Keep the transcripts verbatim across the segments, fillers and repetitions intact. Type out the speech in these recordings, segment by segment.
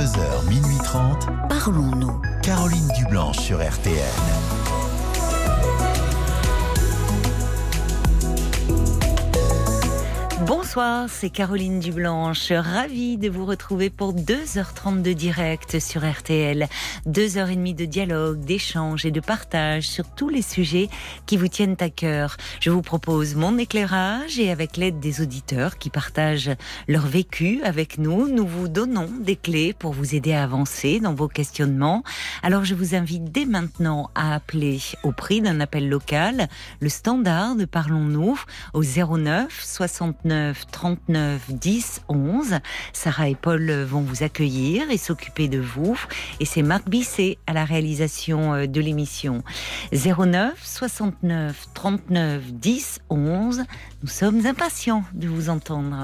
heures, minuit trente, Parlons-nous. Caroline Dublanche sur R T L. Bonsoir, c'est Caroline Dublanche, ravie de vous retrouver pour deux heures trente de direct sur R T L. deux heures trente de dialogue, d'échange et de partage sur tous les sujets qui vous tiennent à cœur. Je vous propose mon éclairage et avec l'aide des auditeurs qui partagent leur vécu avec nous, nous vous donnons des clés pour vous aider à avancer dans vos questionnements. Alors je vous invite dès maintenant à appeler au prix d'un appel local le standard de Parlons-nous au zéro neuf soixante-neuf trente-neuf dix onze. Sarah et Paul vont vous accueillir et s'occuper de vous. Et c'est Marc Bisset à la réalisation de l'émission. zéro neuf soixante-neuf trente-neuf dix onze. Nous sommes impatients de vous entendre.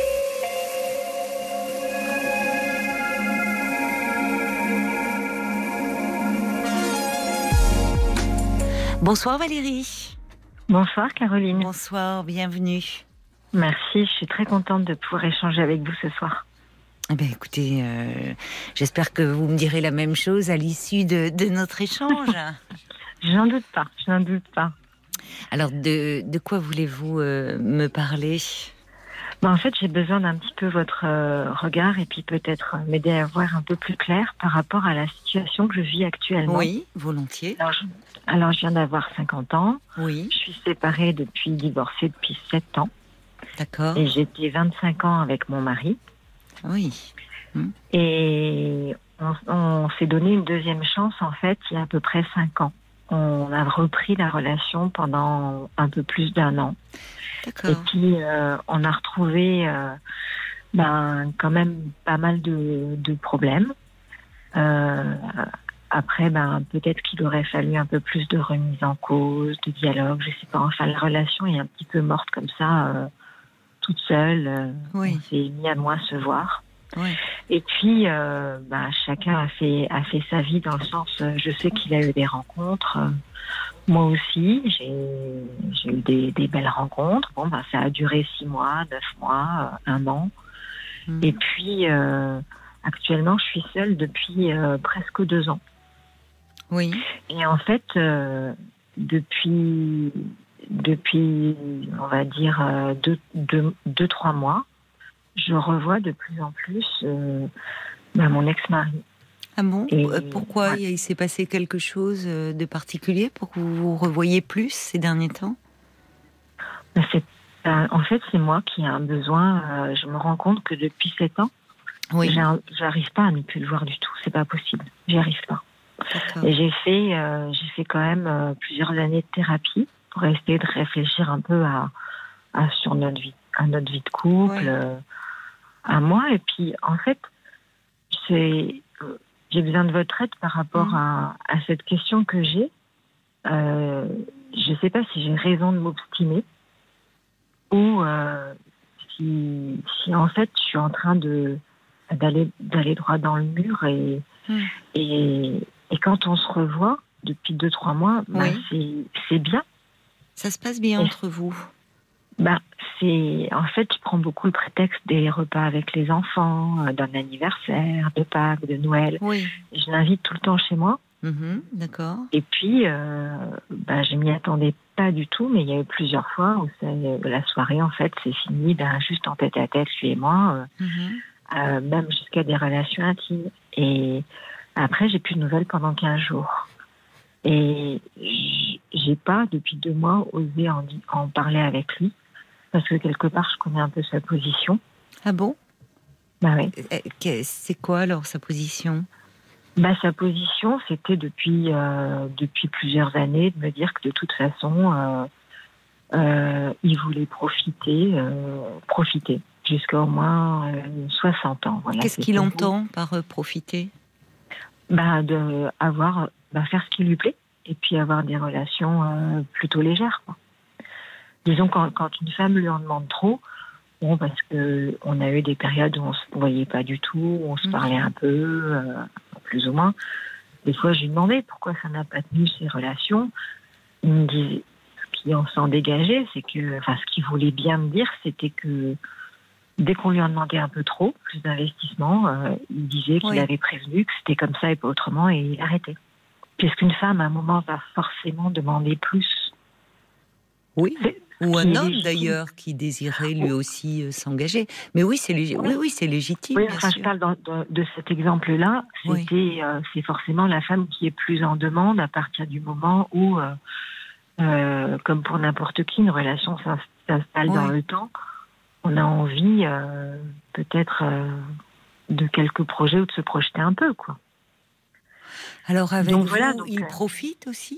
Bonsoir Valérie. Bonsoir Caroline. Bonsoir, bienvenue. Merci, je suis très contente de pouvoir échanger avec vous ce soir. Eh bien, écoutez, euh, j'espère que vous me direz la même chose à l'issue de, de notre échange. J'en doute pas, j'en doute pas. Alors, de, de quoi voulez-vous euh, me parler ? Ben, en fait, j'ai besoin d'un petit peu votre euh, regard et puis peut-être m'aider à voir un peu plus clair par rapport à la situation que je vis actuellement. Oui, volontiers. Alors, je, alors, je viens d'avoir cinquante ans. Oui. Je suis séparée depuis, divorcée depuis sept ans. D'accord. Et j'étais vingt-cinq ans avec mon mari. Oui. Hum. Et on, on s'est donné une deuxième chance, en fait, il y a à peu près cinq ans. On a repris la relation pendant un peu plus d'un an. D'accord. Et puis, euh, on a retrouvé euh, ben, quand même pas mal de, de problèmes. Euh, après, ben, peut-être qu'il aurait fallu un peu plus de remise en cause, de dialogue, je sais pas. Enfin, la relation est un petit peu morte comme ça, euh, toute seule. Euh, Oui. On s'est mis à moins se voir. Oui. Et puis, euh, ben, chacun a fait, a fait sa vie dans le sens, euh, je sais qu'il a eu des rencontres. Euh, moi aussi, j'ai, j'ai eu des, des belles rencontres. Bon, ben, ça a duré six mois, neuf mois, euh, un an. Hum. Et puis, euh, actuellement, je suis seule depuis euh, presque deux ans. Oui. Et en fait, euh, depuis, depuis, on va dire, euh, deux, deux, deux, trois mois, je revois de plus en plus euh, ben, mon ex-mari. Ah bon ? Et, Pourquoi ? ouais. Il s'est passé quelque chose de particulier pour que vous vous revoyiez plus ces derniers temps ? Ben, c'est, ben, en fait, c'est moi qui ai un besoin. Euh, je me rends compte que depuis sept ans, Oui. j'ai un- j'arrive pas à ne plus le voir du tout. C'est pas possible. J'y arrive pas. D'accord. Et j'ai fait, euh, j'ai fait quand même euh, plusieurs années de thérapie pour essayer de réfléchir un peu à, à sur notre vie, à notre vie de couple, Oui. euh, à moi. Et puis, en fait, c'est, euh, j'ai besoin de votre aide par rapport Mhm. à, à cette question que j'ai. Euh, je sais pas si j'ai raison de m'obstiner ou euh, si, si en fait je suis en train de d'aller d'aller droit dans le mur et Mhm. et, et quand on se revoit depuis deux trois mois, bah, Oui. c'est c'est bien. Ça se passe bien Et- entre vous ? Bah, c'est en fait je prends beaucoup le prétexte des repas avec les enfants, euh, d'un anniversaire, de Pâques, de Noël. Oui. Je l'invite tout le temps chez moi. Mhm. D'accord. Et puis, euh, bah, je m'y attendais pas du tout, mais il y a eu plusieurs fois où c'est- la soirée, en fait, c'est fini ben, juste en tête à tête, lui et moi, euh, Mhm. euh, même jusqu'à des relations intimes. Et après, j'ai plus de nouvelles pendant quinze jours. Et j- j'ai pas, depuis deux mois, osé en, di- en parler avec lui, parce que quelque part, je connais un peu sa position. Ah bon ? Bah oui. Euh, que- C'est quoi alors sa position ? Bah, sa position, c'était depuis, euh, depuis plusieurs années de me dire que de toute façon, euh, euh, il voulait profiter, euh, profiter jusqu'à au moins euh, soixante ans. Voilà, Qu'est-ce c'est qu'il tout. entend par euh, profiter ? Bah, de avoir, bah, faire ce qui lui plaît et puis avoir des relations euh, plutôt légères, quoi. Disons, quand, quand une femme lui en demande trop, bon, parce que on a eu des périodes où on se voyait pas du tout, où on se Mhm. parlait un peu, euh, plus ou moins. Des fois, je lui demandais pourquoi ça n'a pas tenu ces relations. Il me disait, ce qui en s'en dégageait, c'est que, enfin, ce qu'il voulait bien me dire, c'était que dès qu'on lui en demandait un peu trop, plus d'investissement, euh, il disait qu'il Oui. avait prévenu que c'était comme ça et pas autrement, et il arrêtait. Puisqu'une femme, à un moment, va forcément demander plus. Oui. C'est- Ou qui un est homme légitime. d'ailleurs qui désirait lui aussi euh, s'engager. Mais oui, c'est légi- oui, oui, c'est légitime. Oui, bien enfin, sûr. je parle dans- dans- de cet exemple-là. Oui. C'était, euh, c'est forcément la femme qui est plus en demande à partir du moment où, euh, euh, comme pour n'importe qui, une relation s'in- s'installe Oui. dans le temps. On a envie, euh, peut-être, euh, de quelques projets ou de se projeter un peu, quoi. Alors avec Donc vous, voilà, donc, il euh, profite aussi.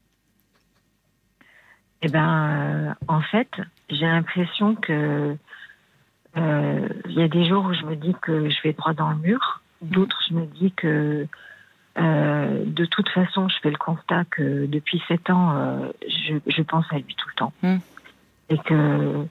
Eh ben, euh, en fait, j'ai l'impression que euh, il y a des jours où je me dis que je vais droit dans le mur, d'autres je me dis que euh, de toute façon, je fais le constat que depuis sept ans, euh, je, je pense à lui tout le temps, Mm. et que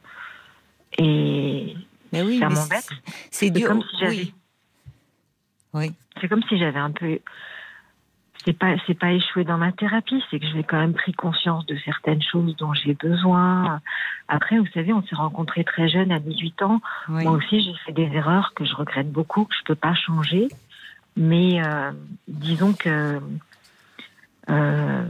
et Mais oui, ça mais m'embête. c'est- c'est C'est dur. comme si j'avais, Oui. Oui. c'est comme si j'avais un peu. C'est pas, c'est pas échoué dans ma thérapie, c'est que j'ai quand même pris conscience de certaines choses dont j'ai besoin. Après, vous savez, on s'est rencontrés très jeunes, à dix-huit ans. Oui. Moi aussi, j'ai fait des erreurs que je regrette beaucoup, que je peux pas changer. Mais euh, disons que euh,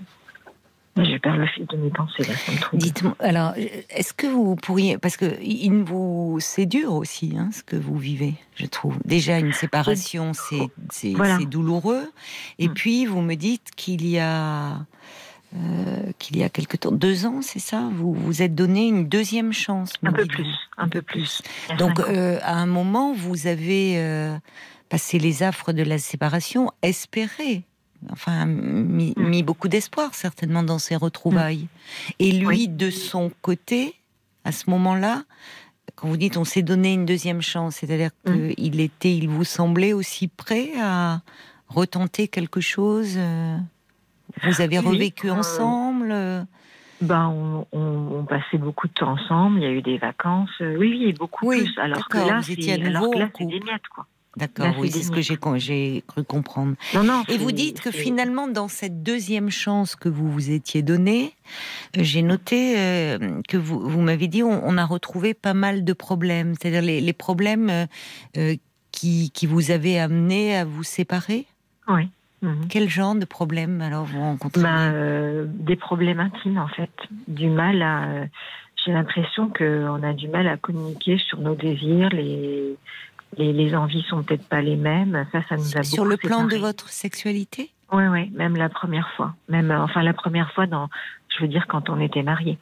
je perds le fil de mes pensées là, ça me trouble. Dites-moi, alors, est-ce que vous pourriez, parce que il vous, c'est dur aussi, hein, ce que vous vivez, je trouve. Déjà, une séparation, c'est, c'est, Voilà. c'est douloureux. Et Mm. puis, vous me dites qu'il y a, euh, qu'il y a quelque temps, deux ans, c'est ça, vous vous êtes donné une deuxième chance. me Un peu dites-vous. plus, un peu plus. Il y a Donc, cinq ans. euh, à un moment, vous avez euh, passé les affres de la séparation, espéré. Enfin, mis, Mm. mis beaucoup d'espoir certainement dans ces retrouvailles. Et lui, Oui. de son côté, à ce moment-là, quand vous dites on s'est donné une deuxième chance, c'est-à-dire Mm. qu'il était, il vous semblait aussi prêt à retenter quelque chose. euh, Vous avez Oui, oui. revécu Euh, ensemble. euh, Ben, on, on, on passait beaucoup de temps ensemble, il y a eu des vacances. Euh, Oui, oui, beaucoup Oui, plus. Alors que d'accord, là, vous étiez à c'est, alors nouveau que en là, c'est couple. des miettes, quoi. D'accord, Là, oui, c'est c'est des ce que miettes. j'ai, con- j'ai cru comprendre. Non, non. Et vous c'est- dites que c'est- finalement, dans cette deuxième chance que vous vous étiez donnée, euh, j'ai noté euh, que vous, vous m'avez dit on, on a retrouvé pas mal de problèmes, c'est-à-dire les, les problèmes euh, euh, qui, qui vous avaient amené à vous séparer. Oui. Mhm. Quel genre de problèmes alors vous rencontrez? Ben, euh, des problèmes intimes, en fait. Du mal à. euh, J'ai l'impression qu'on a du mal à communiquer sur nos désirs. Les, les, les envies sont peut-être pas les mêmes. Ça, ça nous a Sur beaucoup le plan de séparés. votre sexualité? Oui, oui, même la première fois. Même, euh, enfin, la première fois, dans, je veux dire, quand on était mariés.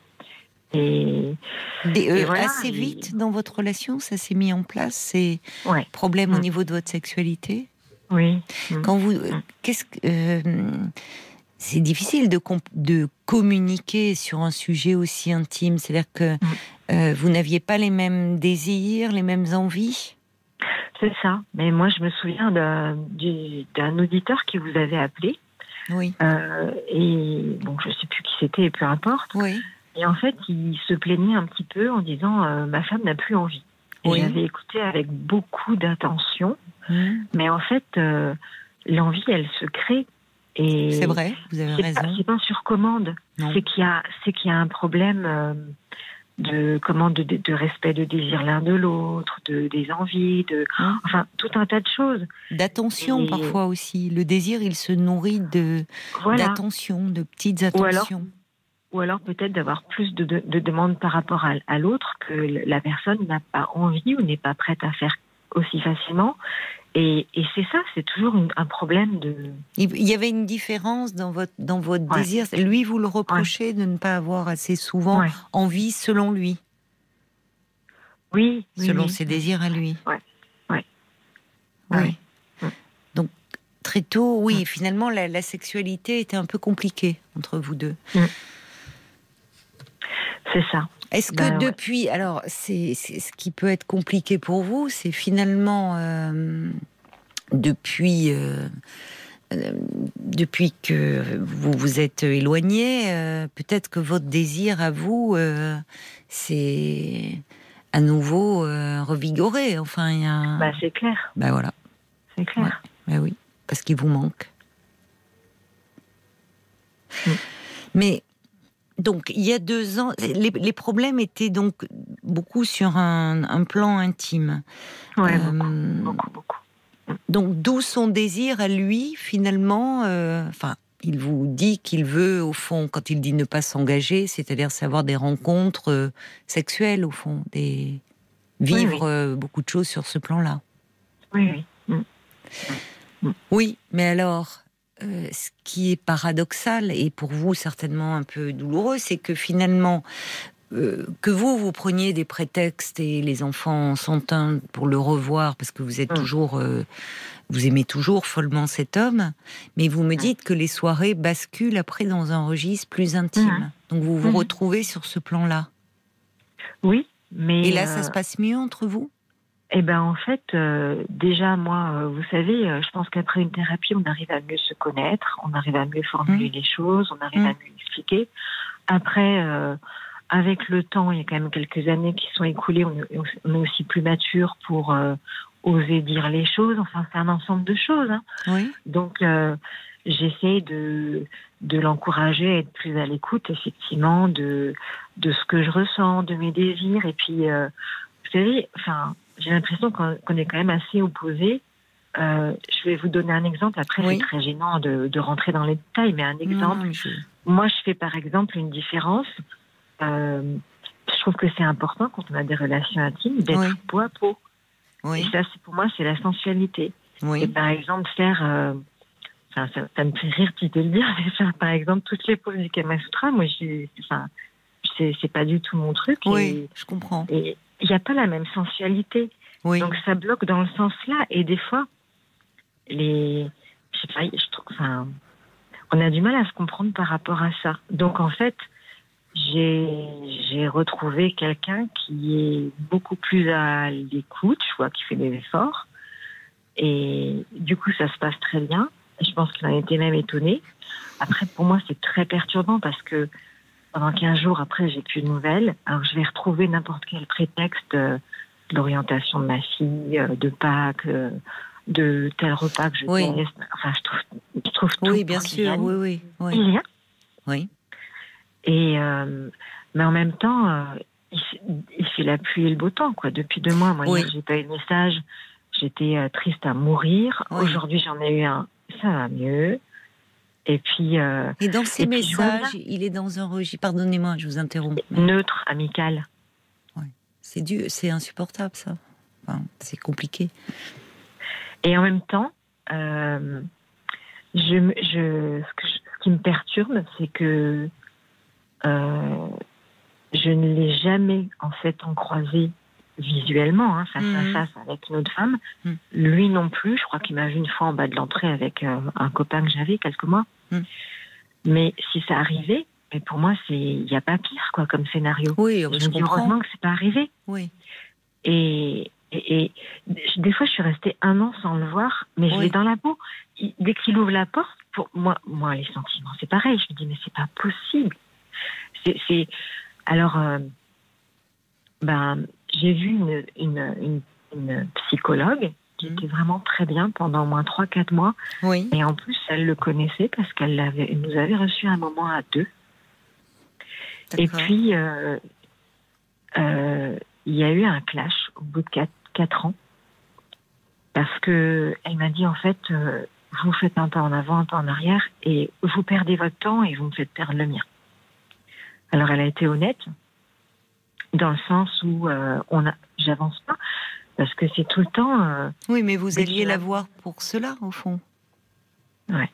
Et, Des- euh, et voilà, assez et- vite dans votre relation, ça s'est mis en place, ces ouais, problèmes au Mm. niveau de votre sexualité? oui. Mm. Quand vous, euh, qu'est-ce que euh, c'est difficile de, comp- de communiquer sur un sujet aussi intime. C'est-à-dire que Mm. euh, vous n'aviez pas les mêmes désirs, les mêmes envies. C'est ça. Mais moi, je me souviens d'un, du- d'un auditeur qui vous avait appelé. Oui, Euh, et bon, je sais plus qui c'était, peu importe. oui, Et en fait, il se plaignait un petit peu en disant euh, ma femme n'a plus envie. Et Oui. j'avais écouté avec beaucoup d'attention, Mmh. mais en fait, euh, l'envie, elle se crée. Et C'est vrai, vous avez c'est pas, raison. c'est pas sur commande. Non. C'est qu'il y a, c'est qu'il y a un problème euh, de comment de, de, de respect de désir l'un de l'autre, de des envies, de Mmh. enfin tout un tas de choses. D'attention Et- parfois aussi. Le désir, il se nourrit de Voilà. d'attention, de petites Ou alors- attentions. Ou alors peut-être d'avoir plus de, de, de demandes par rapport à, à l'autre que la personne n'a pas envie ou n'est pas prête à faire aussi facilement. Et, et c'est ça, c'est toujours une- un problème de... Il il y avait une différence dans votre dans votre Ouais. désir. Lui, vous le reprochez de ne pas avoir assez souvent Ouais. envie selon lui, Oui, oui, selon oui. ses désirs à lui. Ouais. Ouais. Oui. Ouais. Mm. Donc très tôt, oui. Mm. Finalement, la, la sexualité était un peu compliquée entre vous deux. C'est ça. Est-ce que Ben, ouais. depuis, alors c'est c'est ce qui peut être compliqué pour vous, c'est finalement euh, depuis euh, euh, depuis que vous vous êtes éloigné, euh, peut-être que votre désir à vous euh, c'est à nouveau euh, revigoré. Enfin, il y a. Bah, c'est clair. Ben voilà. C'est clair. Ben oui, parce qu'il vous manque. Mm. Mais donc, il y a deux ans, les, les problèmes étaient donc beaucoup sur un, un plan intime. Ouais, Euh, beaucoup, beaucoup, beaucoup. Donc, d'où son désir à lui, finalement, euh, enfin, il vous dit qu'il veut, au fond, quand il dit ne pas s'engager, c'est-à-dire savoir des rencontres euh, sexuelles, au fond, des... vivre Oui, oui. euh, beaucoup de choses sur ce plan-là. Oui, oui. Mm. Oui, mais alors, euh, ce qui est paradoxal, et pour vous certainement un peu douloureux, c'est que finalement, euh, que vous, vous preniez des prétextes et les enfants sont un pour le revoir, parce que vous êtes Mm. toujours... Euh, vous aimez toujours follement cet homme, mais vous me dites que les soirées basculent après dans un registre plus intime. Mm. Donc vous vous Mm. retrouvez sur ce plan-là. Oui, mais... Et là, euh, ça se passe mieux entre vous ? Eh ben en fait, euh, déjà moi, euh, vous savez, euh, je pense qu'après une thérapie, on arrive à mieux se connaître, on arrive à mieux formuler Mmh. les choses, on arrive Mmh. à mieux expliquer. Après, euh, avec le temps, il y a quand même quelques années qui sont écoulées, on est, on est aussi plus mature pour euh, oser dire les choses. Enfin, c'est un ensemble de choses. Hein. Oui. Donc, euh, j'essaie de de l'encourager à être plus à l'écoute, effectivement, de de ce que je ressens, de mes désirs, et puis, euh, vous savez, enfin. J'ai l'impression qu'on, qu'on est quand même assez opposés. Euh, je vais vous donner un exemple. Après, Oui. c'est très gênant de, de rentrer dans les détails, mais un exemple. Non, je... Moi, je fais par exemple une différence. Euh, je trouve que c'est important quand on a des relations intimes d'être Oui. peau à peau. Oui. Et ça, c'est, pour moi, c'est la sensualité. Oui. Et par exemple, faire... Euh, enfin, ça, ça me fait rire de le dire, mais faire par exemple toutes les poses du Kama Sutra, moi, je, enfin, c'est, c'est pas du tout mon truc. Oui, et, je comprends. Et, il n'y a pas la même sensualité. Oui. Donc ça bloque dans le sens-là. Et des fois, les, je sais pas, je trouve, enfin, on a du mal à se comprendre par rapport à ça. Donc en fait, j'ai, j'ai retrouvé quelqu'un qui est beaucoup plus à l'écoute, je vois, qui fait des efforts. Et du coup, ça se passe très bien. Je pense qu'il en était même étonné. Après, pour moi, c'est très perturbant parce que pendant quinze jours après, j'ai plus de nouvelles. Alors, je vais retrouver n'importe quel prétexte euh, de l'orientation de ma fille, euh, de Pâques, euh, de tel repas que je Oui. teste. Enfin, je trouve, je trouve tout. Oui, bien pour qu'il sûr. vienne. Oui, oui. Oui. Il vient. Oui. Et, euh, mais en même temps, euh, il, il fait la pluie et le beau temps, quoi. Depuis deux mois, moi, Oui. hier, j'ai pas eu de message. J'étais euh, triste à mourir. Oui. Aujourd'hui, j'en ai eu un. Ça va mieux. Et puis. Euh, Et dans ces et puis, messages, voilà. il est dans un registre. Pardonnez-moi, je vous interromps. mais- Neutre, amical. C'est dur, c'est insupportable, ça. Enfin, c'est compliqué. Et en même temps, euh, je, me- je, ce, que je- ce qui me perturbe, c'est que euh, je ne l'ai jamais en fait en croisé visuellement, hein, face Mhm. à face avec une autre femme. Mhm. Lui non plus. Je crois qu'il m'a vu une fois en bas de l'entrée avec euh, un copain que j'avais quelques mois. Mhm. Mais si ça arrivait, mais pour moi, c'est il n'y a pas pire quoi comme scénario. Oui, Je je, me dis comprends. heureusement que c'est pas arrivé. Oui. Et, et, et des fois, je suis restée un an sans le voir, mais je Oui. l'ai dans la peau. Il- dès qu'il ouvre la porte, pour moi, moi, les sentiments, c'est pareil. Je me dis, mais c'est pas possible. C'est, c'est... Alors, euh, ben, j'ai vu une, une, une, une psychologue qui Mhm. était vraiment très bien pendant au moins trois quatre mois. Oui. Et en plus, elle le connaissait parce qu'elle l'avait, elle nous avait reçu un moment à deux. Et D'accord. puis, euh, euh, il y a eu un clash au bout de quatre, quatre ans. Parce que elle m'a dit, en fait, euh, vous faites un pas en avant, un pas en arrière, et vous perdez votre temps et vous me faites perdre le mien. Alors, elle a été honnête, dans le sens où euh, on a, j'avance pas, parce que c'est tout le temps... Euh, Oui, mais vous mais alliez tu la l'as- voir pour cela, au fond. ouais.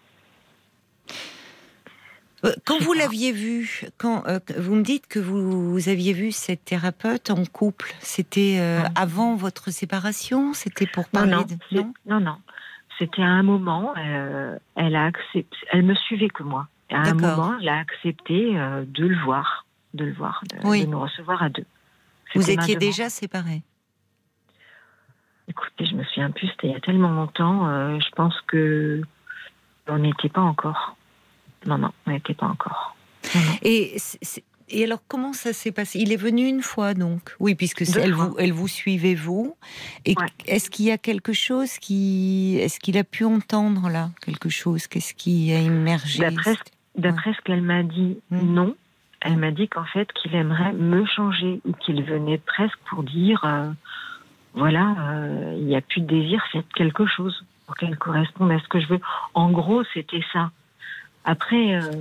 Euh, Quand Je sais vous pas. l'aviez vue, quand euh, vous me dites que vous, vous aviez vu cette thérapeute en couple, c'était euh, Ouais. avant votre séparation, c'était pour Non, parler non, de c'est- non non, non. C'était à un moment, euh, elle a accepté, elle me suivait que moi. Et à un D'accord. moment, elle a accepté euh, de le voir, de le voir, de, Oui. de nous recevoir à deux. Vous C'était ma étiez demande. déjà séparés. Écoutez, je me souviens plus, c'était il y a tellement longtemps. euh, je pense que on n'était pas encore. Non, non, on n'était pas encore. Non, non. Et, c'est- c'est- et alors, comment ça s'est passé? Il est venu une fois, donc. Oui, puisque c'est- Deux elle fois. vous, elle vous suivait, vous. Et Ouais. est-ce qu'il y a quelque chose qui... Est-ce qu'il a pu entendre, là, quelque chose? Qu'est-ce qui a émergé? D'après, d'après ce qu'elle m'a dit, Mm. non. Elle m'a dit qu'en fait, qu'il aimerait me changer, ou qu'il venait presque pour dire, euh, voilà, euh, il n'y a plus de désir, faites quelque chose pour qu'elle corresponde à ce que je veux. En gros, c'était ça. Après, euh,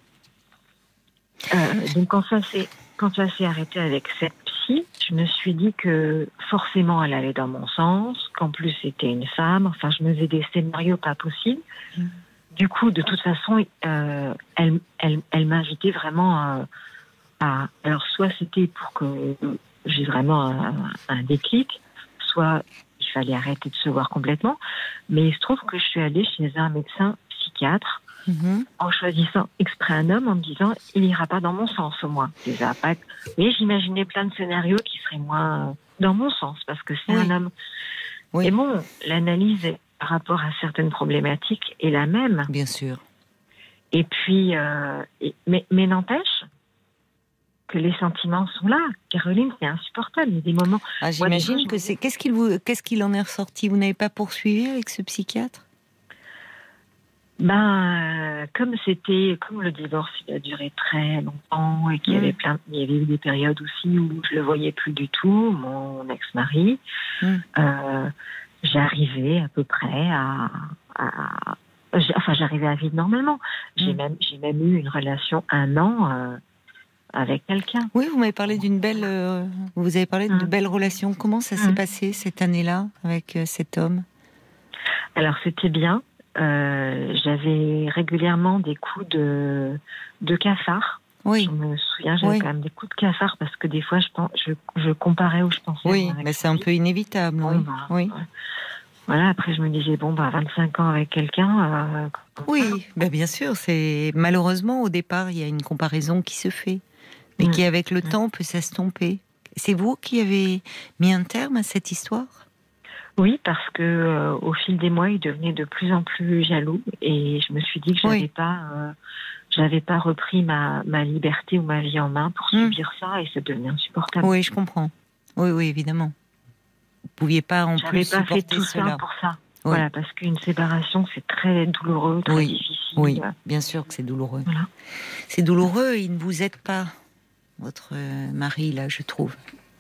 euh, donc quand ça s'est quand ça s'est arrêté avec cette psy, je me suis dit que forcément elle allait dans mon sens, qu'en plus c'était une femme. Enfin, je me faisais des scénarios pas possibles. Mmh. Du coup, de toute façon, euh, elle, elle, elle m'invitait vraiment à, à... Alors, soit c'était pour que j'ai vraiment un, un déclic, soit il fallait arrêter de se voir complètement. Mais il se trouve que je suis allée chez un médecin psychiatre mmh. en choisissant exprès un homme, en me disant il n'ira pas dans mon sens au moins. Déjà, pas... Mais j'imaginais plein de scénarios qui seraient moins dans mon sens parce que c'est oui. un homme. Oui. Et bon, l'analyse est par rapport à certaines problématiques est la même. Bien sûr. Et puis, euh, et, mais, mais n'empêche que les sentiments sont là. Caroline, c'est insupportable. Il y a des moments... Ah, j'imagine ouais, que c'est... Qu'est-ce qu'il, vous... Qu'est-ce qu'il en est ressorti ? Vous n'avez pas poursuivi avec ce psychiatre ? Ben, euh, comme c'était... Comme le divorce, il a duré très longtemps et qu'il y avait plein... Il y avait eu des périodes aussi où je le voyais plus du tout, mon ex-mari. Mm. Euh, J'arrivais à peu près à, à, à enfin j'arrivais à vivre normalement. J'ai mmh. même j'ai même eu une relation un an euh, avec quelqu'un. Oui, vous m'avez parlé d'une belle euh, vous avez parlé d'une mmh. belle relation. Comment ça mmh. s'est passé cette année-là avec euh, cet homme ? Alors c'était bien. Euh, j'avais régulièrement des coups de de cafard. Oui. Je me souviens, j'avais oui. quand même des coups de cafard parce que des fois, je, pense, je, je comparais où je pensais. Oui, mais c'est un peu inévitable. Oui. oui. Bah, oui. Voilà, après, je me disais, bon, bah, vingt-cinq ans avec quelqu'un. Euh, oui, bah, bien sûr. C'est... Malheureusement, au départ, il y a une comparaison qui se fait, mais mmh. qui, avec le mmh. temps, peut s'estomper. C'est vous qui avez mis un terme à cette histoire ? Oui, parce que euh, au fil des mois, il devenait de plus en plus jaloux et je me suis dit que je n'avais oui. pas. Euh, J'avais pas repris ma, ma liberté ou ma vie en main pour mmh. subir ça et ça devenait insupportable. Oui, je comprends. Oui, oui, évidemment. Vous pouviez pas en J'avais plus pas supporter fait tout cela. ça pour ça. Oui. Voilà, parce qu'une séparation, c'est très douloureux, très oui. difficile. Oui, bien sûr que c'est douloureux. Voilà. C'est douloureux, il ne vous aide pas, votre mari, là, je trouve.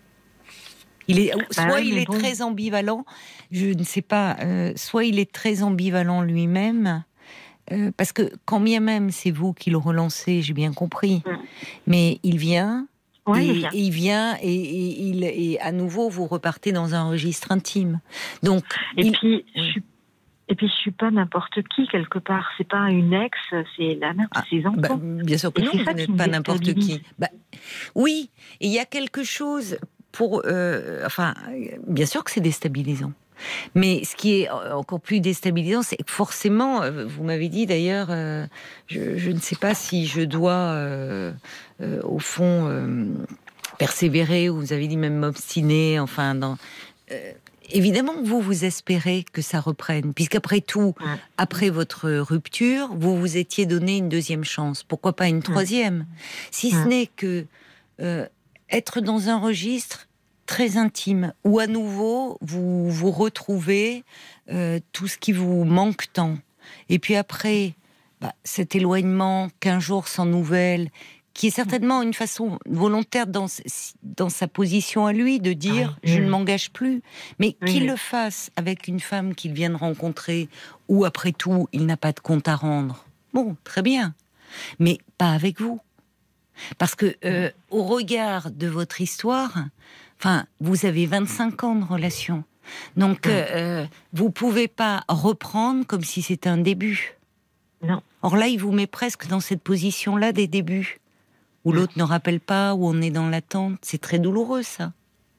Il est, soit bah oui, il est bon. très ambivalent, je ne sais pas, euh, soit il est très ambivalent lui-même, Euh, parce que quand bien même c'est vous qui le relancez, j'ai bien compris, mmh. mais il vient, ouais, et, il vient, et il vient et, et, il, et à nouveau vous repartez dans un registre intime. Donc, et il... puis je suis, et puis je suis pas n'importe qui quelque part. C'est pas une ex, c'est la mère de ah, ses enfants. Bah, bien sûr que et non, vous n'êtes pas n'importe qui. Bah, oui, et il y a quelque chose pour, euh, enfin, bien sûr que c'est déstabilisant. Mais ce qui est encore plus déstabilisant, c'est que forcément, vous m'avez dit d'ailleurs, euh, je, je ne sais pas si je dois, euh, euh, au fond, euh, persévérer, ou vous avez dit même m'obstiner, enfin, dans... Euh, évidemment que vous, vous espérez que ça reprenne, puisqu'après tout, ouais. après votre rupture, vous vous étiez donné une deuxième chance. Pourquoi pas une troisième ? Ouais. Si ce ouais. n'est que euh, être dans un registre très intime, où à nouveau vous vous retrouvez euh, tout ce qui vous manque tant. Et puis après, bah, cet éloignement, quinze jours sans nouvelles, qui est certainement une façon volontaire dans, dans sa position à lui de dire oui, je oui. ne m'engage plus, mais oui, qu'il oui. le fasse avec une femme qu'il vient de rencontrer, où après tout il n'a pas de compte à rendre. Bon, très bien, mais pas avec vous. Parce que euh, au regard de votre histoire, enfin, vous avez vingt-cinq ans de relation. Donc, euh, vous ne pouvez pas reprendre comme si c'était un début. Non. Or là, il vous met presque dans cette position-là des débuts, où l'autre ne rappelle pas, où on est dans l'attente. C'est très douloureux, ça.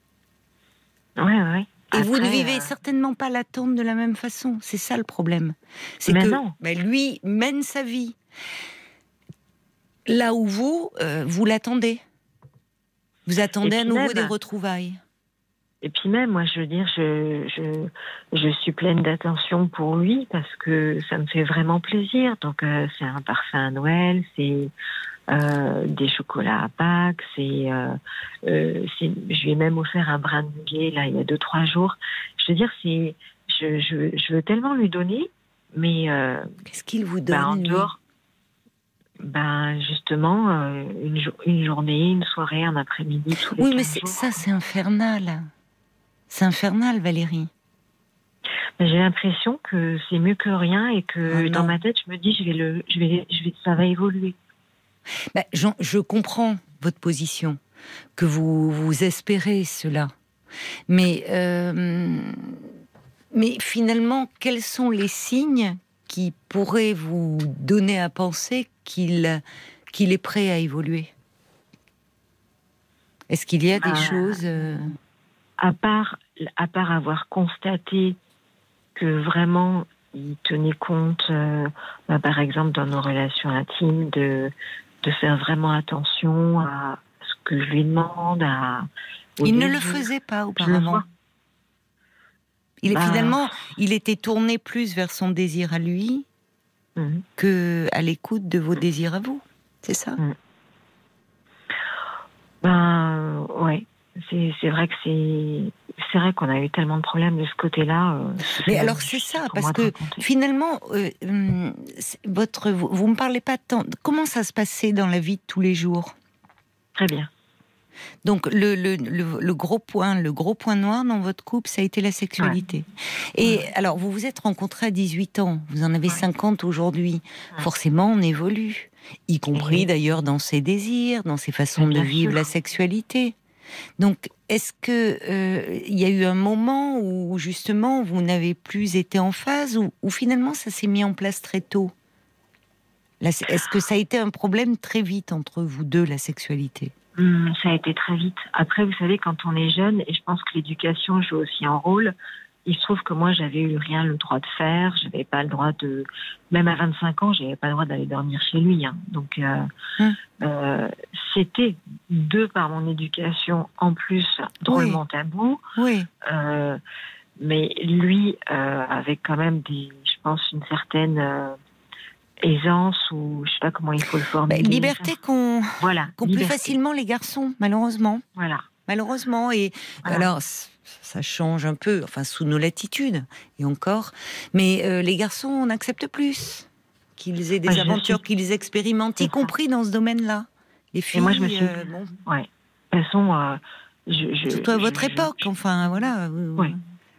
Oui, oui. Et Après, vous ne vivez euh... certainement pas l'attente de la même façon. C'est ça le problème. C'est Mais que non. Ben, lui mène sa vie. Là où vous, euh, vous l'attendez. Vous attendez à nouveau même, des retrouvailles. Et puis même, moi, je veux dire, je, je, je suis pleine d'attention pour lui parce que ça me fait vraiment plaisir. Donc, euh, c'est un parfum à Noël, c'est euh, des chocolats à Pâques, c'est, euh, euh, c'est, je lui ai même offert un brin de muguet, là, il y a deux, trois jours. Je veux dire, c'est, je, je, je veux tellement lui donner, mais... Euh, Qu'est-ce qu'il vous donne, bah, en dehors, Ben justement, euh, une, jo- une journée, une soirée, un après-midi, tous les Oui, quinze mais c'est- jours. ça, c'est infernal. C'est infernal, Valérie. Ben, j'ai l'impression que c'est mieux que rien et que Oh dans non. ma tête, je me dis, je vais le, je vais, je vais, ça va évoluer. Ben, Jean, je comprends votre position, que vous, vous espérez cela. Mais, euh, mais finalement, quels sont les signes qui pourraient vous donner à penser qu'il qu'il est prêt à évoluer? Est-ce qu'il y a des Ben, choses... euh, à part, à part avoir constaté que vraiment il tenait compte, euh, ben, par exemple dans nos relations intimes, de, de faire vraiment attention à ce que je lui demande, à aux Il ne le désirs. faisait pas Je le auparavant. vois. Il est Ben, finalement, il était tourné plus vers son désir à lui mhm. que à l'écoute de vos désirs à vous. C'est ça? Mhm. Ben ouais, c'est c'est vrai que c'est c'est vrai qu'on a eu tellement de problèmes de ce côté-là. euh, Mais c'est alors c'est difficile ça, pour parce moi de que raconter. finalement, euh, hum, c'est- votre, vous, vous me parlez pas tant. Comment ça se passait dans la vie de tous les jours? Très bien. Donc le, le, le, le gros point, le gros point noir dans votre couple, ça a été la sexualité. Et Ouais. alors vous vous êtes rencontrés à dix-huit ans, vous en avez Ouais. cinquante aujourd'hui. Ouais. Forcément, on évolue, y compris Et- d'ailleurs dans ses désirs, dans ses façons Mais de bien vivre sûr. la sexualité. Donc, est-ce que euh, il y a eu un moment où justement vous n'avez plus été en phase, ou, ou finalement ça s'est mis en place très tôt? Là, c'est- Est-ce que ça a été un problème très vite entre vous deux, la sexualité? Hum, ça a été très vite. Après, vous savez, quand on est jeune, et je pense que l'éducation joue aussi un rôle, il se trouve que moi, j'avais eu rien le droit de faire. J'avais pas le droit de... Même à vingt-cinq ans, j'avais pas le droit d'aller dormir chez lui. Hein. Donc, euh, Hum. euh, c'était, de par mon éducation, en plus, drôlement tabou. Oui. Euh, mais lui, euh, avec quand même des, je pense, une certaine euh, aisance, ou je sais pas comment il faut le Bah, formuler. liberté qu'on Voilà. qu'ont plus liberté. facilement les garçons, malheureusement. Voilà. Malheureusement. Et Voilà. alors, c- ça change un peu, enfin, sous nos latitudes, et encore. Mais euh, les garçons, on accepte plus qu'ils aient des Ah, je aventures, sais. qu'ils expérimentent, y C'est ça. compris dans ce domaine-là. Les filles, Et moi, je me suis. euh, bon, Ouais. De toute façon, euh, je, je, surtout à je- votre je- époque, je- enfin, voilà. vous- Ouais.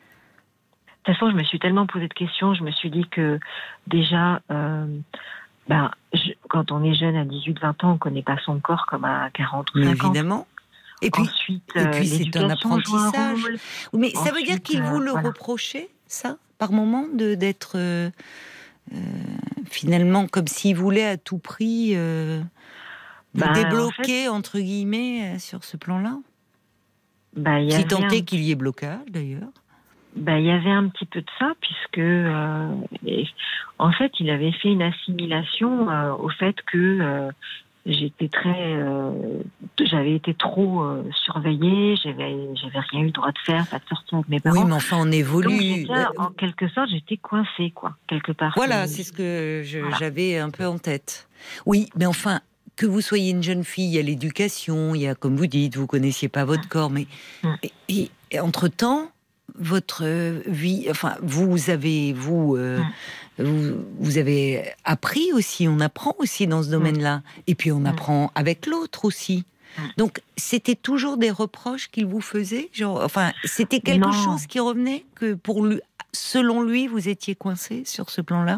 De toute façon, je me suis tellement posé de questions. Je me suis dit que déjà, euh, ben, je- quand on est jeune à dix-huit vingt ans, on ne connaît pas son corps comme à quarante ou Mais cinquante. évidemment. Et puis, Ensuite, et euh, puis c'est un l'éducation joue un apprentissage. rôle. Mais ça veut dire Ensuite, qu'il vous euh, le voilà. reprochait, ça, par moment, de d'être euh, euh, finalement comme s'il voulait à tout prix euh, vous Ben, en débloquer, entre guillemets, euh, sur ce plan-là? Ben, il y Si avait tant un- est qu'il y ait blocage, d'ailleurs. Ben, il y avait un petit peu de ça, puisque euh, et- en fait, il avait fait une assimilation euh, au fait que euh, j'étais très, euh, j'avais été trop euh, surveillée, j'avais, j'avais rien eu le droit de faire, pas de sortir avec mes parents. Oui, mais enfin, on Donc, évolue. j'étais, Euh, en quelque sorte, j'étais coincée, quoi, quelque part. Voilà, Et- c'est ce que je- Voilà. j'avais un peu en tête. Oui, mais enfin, que vous soyez une jeune fille, il y a l'éducation, il y a, comme vous dites, vous connaissiez pas votre corps, mais Mm. et, et- et entre-temps, votre euh, vie, enfin, vous avez, vous, euh, Mm. vous, vous avez appris aussi, on apprend aussi dans ce domaine-là, et puis on Mm. apprend avec l'autre aussi. Mm. Donc, c'était toujours des reproches qu'il vous faisait, genre, enfin, c'était quelque Non. chose qui revenait, que pour lui, selon lui, vous étiez coincé sur ce plan-là.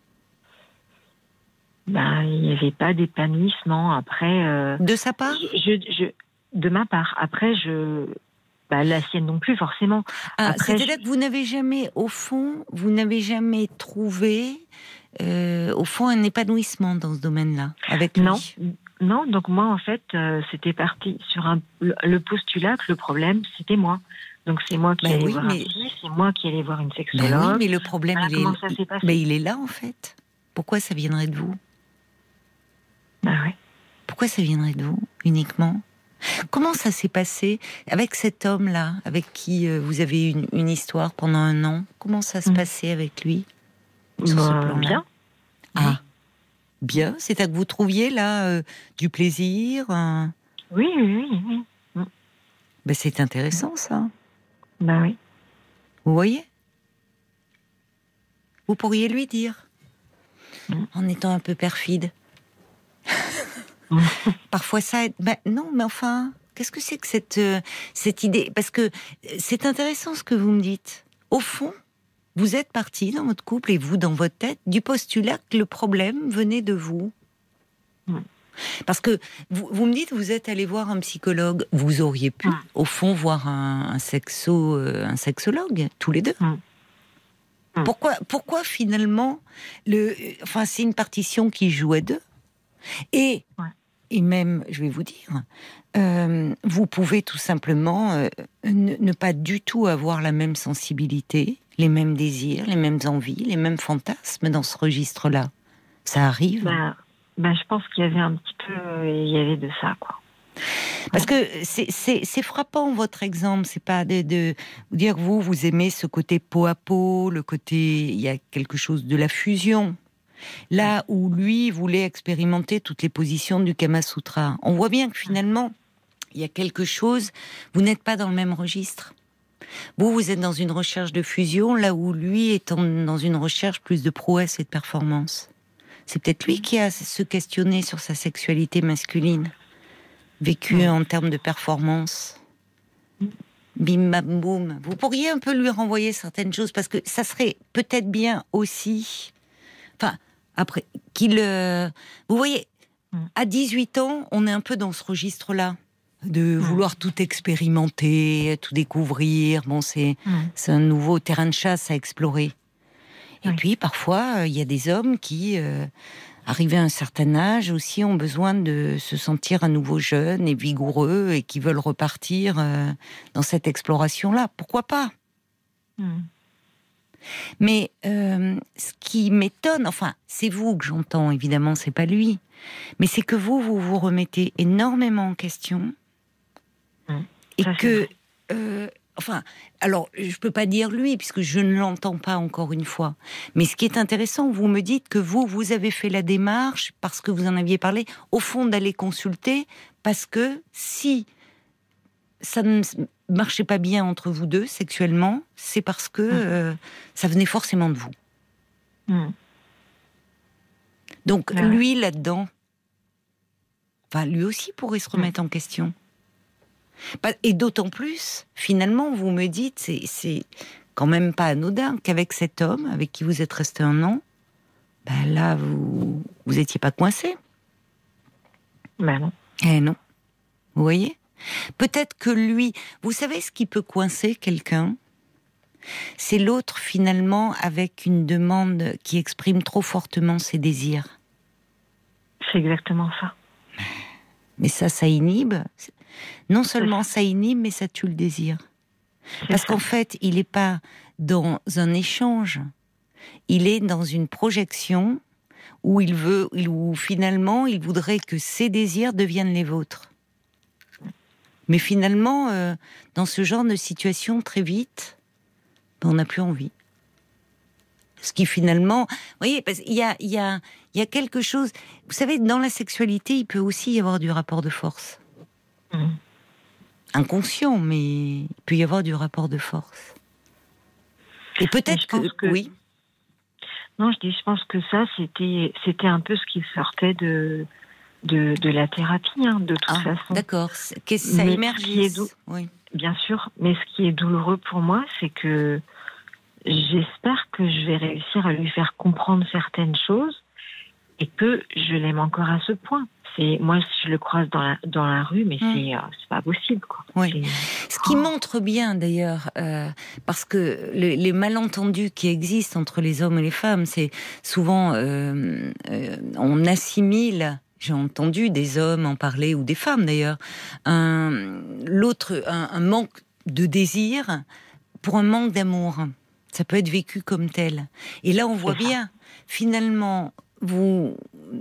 Ben, il n'y avait pas d'épanouissement. Après, euh, De sa part? je, je, je- de ma part. Après, je, ben, la sienne non plus, forcément. Ah, Après, c'est-à-dire que vous n'avez jamais, au fond, vous n'avez jamais trouvé, euh, au fond, un épanouissement dans ce domaine-là, avec lui. Non, non. Donc moi, en fait, euh, c'était parti sur un, le, le postulat que le problème, c'était moi. Donc c'est moi qui Ben allais oui, voir mais- un psy, c'est moi qui allais voir une Ben sexologue. oui, mais le problème, Voilà il comment est, ça s'est passé. ben, il est là, en fait. Pourquoi ça viendrait de vous? Ben ouais. Pourquoi ça viendrait de vous, uniquement? Comment ça s'est passé avec cet homme-là, avec qui euh, vous avez eu une, une histoire pendant un an? Comment ça se Mm. passait avec lui, sur ce Ben, plan-là? bien. Ah, bien. C'est à que vous trouviez, là, euh, du plaisir un- Oui, oui, oui, oui. Ben, c'est intéressant, ça. Ben oui. Vous voyez? Vous pourriez lui dire, Mm. en étant un peu perfide, Parfois ça aide. Ben, non, mais enfin, qu'est-ce que c'est que cette, euh, cette idée? Parce que c'est intéressant ce que vous me dites. Au fond, vous êtes parti dans votre couple et vous, dans votre tête, du postulat que le problème venait de vous. Mm. Parce que vous, vous me dites, vous êtes allé voir un psychologue. Vous auriez pu, mm. au fond, voir un, un, sexo, euh, un sexologue, tous les deux. Mm. Mm. Pourquoi, pourquoi finalement, le, enfin, c'est une partition qui joue à deux. Et, ouais. et même, je vais vous dire, euh, vous pouvez tout simplement euh, ne, ne pas du tout avoir la même sensibilité, les mêmes désirs, les mêmes envies, les mêmes fantasmes dans ce registre-là. Ça arrive. Bah, bah, je pense qu'il y avait un petit peu, il y avait de ça, quoi. Parce que c'est, c'est, c'est frappant votre exemple, c'est pas de, de vous dire que vous, vous aimez ce côté peau à peau, le côté, il y a quelque chose de la fusion. Là où lui voulait expérimenter toutes les positions du Kama Sutra. On voit bien que finalement, il y a quelque chose, vous n'êtes pas dans le même registre. Vous, vous êtes dans une recherche de fusion, là où lui est en, dans une recherche plus de prouesse et de performance. C'est peut-être lui qui a se questionné sur sa sexualité masculine, vécue en termes de performance. Bim bam boum. Vous pourriez un peu lui renvoyer certaines choses, parce que ça serait peut-être bien aussi... Enfin, après, qu'il... Euh, vous voyez, à dix-huit ans, on est un peu dans ce registre-là, de vouloir tout expérimenter, tout découvrir. Bon, c'est, mm. c'est un nouveau terrain de chasse à explorer. Et oui. puis, parfois, il y a des hommes qui, euh, arrivés à un certain âge, aussi ont besoin de se sentir à nouveau jeunes et vigoureux et qui veulent repartir euh, dans cette exploration-là. Pourquoi pas ? mm. Mais euh, ce qui m'étonne, enfin, c'est vous que j'entends, évidemment, c'est pas lui, mais c'est que vous, vous vous remettez énormément en question, mmh, et que, euh, enfin, alors, je peux pas dire lui, puisque je ne l'entends pas encore une fois, mais ce qui est intéressant, vous me dites que vous, vous avez fait la démarche, parce que vous en aviez parlé, au fond, d'aller consulter, parce que si ça ne marchait pas bien entre vous deux sexuellement, c'est parce que euh, ça venait forcément de vous. Mm. Donc ouais. lui là-dedans, enfin lui aussi pourrait se remettre mm. en question. Et d'autant plus, finalement, vous me dites, c'est, c'est quand même pas anodin qu'avec cet homme avec qui vous êtes resté un an, ben là vous vous étiez pas coincé. Ben non. Eh non. Vous voyez ? Peut-être que lui, vous savez ce qui peut coincer quelqu'un ? C'est l'autre finalement avec une demande qui exprime trop fortement ses désirs. C'est exactement ça. Mais ça, ça inhibe. Non seulement ça. ça inhibe, mais ça tue le désir. C'est Parce ça. qu'en fait, il n'est pas dans un échange. Il est dans une projection où il veut, où finalement, il voudrait que ses désirs deviennent les vôtres. Mais finalement, euh, dans ce genre de situation, très vite, ben, on n'a plus envie. Ce qui finalement... Vous voyez, parce qu'il y a, il y a, il y a quelque chose... Vous savez, dans la sexualité, il peut aussi y avoir du rapport de force. Mmh. Inconscient, mais il peut y avoir du rapport de force. Et peut-être que, que... Oui. Non, je dis, je pense que ça, c'était, c'était un peu ce qui sortait de... De, de la thérapie, hein, de toute ah, façon. D'accord, que ça émerge. Dou... Oui. Bien sûr, mais ce qui est douloureux pour moi, c'est que j'espère que je vais réussir à lui faire comprendre certaines choses et que je l'aime encore à ce point. C'est, moi, je le croise dans la, dans la rue, mais hum. c'est, euh, c'est pas possible, quoi. Oui. Ce qui oh. montre bien, d'ailleurs, euh, parce que le, les malentendus qui existent entre les hommes et les femmes, c'est souvent, euh, euh, on assimile... J'ai entendu des hommes en parler, ou des femmes d'ailleurs, un, l'autre, un, un manque de désir pour un manque d'amour. Ça peut être vécu comme tel. Et là, on voit bien, finalement, vous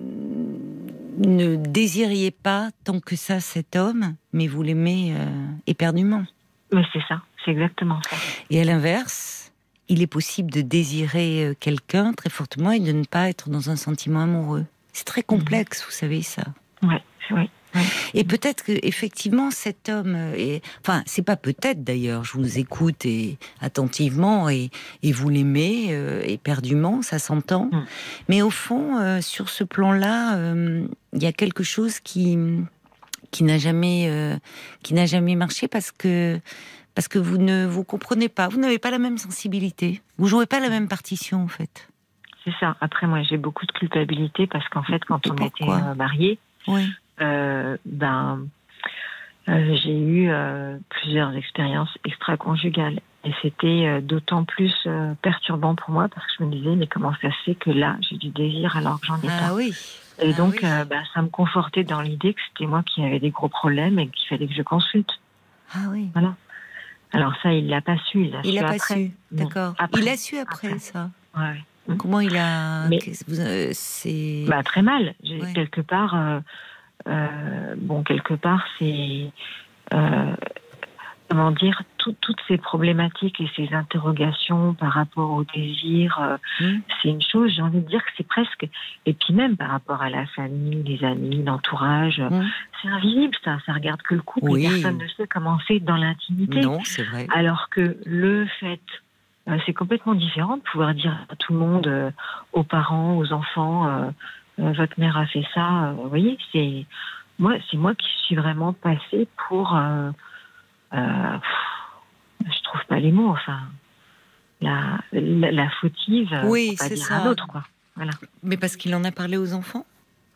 ne désiriez pas tant que ça cet homme, mais vous l'aimez euh, éperdument. Mais c'est ça, c'est exactement ça. Et à l'inverse, il est possible de désirer quelqu'un très fortement et de ne pas être dans un sentiment amoureux. C'est très complexe, mmh. vous savez ça. Ouais, oui. Et peut-être que effectivement cet homme, est... enfin c'est pas peut-être d'ailleurs, je vous écoute et attentivement et, et vous l'aimez euh, éperdument, ça s'entend. Mm. Mais au fond, euh, sur ce plan-là, il euh, y a quelque chose qui qui n'a jamais euh, qui n'a jamais marché parce que parce que vous ne vous comprenez pas, vous n'avez pas la même sensibilité, vous jouez pas la même partition en fait. C'est ça. Après moi j'ai beaucoup de culpabilité parce qu'en fait quand on était euh, mariés, oui. euh, ben euh, j'ai eu euh, plusieurs expériences extra-conjugales et c'était euh, d'autant plus euh, perturbant pour moi parce que je me disais mais comment ça se fait que là j'ai du désir alors que j'en ai ah, pas. Oui. Et ah, donc oui. euh, bah, ça me confortait dans l'idée que c'était moi qui avais des gros problèmes et qu'il fallait que je consulte. Ah oui. Voilà. Alors ça il l'a pas su, il l'a il su l'a pas après. su. D'accord. Après. Il l'a su après, après. ça. Ouais. Comment il a Mais, vous, euh, c'est bah très mal. J'ai, ouais. Quelque part, euh, euh, bon quelque part c'est euh, comment dire tout, toutes ces problématiques et ces interrogations par rapport au désir, euh, mmh. c'est une chose. J'ai envie de dire que c'est presque et puis même par rapport à la famille, les amis, l'entourage, mmh. c'est invisible ça. Ça regarde que le couple. Oui. Et personne ne sait comment c'est dans l'intimité. Non, c'est vrai. Alors que le fait Euh, c'est complètement différent de pouvoir dire à tout le monde, euh, aux parents, aux enfants, euh, euh, votre mère a fait ça. Euh, vous voyez, c'est moi, c'est moi qui suis vraiment passée pour. Euh, euh, pff, je trouve pas les mots. Enfin, la, la, la fautive. Oui, pour pas c'est dire ça. À l'autre, quoi. Voilà. Mais parce qu'il en a parlé aux enfants.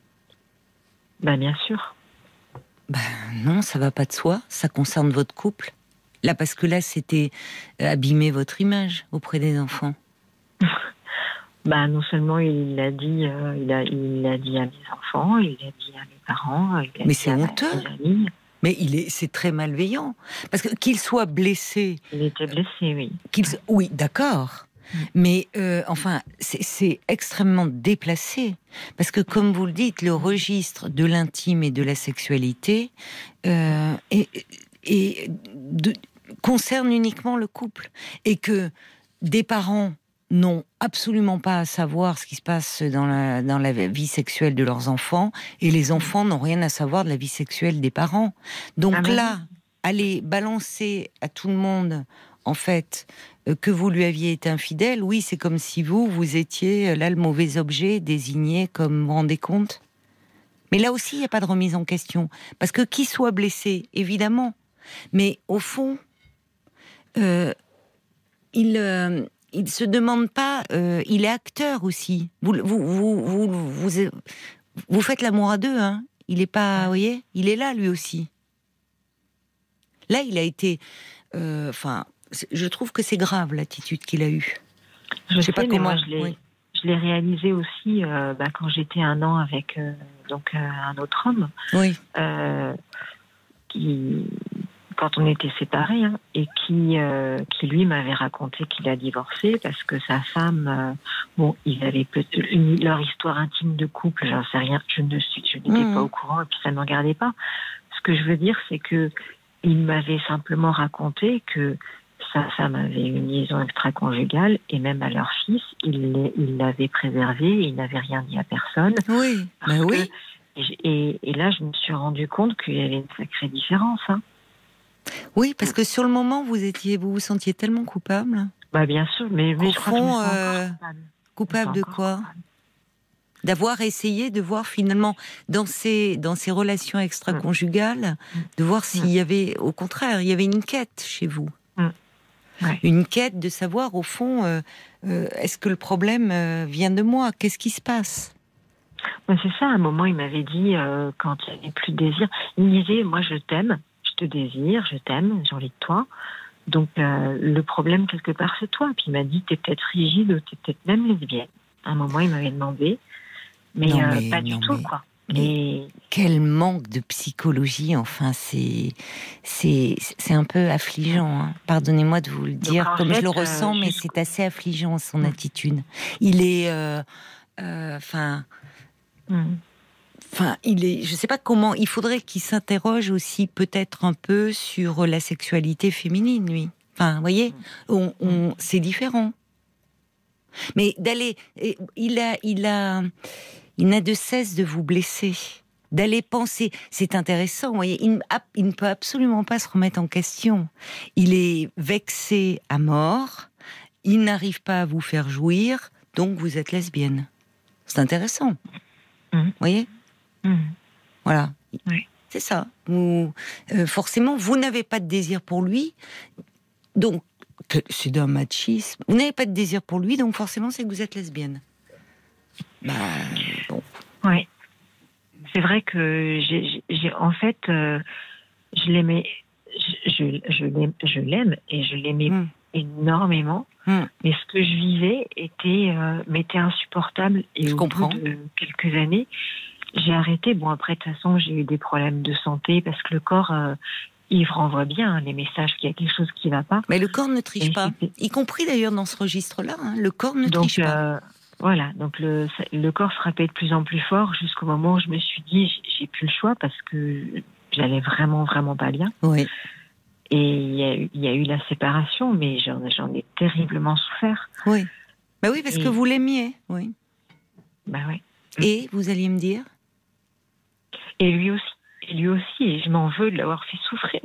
Ben bien sûr. Ben non, ça va pas de soi. Ça concerne votre couple. Là, parce que là, c'était abîmer votre image auprès des enfants. Bah, non seulement il l'a dit, euh, il a, il l'a dit à mes enfants, il l'a dit à mes parents, il l'a mais dit c'est à honteux. mes amis. Mais il est, c'est très malveillant. Parce que qu'il soit blessé. Il était blessé, oui. Qu'il, oui, d'accord. Mmh. Mais euh, enfin, c'est, c'est extrêmement déplacé. Parce que, comme vous le dites, le registre de l'intime et de la sexualité euh, est. et de, concerne uniquement le couple. Et que des parents n'ont absolument pas à savoir ce qui se passe dans la, dans la vie sexuelle de leurs enfants, et les enfants n'ont rien à savoir de la vie sexuelle des parents. Donc ah là, aller balancer à tout le monde, en fait, euh, que vous lui aviez été infidèle, oui, c'est comme si vous, vous étiez là le mauvais objet désigné comme, vous vous rendez compte ? Mais là aussi, il n'y a pas de remise en question. Parce que qui soit blessé, évidemment, mais au fond, euh, il euh, il se demande pas. Euh, il est acteur aussi. Vous vous vous vous vous, vous faites l'amour à deux, hein. Il est pas, vous voyez, il est là lui aussi. Là, il a été. Enfin, euh, je trouve que c'est grave l'attitude qu'il a eue. Je, je sais, sais pas comment. Moi, je l'ai, oui. je l'ai réalisé aussi euh, bah, quand j'étais un an avec euh, donc euh, un autre homme. Oui. Euh, qui quand on était séparés, hein, et qui, euh, qui lui m'avait raconté qu'il a divorcé parce que sa femme, euh, bon, ils avaient peut-être une, leur histoire intime de couple, j'en sais rien, je ne suis, je n'étais mmh. pas au courant et puis ça ne me regardait pas. Ce que je veux dire, c'est que il m'avait simplement raconté que sa femme avait une liaison extra-conjugale et même à leur fils, il, il l'avait préservé, et il n'avait rien dit à personne. Oui, ben oui. Et, et là, je me suis rendu compte qu'il y avait une sacrée différence, hein. Oui, parce que sur le moment, vous étiez, vous vous sentiez tellement coupable. Bah bien sûr, mais, mais au je fond, crois que je me sens euh, coupable. Coupable de quoi coupable. D'avoir essayé de voir finalement dans ces dans ces relations extra-conjugales, mmh. de voir s'il mmh. y avait, au contraire, il y avait une quête chez vous, mmh. ouais. une quête de savoir au fond, euh, euh, est-ce que le problème euh, vient de moi ? Qu'est-ce qui se passe ? Ben c'est ça. À un moment, il m'avait dit euh, quand il n'y avait plus de désir, il me disait, moi je t'aime. Je te désire, je t'aime, j'ai envie de toi. Donc, euh, le problème, quelque part, c'est toi. Puis il m'a dit, t'es peut-être rigide, ou t'es peut-être même lesbienne. À un moment, il m'avait demandé. Mais, non, mais euh, pas non, du tout, mais, quoi. Mais Et... quel manque de psychologie, enfin, c'est, c'est, c'est un peu affligeant. Hein. Pardonnez-moi de vous le dire, donc, comme fait, je le ressens, euh, mais jusqu'au... c'est assez affligeant, son mmh. attitude. Il est... Enfin... Euh, euh, mmh. Enfin, il est, je ne sais pas comment. Il faudrait qu'il s'interroge aussi peut-être un peu sur la sexualité féminine, lui. Enfin, vous voyez, on, on, c'est différent. Mais d'aller, il a, il a, il n'a de cesse de vous blesser. d'aller penser. C'est intéressant, vous voyez, il, il ne peut absolument pas se remettre en question. Il est vexé à mort, il n'arrive pas à vous faire jouir, donc vous êtes lesbienne. C'est intéressant. Mmh. Vous voyez mmh. Voilà. Oui. C'est ça. Vous, euh, forcément, vous n'avez pas de désir pour lui, donc que, c'est d'un machisme. Vous n'avez pas de désir pour lui, donc forcément, c'est que vous êtes lesbienne. Bah, bon. Oui. C'est vrai que j'ai, j'ai en fait, euh, je l'aimais, je, je, je, l'aime, je l'aime et je l'aimais mmh. énormément. Mmh. Mais ce que je vivais était, euh, m'était insupportable. Et je au comprends. bout de quelques années, j'ai arrêté. Bon, après, de toute façon, j'ai eu des problèmes de santé parce que le corps, euh, il renvoie bien hein, les messages qu'il y a quelque chose qui ne va pas. Mais le corps ne triche et pas, c'était... y compris d'ailleurs dans ce registre-là. Hein, le corps ne donc, triche pas. Euh, voilà, donc le, le corps frappait de plus en plus fort jusqu'au moment où je me suis dit, j'ai plus le choix parce que j'allais vraiment, vraiment pas bien. Oui. Et il y a eu, il y a eu la séparation, mais j'en, j'en ai terriblement souffert. Oui. Bah oui, parce et... que vous l'aimiez, oui. Bah oui. Et vous alliez me dire ? Et lui aussi, et lui aussi, et je m'en veux de l'avoir fait souffrir.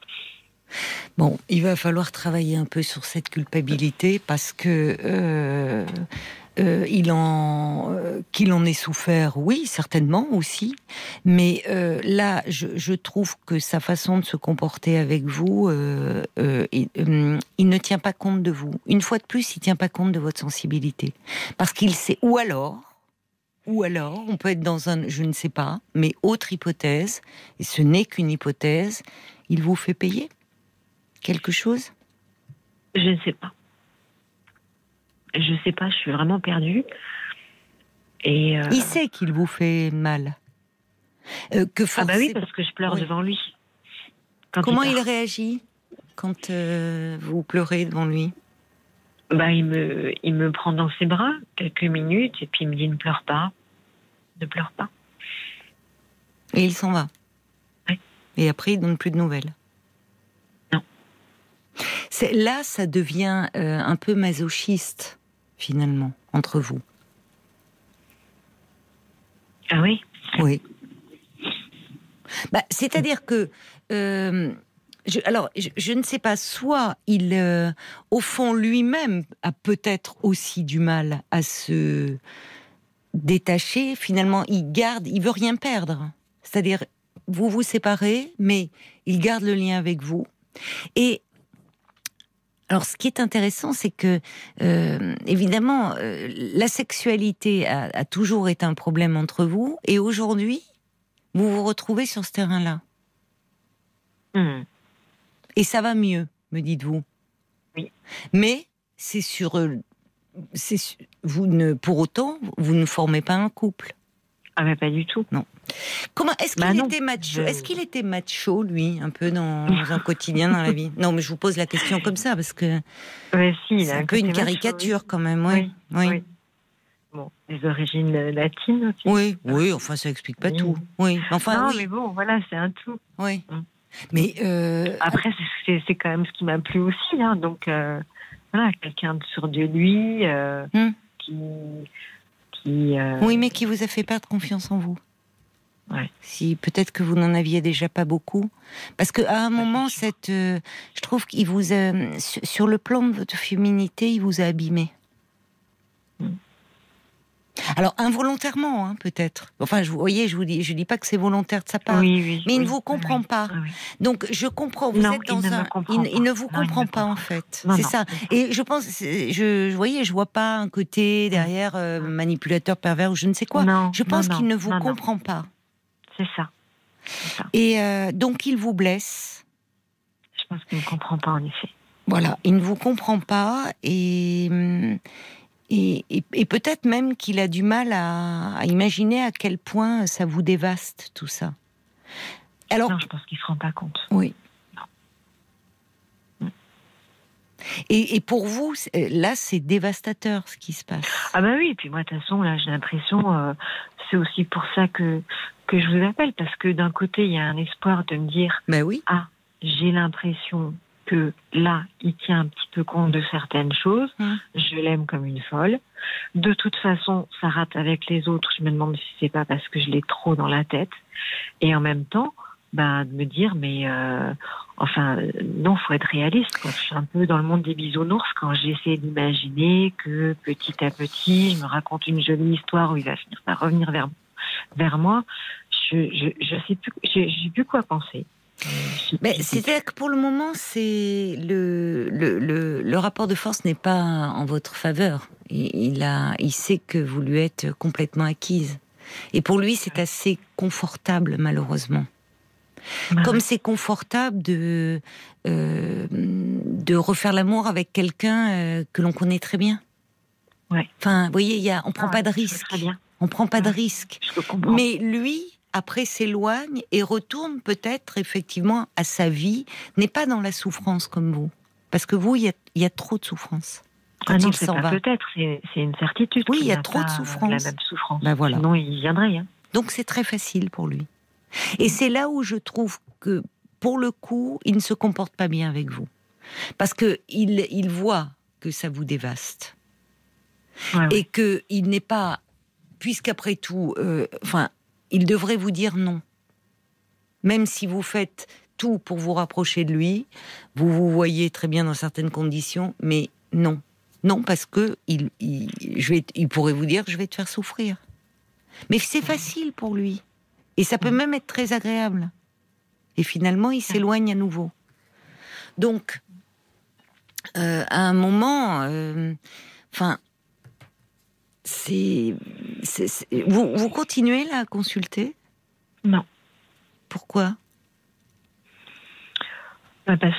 Bon, il va falloir travailler un peu sur cette culpabilité parce que euh, euh, il en, euh, qu'il en ait souffert, oui, certainement aussi. Mais euh, là, je, je trouve que sa façon de se comporter avec vous, euh, euh, il, euh, il ne tient pas compte de vous. Une fois de plus, il ne tient pas compte de votre sensibilité, parce qu'il sait. Ou alors. Ou alors, on peut être dans un, je ne sais pas, mais autre hypothèse, et ce n'est qu'une hypothèse, il vous fait payer quelque chose ? Je ne sais pas. Je ne sais pas, je suis vraiment perdue. Et euh... Il sait qu'il vous fait mal. Euh, que forcément... Ah bah oui, parce que je pleure oui. devant lui. Quand Comment il, il réagit quand euh, vous pleurez devant lui ? Bah, il me, il me prend dans ses bras quelques minutes et puis il me dit ne pleure pas, ne pleure pas. Et il s'en va. Oui. Et après, il donne plus de nouvelles. Non. C'est, là, ça devient euh, un peu masochiste, finalement, entre vous. Ah oui ? Oui. Bah, c'est-à-dire que... Euh, Je, alors, je, je ne sais pas, soit il, euh, au fond, lui-même a peut-être aussi du mal à se détacher. Finalement, il garde, il veut rien perdre. C'est-à-dire, vous vous séparez, mais il garde le lien avec vous. Et alors, ce qui est intéressant, c'est que, euh, évidemment, euh, la sexualité a, a toujours été un problème entre vous, et aujourd'hui, vous vous retrouvez sur ce terrain-là. Mmh. Et ça va mieux, me dites-vous. Oui. Mais c'est sur, c'est sur, vous ne, pour autant, vous ne formez pas un couple. Ah mais pas du tout. Non. Comment est-ce qu'il bah non, était macho je... Est-ce qu'il était macho lui, un peu dans un quotidien dans la vie? Non, mais je vous pose la question comme ça parce que ouais, si, c'est un, un peu une caricature macho, oui. quand même, oui. Oui. oui. oui. Bon, les origines latines aussi. Oui, oui. Enfin, ça explique pas oui. tout. Oui. Enfin, non, oui. mais bon, voilà, c'est un tout. Oui. Hum. Mais euh... après, c'est, c'est, c'est quand même ce qui m'a plu aussi, hein. Donc euh, voilà, quelqu'un de sûr de lui, euh, hum. qui, qui. Euh... Oui, mais qui vous a fait perdre confiance en vous. Ouais. Si peut-être que vous n'en aviez déjà pas beaucoup, parce que à un moment, cette, euh, je trouve qu'il vous a, sur le plan de votre féminité, il vous a abîmé. Hum. Alors involontairement, hein, peut-être. Enfin, je, vous voyez, je vous dis, je dis pas que c'est volontaire de sa part, oui, oui, mais il oui, ne vous comprend oui, pas. oui. Donc je comprends. Vous non, êtes dans il un, ne il, il ne vous non, comprend il pas comprend. en fait. Non, c'est non, ça. c'est Et je pense, je, je voyez, je vois pas un côté derrière euh, manipulateur, pervers ou je ne sais quoi. Non, je pense non, qu'il ne vous non, comprend non. pas. C'est ça. c'est ça. Et euh, donc il vous blesse. Je pense qu'il ne comprend pas en effet. Voilà, il ne vous comprend pas et. Et, et, et peut-être même qu'il a du mal à, à imaginer à quel point ça vous dévaste, tout ça. Alors, non, je pense qu'il ne se rend pas compte. Oui. Non. Et, et pour vous, là, c'est dévastateur, ce qui se passe. Ah bah oui, et puis moi, de toute façon, là, j'ai l'impression, euh, c'est aussi pour ça que, que je vous appelle, parce que d'un côté, il y a un espoir de me dire, bah oui. ah, j'ai l'impression que là, il tient un petit peu compte de certaines choses. Hum. Je l'aime comme une folle. de toute façon, ça rate avec les autres. Je me demande si c'est pas parce que je l'ai trop dans la tête. Et en même temps, bah, de me dire, mais euh, enfin, non, faut être réaliste. Quoi. Je suis un peu dans le monde des bisounours quand j'essaie d'imaginer que petit à petit, je me raconte une jolie histoire où il va finir par revenir vers, vers moi. Je, je, je sais plus, j'ai, j'ai plus quoi penser. Mais c'est-à-dire que pour le moment, c'est le, le, le, le rapport de force n'est pas en votre faveur. Il, il, a, il sait que vous lui êtes complètement acquise. Et pour lui, c'est assez confortable, malheureusement. Bah Comme ouais. c'est confortable de, euh, de refaire l'amour avec quelqu'un euh, que l'on connaît très bien. Ouais. Enfin, vous voyez, il y a, on prend Ah, pas de je vois risque. très bien. On prend pas de Ouais. risque. Je comprends. Mais lui, après, s'éloigne et retourne peut-être effectivement à sa vie, n'est pas dans la souffrance comme vous. Parce que vous, il y a, il y a trop de souffrance. Quand Ah non, il c'est s'en pas va. peut-être, c'est, c'est une certitude. Oui, qu'il il y a n'a trop de pas souffrance. La même souffrance. Ben voilà. Sinon, il viendrait. Hein. Donc c'est très facile pour lui. Et c'est là où je trouve que, pour le coup, il ne se comporte pas bien avec vous. Parce que il, il voit que ça vous dévaste. Ouais, Et qu'il n'est pas... Puisqu'après tout, euh, enfin, il devrait vous dire non. Même si vous faites tout pour vous rapprocher de lui, vous vous voyez très bien dans certaines conditions, mais non. Non, parce que il, il, je vais, il pourrait vous dire, je vais te faire souffrir. Mais c'est facile pour lui. Et ça peut même être très agréable. Et finalement, il s'éloigne à nouveau. Donc, euh, à un moment, euh, enfin, c'est, c'est, c'est vous, vous continuez là à consulter ? Non. Pourquoi ? Bah parce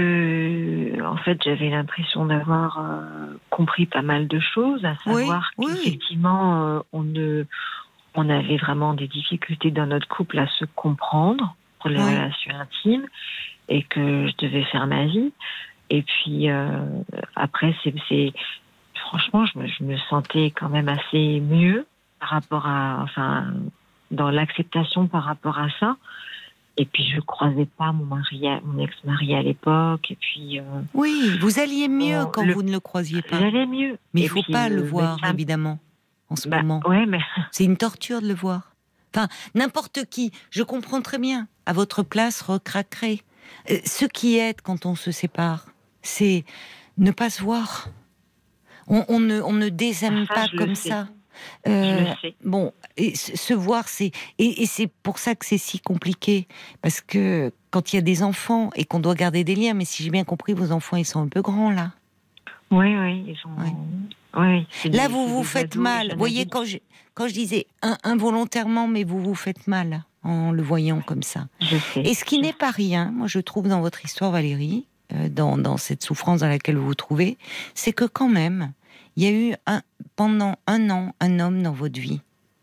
que, en fait, j'avais l'impression d'avoir euh, compris pas mal de choses, à savoir oui, oui. qu'effectivement, euh, on, ne, on avait vraiment des difficultés dans notre couple à se comprendre pour les Oui. relations intimes et que je devais faire ma vie. Et puis, euh, après, c'est, c'est franchement, je me, je me sentais quand même assez mieux par rapport à, enfin, dans l'acceptation par rapport à ça. Et puis, je croisais pas mon mari, mon ex-mari à l'époque. Et puis, euh, Oui, vous alliez mieux bon, quand le- vous ne le croisiez pas. j'allais mieux. Mais il Et faut puis, pas le euh, voir, médecin- évidemment, en ce Bah, moment. ouais, mais C'est une torture de le voir. Enfin, n'importe qui, je comprends très bien, à votre place, recraquerait. Euh, ce qui aide quand on se sépare, c'est ne pas se voir. On, on ne, on ne désaime Ça, pas je le comme sais. ça. je Euh, le sais. Bon, et se se voir, c'est et, et c'est pour ça que c'est si compliqué, parce que quand il y a des enfants et qu'on doit garder des liens, mais si j'ai bien compris, vos enfants ils sont un peu grands là. Oui, oui, ils sont. Ouais. Oui, c'est Là, des- vous c'est vous des faites ados, mal. jeunes Vous voyez, adultes. quand je, quand je disais in- involontairement, mais vous vous faites mal en le voyant comme ça. Je sais. Et ce qui n'est pas rien, moi je trouve dans votre histoire, Valérie, euh, dans, dans cette souffrance dans laquelle vous vous trouvez, c'est que quand même, il y a eu un, pendant un an un homme dans votre vie.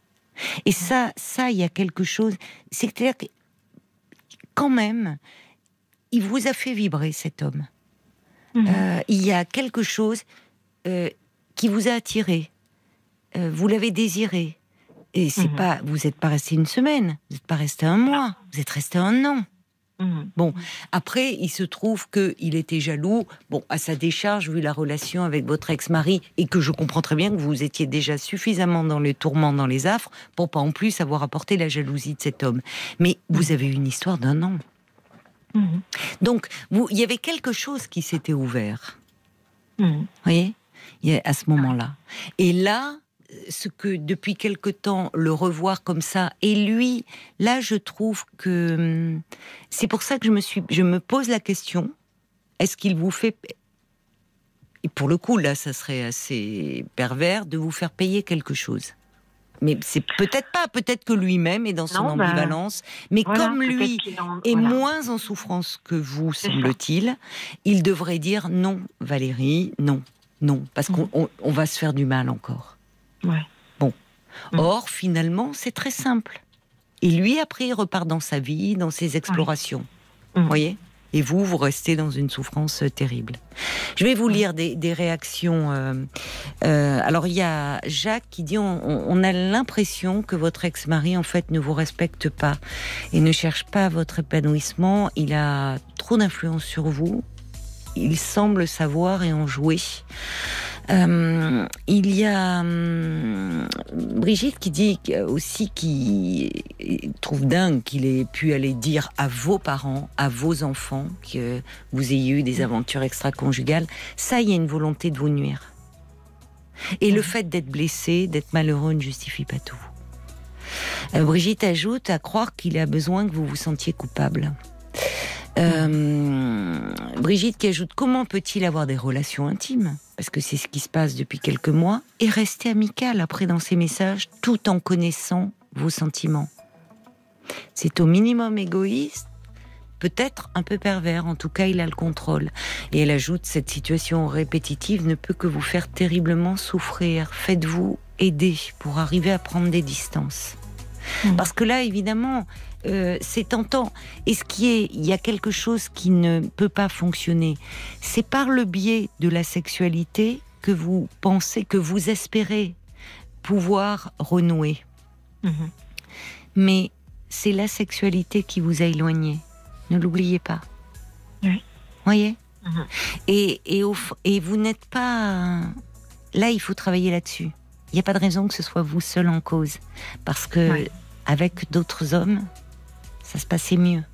Et ça, ça, il y a quelque chose. C'est-à-dire que quand même, il vous a fait vibrer cet homme. Mhm. Euh, il y a quelque chose euh, qui vous a attiré. Euh, vous l'avez désiré. Et c'est Mhm. pas, vous n'êtes pas resté une semaine, vous n'êtes pas resté un mois, vous êtes resté un an. Mhm. Bon, après, il se trouve qu'il était jaloux, bon, à sa décharge, vu la relation avec votre ex-mari, et que je comprends très bien que vous étiez déjà suffisamment dans les tourments, dans les affres, pour pas en plus avoir apporté la jalousie de cet homme. Mais vous avez eu une histoire d'un an. Mhm. Donc, vous, il y avait quelque chose qui s'était ouvert. Mhm. Vous voyez, il y a- à ce moment-là. Et là, ce que depuis quelque temps, le revoir comme ça, et lui, là, je trouve que hum, c'est pour ça que je me suis, je me pose la question, est-ce qu'il vous fait, et pour le coup, là, ça serait assez pervers de vous faire payer quelque chose. Mais c'est peut-être pas, peut-être que lui-même est dans son Non, bah, ambivalence, mais Voilà, comme peut-être lui qu'il en- est voilà. moins en souffrance que vous, C'est ça. semble-t-il, il devrait dire non, Valérie, non, non, parce qu'on on- on va se faire du mal encore. Ouais. Mm. Or, finalement, c'est très simple. Et lui, après, il repart dans sa vie, dans ses explorations. Mm. Vous voyez ? Et vous, vous restez dans une souffrance euh, terrible. Je vais vous lire des, des réactions. euh, euh, alors, il y a Jacques qui dit on, on- on a l'impression que votre ex-mari, en fait, ne vous respecte pas et ne cherche pas votre épanouissement. Il a trop d'influence sur vous. Il semble savoir et en jouer. Euh, il y a hum, Brigitte qui dit aussi qu'il trouve dingue qu'il ait pu aller dire à vos parents, à vos enfants, que vous ayez eu des aventures extra-conjugales. Ça, il y a une volonté de vous nuire. Et le fait d'être blessé, d'être malheureux ne justifie pas tout. Euh, Brigitte ajoute à croire qu'il a besoin que vous vous sentiez coupable. Euh, Brigitte qui ajoute: comment peut-il avoir des relations intimes, parce que c'est ce qui se passe depuis quelques mois, et rester amical après dans ses messages tout en connaissant vos sentiments? C'est au minimum égoïste, peut-être un peu pervers, en tout cas il a le contrôle. Et elle ajoute: cette situation répétitive ne peut que vous faire terriblement souffrir. Faites-vous aider pour arriver à prendre des distances. Mmh. Parce que là, évidemment, euh, c'est tentant. Et ce qui est, il y a quelque chose qui ne peut pas fonctionner. C'est par le biais de la sexualité que vous pensez, que vous espérez pouvoir renouer. Mmh. Mais c'est la sexualité qui vous a éloigné. Ne l'oubliez pas. Oui. Voyez ? Mmh. Et, et, au, et vous n'êtes pas... Là, il faut travailler là-dessus. Il n'y a pas de raison que ce soit vous seul en cause. Parce que ouais. avec d'autres hommes, ça se passait mieux.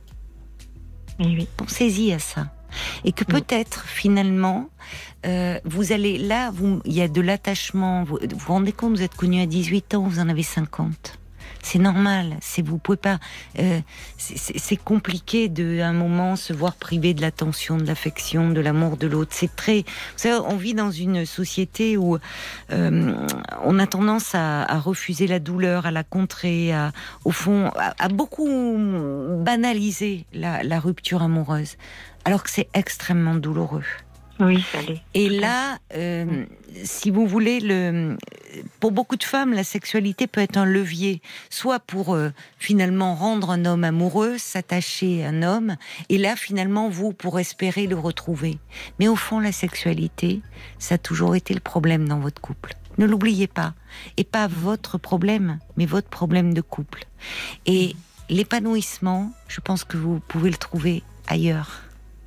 Oui, oui. Pensez-y à ça. Et que peut-être, oui. finalement, euh, vous allez... Là, vous, il y a de l'attachement. Vous vous rendez compte, vous êtes connu à dix-huit ans, vous en avez cinquante. C'est normal. C'est, vous pouvez pas... Euh, c'est, c'est, c'est compliqué de, à un moment, se voir privé de l'attention, de l'affection, de l'amour de l'autre. C'est très... Vous savez, on vit dans une société où euh, on a tendance à, à refuser la douleur, à la contrer, à, au fond, à, à beaucoup banaliser la, la rupture amoureuse, alors que c'est extrêmement douloureux. Oui, ça l'est. Et là, euh, mmh. si vous voulez, le, pour beaucoup de femmes, la sexualité peut être un levier, soit pour euh, finalement rendre un homme amoureux, s'attacher à un homme, et là, finalement, vous, pour espérer le retrouver. Mais au fond, la sexualité, ça a toujours été le problème dans votre couple. Ne l'oubliez pas. Et pas votre problème, mais votre problème de couple. Et l'épanouissement, je pense que vous pouvez le trouver ailleurs.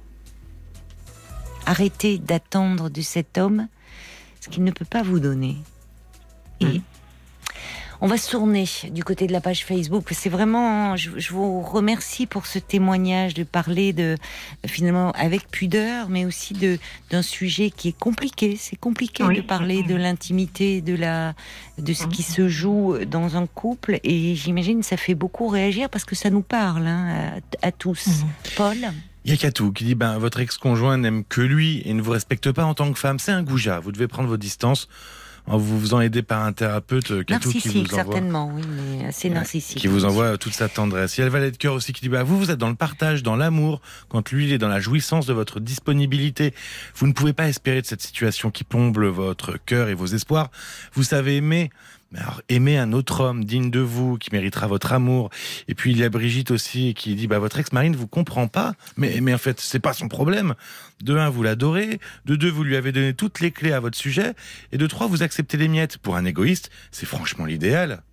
Arrêtez d'attendre de cet homme ce qu'il ne peut pas vous donner. Et mmh. on va se tourner du côté de la page Facebook. C'est vraiment, je, je vous remercie pour ce témoignage, de parler de finalement avec pudeur, mais aussi de d'un sujet qui est compliqué. C'est compliqué oui. de parler de l'intimité, de la, de ce mmh. qui se joue dans un couple. Et j'imagine que ça fait beaucoup réagir parce que ça nous parle hein, à, à tous. Mmh. Paul. Il y a Katou qui dit ben, votre ex-conjoint n'aime que lui et ne vous respecte pas en tant que femme. C'est un goujat. Vous devez prendre vos distances en vous faisant aider par un thérapeute. Katou qui vous envoie, certainement, oui, mais assez narcissique. Qui vous envoie toute sa tendresse. Il y a le valet de cœur aussi qui dit ben, vous, vous êtes dans le partage, dans l'amour, quand lui, il est dans la jouissance de votre disponibilité. Vous ne pouvez pas espérer de cette situation qui plombe votre cœur et vos espoirs. Vous savez aimer. Alors, aimez un autre homme digne de vous, qui méritera votre amour. Et puis il y a Brigitte aussi qui dit bah votre ex-mari ne vous comprend pas, mais mais en fait c'est pas son problème. De un, vous l'adorez. De deux, vous lui avez donné toutes les clés à votre sujet. Et de trois, vous acceptez les miettes. Pour un égoïste, c'est franchement l'idéal.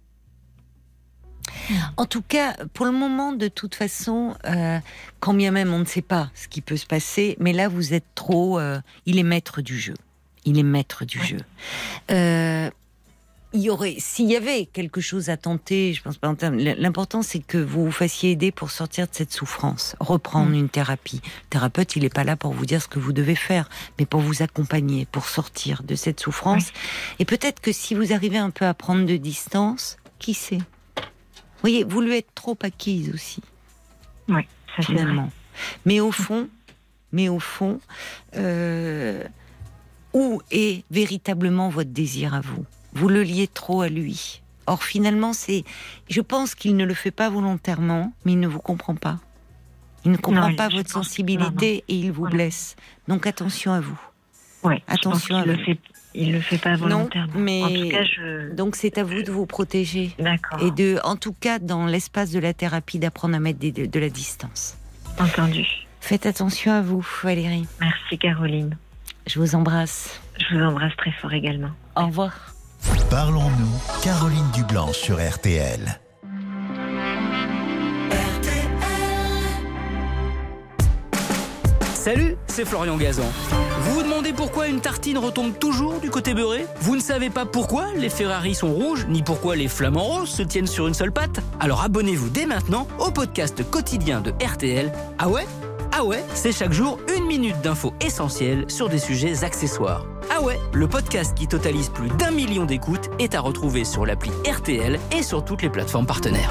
En tout cas, pour le moment, de toute façon, euh, quand bien même on ne sait pas ce qui peut se passer, mais là vous êtes trop. Euh, il est maître du jeu. Il est maître du ouais. jeu. Euh, Il y aurait, s'il y avait quelque chose à tenter, je pense pas en termes, l'important c'est que vous vous fassiez aider pour sortir de cette souffrance, reprendre mmh. une thérapie. Le thérapeute, il est pas là pour vous dire ce que vous devez faire, mais pour vous accompagner, pour sortir de cette souffrance. Oui. Et peut-être que si vous arrivez un peu à prendre de distance, qui sait ? Vous voyez, vous lui êtes trop acquise aussi. Oui, ça finalement. Mais au fond, mais au fond, euh, où est véritablement votre désir à vous ? Vous le liez trop à lui. Or, finalement, c'est, je pense qu'il ne le fait pas volontairement, mais il ne vous comprend pas. Il ne comprend non, pas votre sensibilité et il vous voilà. blesse. Donc, attention à vous. Oui, attention à il vous. Le fait, il le fait pas volontairement. Non, mais en tout cas, je... donc c'est à vous de vous protéger. D'accord. Et de, en tout cas, dans l'espace de la thérapie, d'apprendre à mettre des, de, de la distance. Entendu. Faites attention à vous, Valérie. Merci, Caroline. Je vous embrasse. Je vous embrasse très fort également. Au revoir. Parlons-nous, Caroline Dublanche sur R T L. R T L. Salut, c'est Florian Gazan. Vous vous demandez pourquoi une tartine retombe toujours du côté beurré ? Vous ne savez pas pourquoi les Ferrari sont rouges, ni pourquoi les flamants roses se tiennent sur une seule patte ? Alors abonnez-vous dès maintenant au podcast quotidien de R T L. Ah ouais ? Ah ouais, c'est chaque jour une minute d'infos essentielles sur des sujets accessoires. Ah ouais, le podcast qui totalise plus d'un million d'écoutes est à retrouver sur l'appli R T L et sur toutes les plateformes partenaires.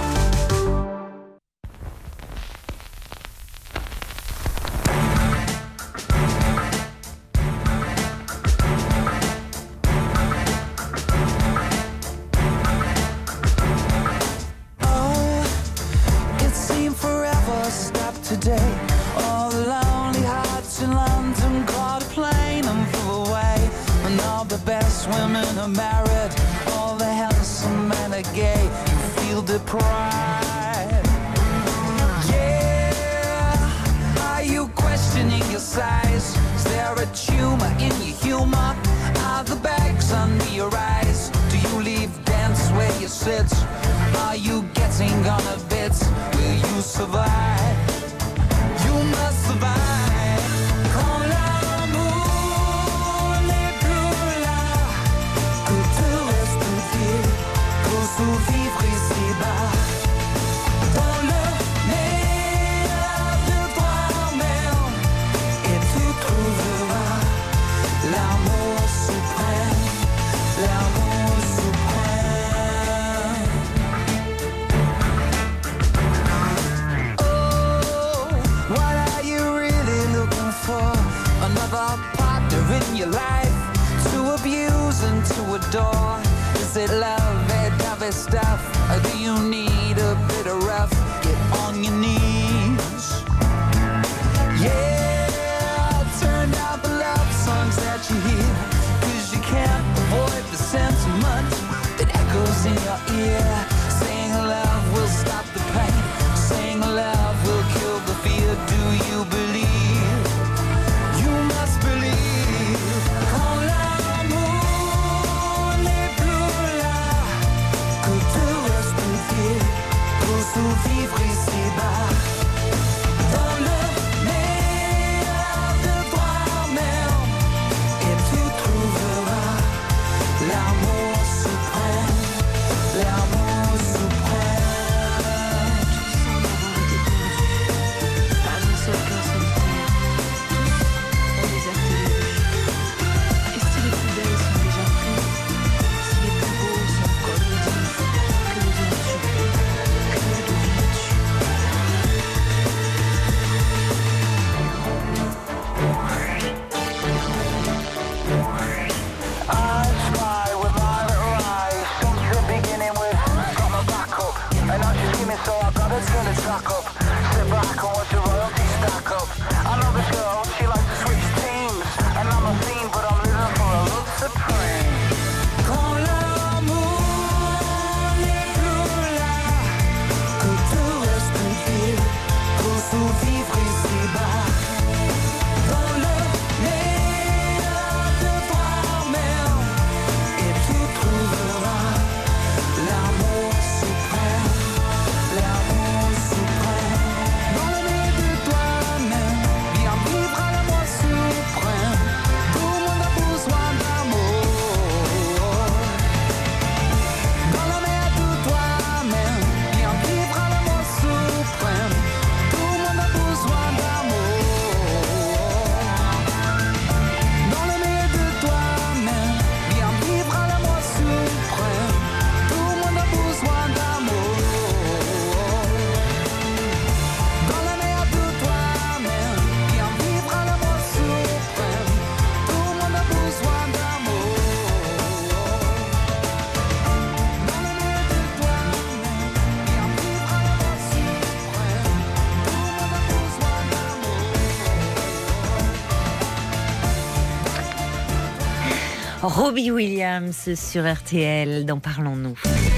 Robbie Williams sur R T L, dans Parlons-nous.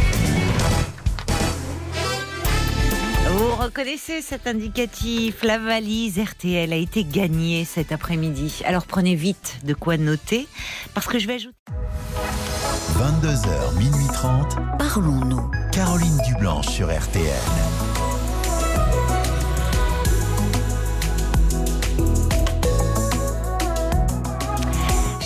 Vous reconnaissez cet indicatif, la valise R T L a été gagnée cet après-midi. Alors prenez vite de quoi noter, parce que je vais ajouter... vingt-deux heures, minuit trente. Parlons-nous. Caroline Dublanche sur R T L.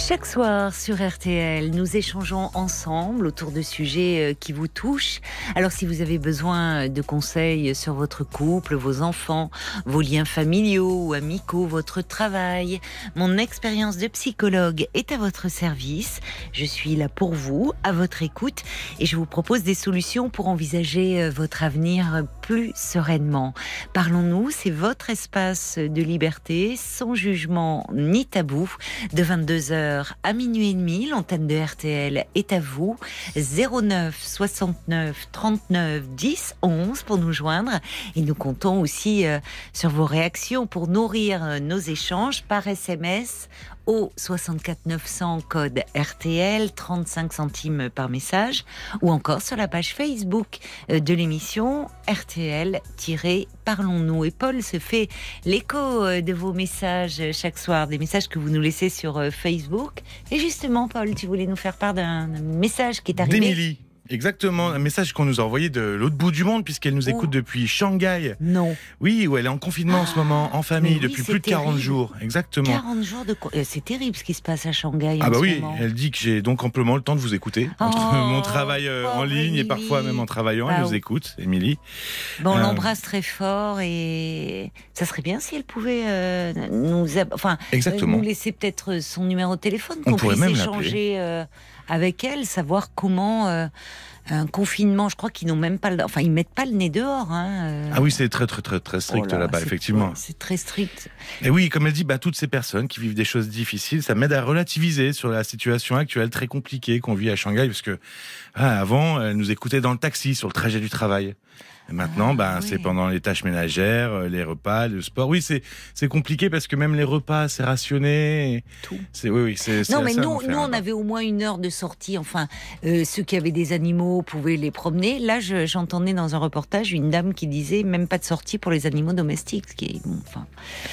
Chaque soir sur R T L, nous échangeons ensemble autour de sujets qui vous touchent. Alors si vous avez besoin de conseils sur votre couple, vos enfants, vos liens familiaux ou amicaux, votre travail, mon expérience de psychologue est à votre service. Je suis là pour vous, à votre écoute, et je vous propose des solutions pour envisager votre avenir plus sereinement. Parlons-nous, c'est votre espace de liberté, sans jugement ni tabou, de vingt-deux heures à minuit et demi. L'antenne de R T L est à vous. zéro neuf soixante-neuf trente-neuf dix onze pour nous joindre. Et nous comptons aussi euh, sur vos réactions pour nourrir euh, nos échanges par S M S au soixante-quatre neuf cents code R T L, trente-cinq centimes par message, ou encore sur la page Facebook de l'émission R T L-Parlons-nous. Et Paul se fait l'écho de vos messages chaque soir, des messages que vous nous laissez sur Facebook. Et justement, Paul, tu voulais nous faire part d'un message qui est arrivé d'Émilie. Exactement, un message qu'on nous a envoyé de l'autre bout du monde, puisqu'elle nous écoute oh. depuis Shanghai. Non. Oui, où elle est en confinement ah, en ce moment, en famille, oui, depuis plus de terrible. quarante jours. Exactement. quarante jours de... C'est terrible ce qui se passe à Shanghai ah en bah ce oui, moment. Elle dit que j'ai donc amplement le temps de vous écouter. Oh, entre mon travail euh, en ligne Émilie. Et parfois même en travaillant, bah, elle nous écoute, Émilie. Bon, on euh... l'embrasse très fort et ça serait bien si elle pouvait euh, nous, ab... enfin, Exactement. nous laisser peut-être son numéro de téléphone, on qu'on pourrait puisse même échanger euh, avec elle, savoir comment... Euh, un confinement, je crois qu'ils n'ont même pas, le... enfin ils mettent pas le nez dehors. Hein, euh... Ah oui, c'est très très très très strict oh là, là-bas, effectivement. Ouais, c'est très strict. Et oui, comme elle dit, bah toutes ces personnes qui vivent des choses difficiles, ça m'aide à relativiser sur la situation actuelle très compliquée qu'on vit à Shanghai, parce que ah, avant, elle nous écoutait dans le taxi sur le trajet du travail. Et maintenant, ah, bah, oui. c'est pendant les tâches ménagères, les repas, le sport. Oui, c'est c'est compliqué parce que même les repas, c'est rationné. Tout. C'est oui, oui, c'est. Non, c'est mais nous, nous, on avait au moins une heure de sortie. Enfin, euh, ceux qui avaient des animaux pouvaient les promener. Là, je, j'entendais dans un reportage une dame qui disait même pas de sortie pour les animaux domestiques, ce qui est bon. Enfin.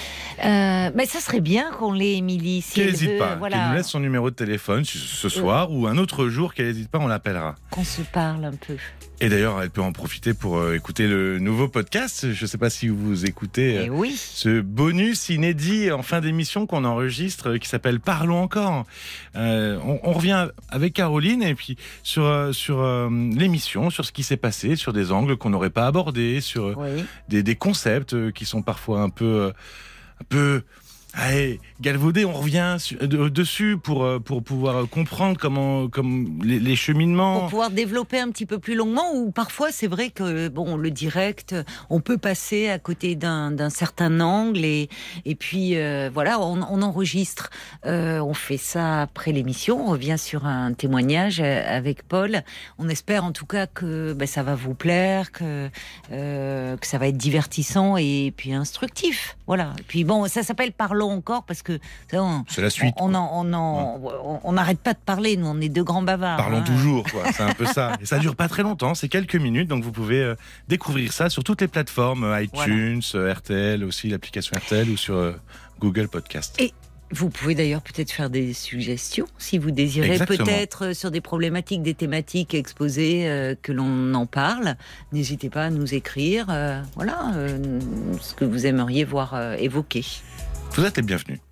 Euh, mais ça serait bien qu'on l'ait, Émilie. Si qu'elle elle n'hésite veut, pas, voilà. qu'elle nous laisse son numéro de téléphone ce soir euh. ou un autre jour, qu'elle n'hésite pas, on l'appellera. Qu'on se parle un peu. Et d'ailleurs, elle peut en profiter pour euh, écouter le nouveau podcast. Je ne sais pas si vous écoutez euh, oui. ce bonus inédit en fin d'émission qu'on enregistre, euh, qui s'appelle Parlons encore. Euh, on, on revient avec Caroline et puis sur euh, sur euh, l'émission, sur ce qui s'est passé, sur des angles qu'on n'aurait pas abordés, sur euh, oui. des, des concepts euh, qui sont parfois un peu euh, un peu allez, galvaudé, on revient su, de, dessus pour, pour pouvoir comprendre comment, comme les, les cheminements. Pour pouvoir développer un petit peu plus longuement, ou parfois c'est vrai que bon, le direct, on peut passer à côté d'un, d'un certain angle et, et puis euh, voilà, on, on enregistre. Euh, on fait ça après l'émission, on revient sur un témoignage avec Paul. On espère en tout cas que ben, ça va vous plaire, que, euh, que ça va être divertissant et puis instructif. Voilà. Et puis bon, ça s'appelle Parlons encore parce que on, c'est la suite. On on n'arrête pas de parler. Nous, on est deux grands bavards. Parlons hein. toujours, quoi. C'est un peu ça. Et ça dure pas très longtemps. C'est quelques minutes, donc vous pouvez euh, découvrir ça sur toutes les plateformes, euh, iTunes, voilà. euh, R T L aussi, l'application R T L ou sur euh, Google Podcast. Et vous pouvez d'ailleurs peut-être faire des suggestions si vous désirez. Exactement. Peut-être sur des problématiques, des thématiques exposées, euh, que l'on en parle. N'hésitez pas à nous écrire. Euh, voilà euh, ce que vous aimeriez voir euh, évoqué. Vous êtes les bienvenus.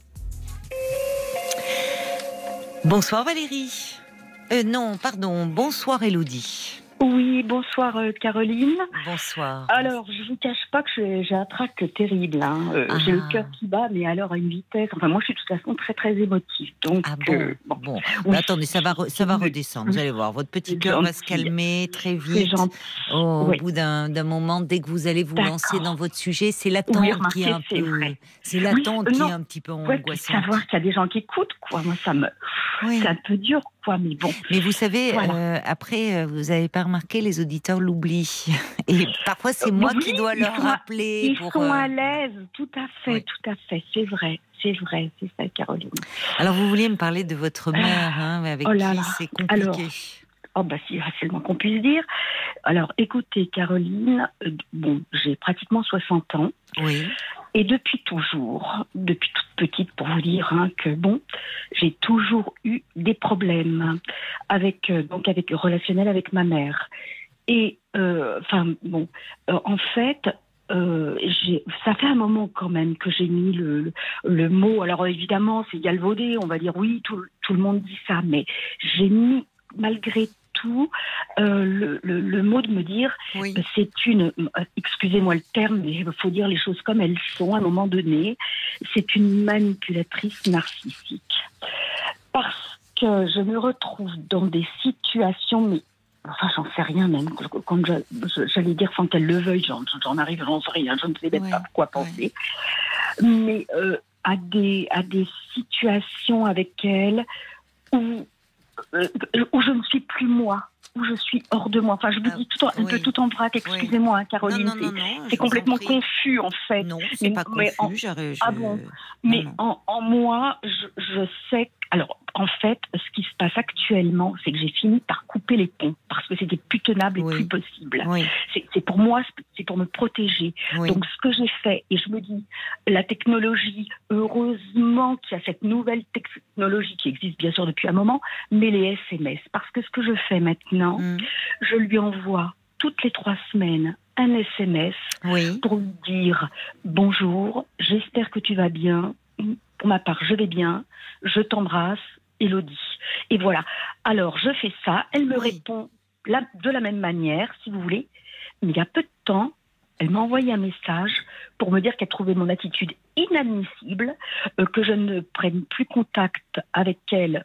Bonsoir Valérie. Euh, non, pardon. Bonsoir Élodie. Oui, bonsoir euh, Caroline. Bonsoir. Alors, je vous cache pas que j'ai, j'ai un trac terrible. Hein. Euh, ah. J'ai le cœur qui bat, mais alors à une vitesse. Enfin, moi, je suis de toute façon très très émotive. Donc, ah bon. Euh, bon. bon. Oui. Bah, attendez, ça va, re, ça va redescendre. Vous allez voir, votre petit cœur va se calmer très vite. Oh, oui. Au bout d'un, d'un moment, dès que vous allez vous D'accord. lancer dans votre sujet, c'est l'attente oui, qui est un c'est peu. Vrai. C'est l'attente oui, qui non. est un petit peu ouais, angoissante. Savoir qu'il y a des gens qui écoutent, quoi. Moi, ça me. Oui. C'est un peu dur. Mais, bon. mais vous savez, voilà. euh, après, vous n'avez pas remarqué, les auditeurs l'oublient. Et parfois, c'est moi oui, qui dois leur sont, rappeler. Ils pour, sont euh... à l'aise, tout à fait, oui. tout à fait. C'est vrai, c'est vrai, c'est ça, Caroline. Alors, vous vouliez me parler de votre mère, hein, avec oh là qui là. c'est compliqué. Alors, oh bah, si facilement qu'on puisse dire. Alors, écoutez, Caroline, euh, bon, j'ai pratiquement soixante ans. Oui. Et depuis toujours, depuis toute petite, pour vous dire hein, que bon, j'ai toujours eu des problèmes avec euh, donc avec relationnel avec ma mère. Et enfin euh, bon, euh, en fait, euh, j'ai, ça fait un moment quand même que j'ai mis le, le, le mot. Alors évidemment, c'est galvaudé. On va dire oui, tout, tout le monde dit ça, mais j'ai mis malgré tout euh, le, le, le mot de me dire Oui. euh, c'est une. euh, Excusez-moi le terme, mais il faut dire les choses comme elles sont. À un moment donné, c'est une manipulatrice narcissique parce que je me retrouve dans des situations, mais enfin, j'en sais rien même. Quand je, je, j'allais dire sans qu'elle le veuille, j'en, j'en arrive, j'en sais rien, je ne sais même Ouais, pas quoi penser. Mais euh, à, des, à des situations avec elle où, euh, où je ne suis plus moi, où je suis hors de moi. Enfin, je vous Ah, dis tout en, un oui. peu tout en vrac, excusez-moi, hein, Caroline. Non, non, non, c'est, non, c'est je vous en complètement prie. confus, en fait. Non, c'est Mais- pas mais confus. en- j'aurais- je- Ah bon Mais non. en, en moi, je, je sais. que- Alors, en fait, ce qui se passe actuellement, c'est que j'ai fini par couper les ponts parce que c'était plus tenable et Oui. plus possible. Oui, C'est, c'est pour moi, c'est pour me protéger. oui. Donc, ce que j'ai fait, et je me dis, la technologie, heureusement qu'il y a cette nouvelle technologie qui existe bien sûr depuis un moment, mais les S M S. Parce que ce que je fais maintenant, Mm. je lui envoie toutes les trois semaines un S M S Oui, pour lui dire bonjour, j'espère que tu vas bien. Pour ma part, je vais bien, je t'embrasse, Élodie. Et voilà. Alors, je fais ça, elle me Oui. répond la- de la même manière, si vous voulez. Mais il y a peu de temps, elle m'a envoyé un message pour me dire qu'elle trouvait mon attitude inadmissible, euh, que je ne prenne plus contact avec elle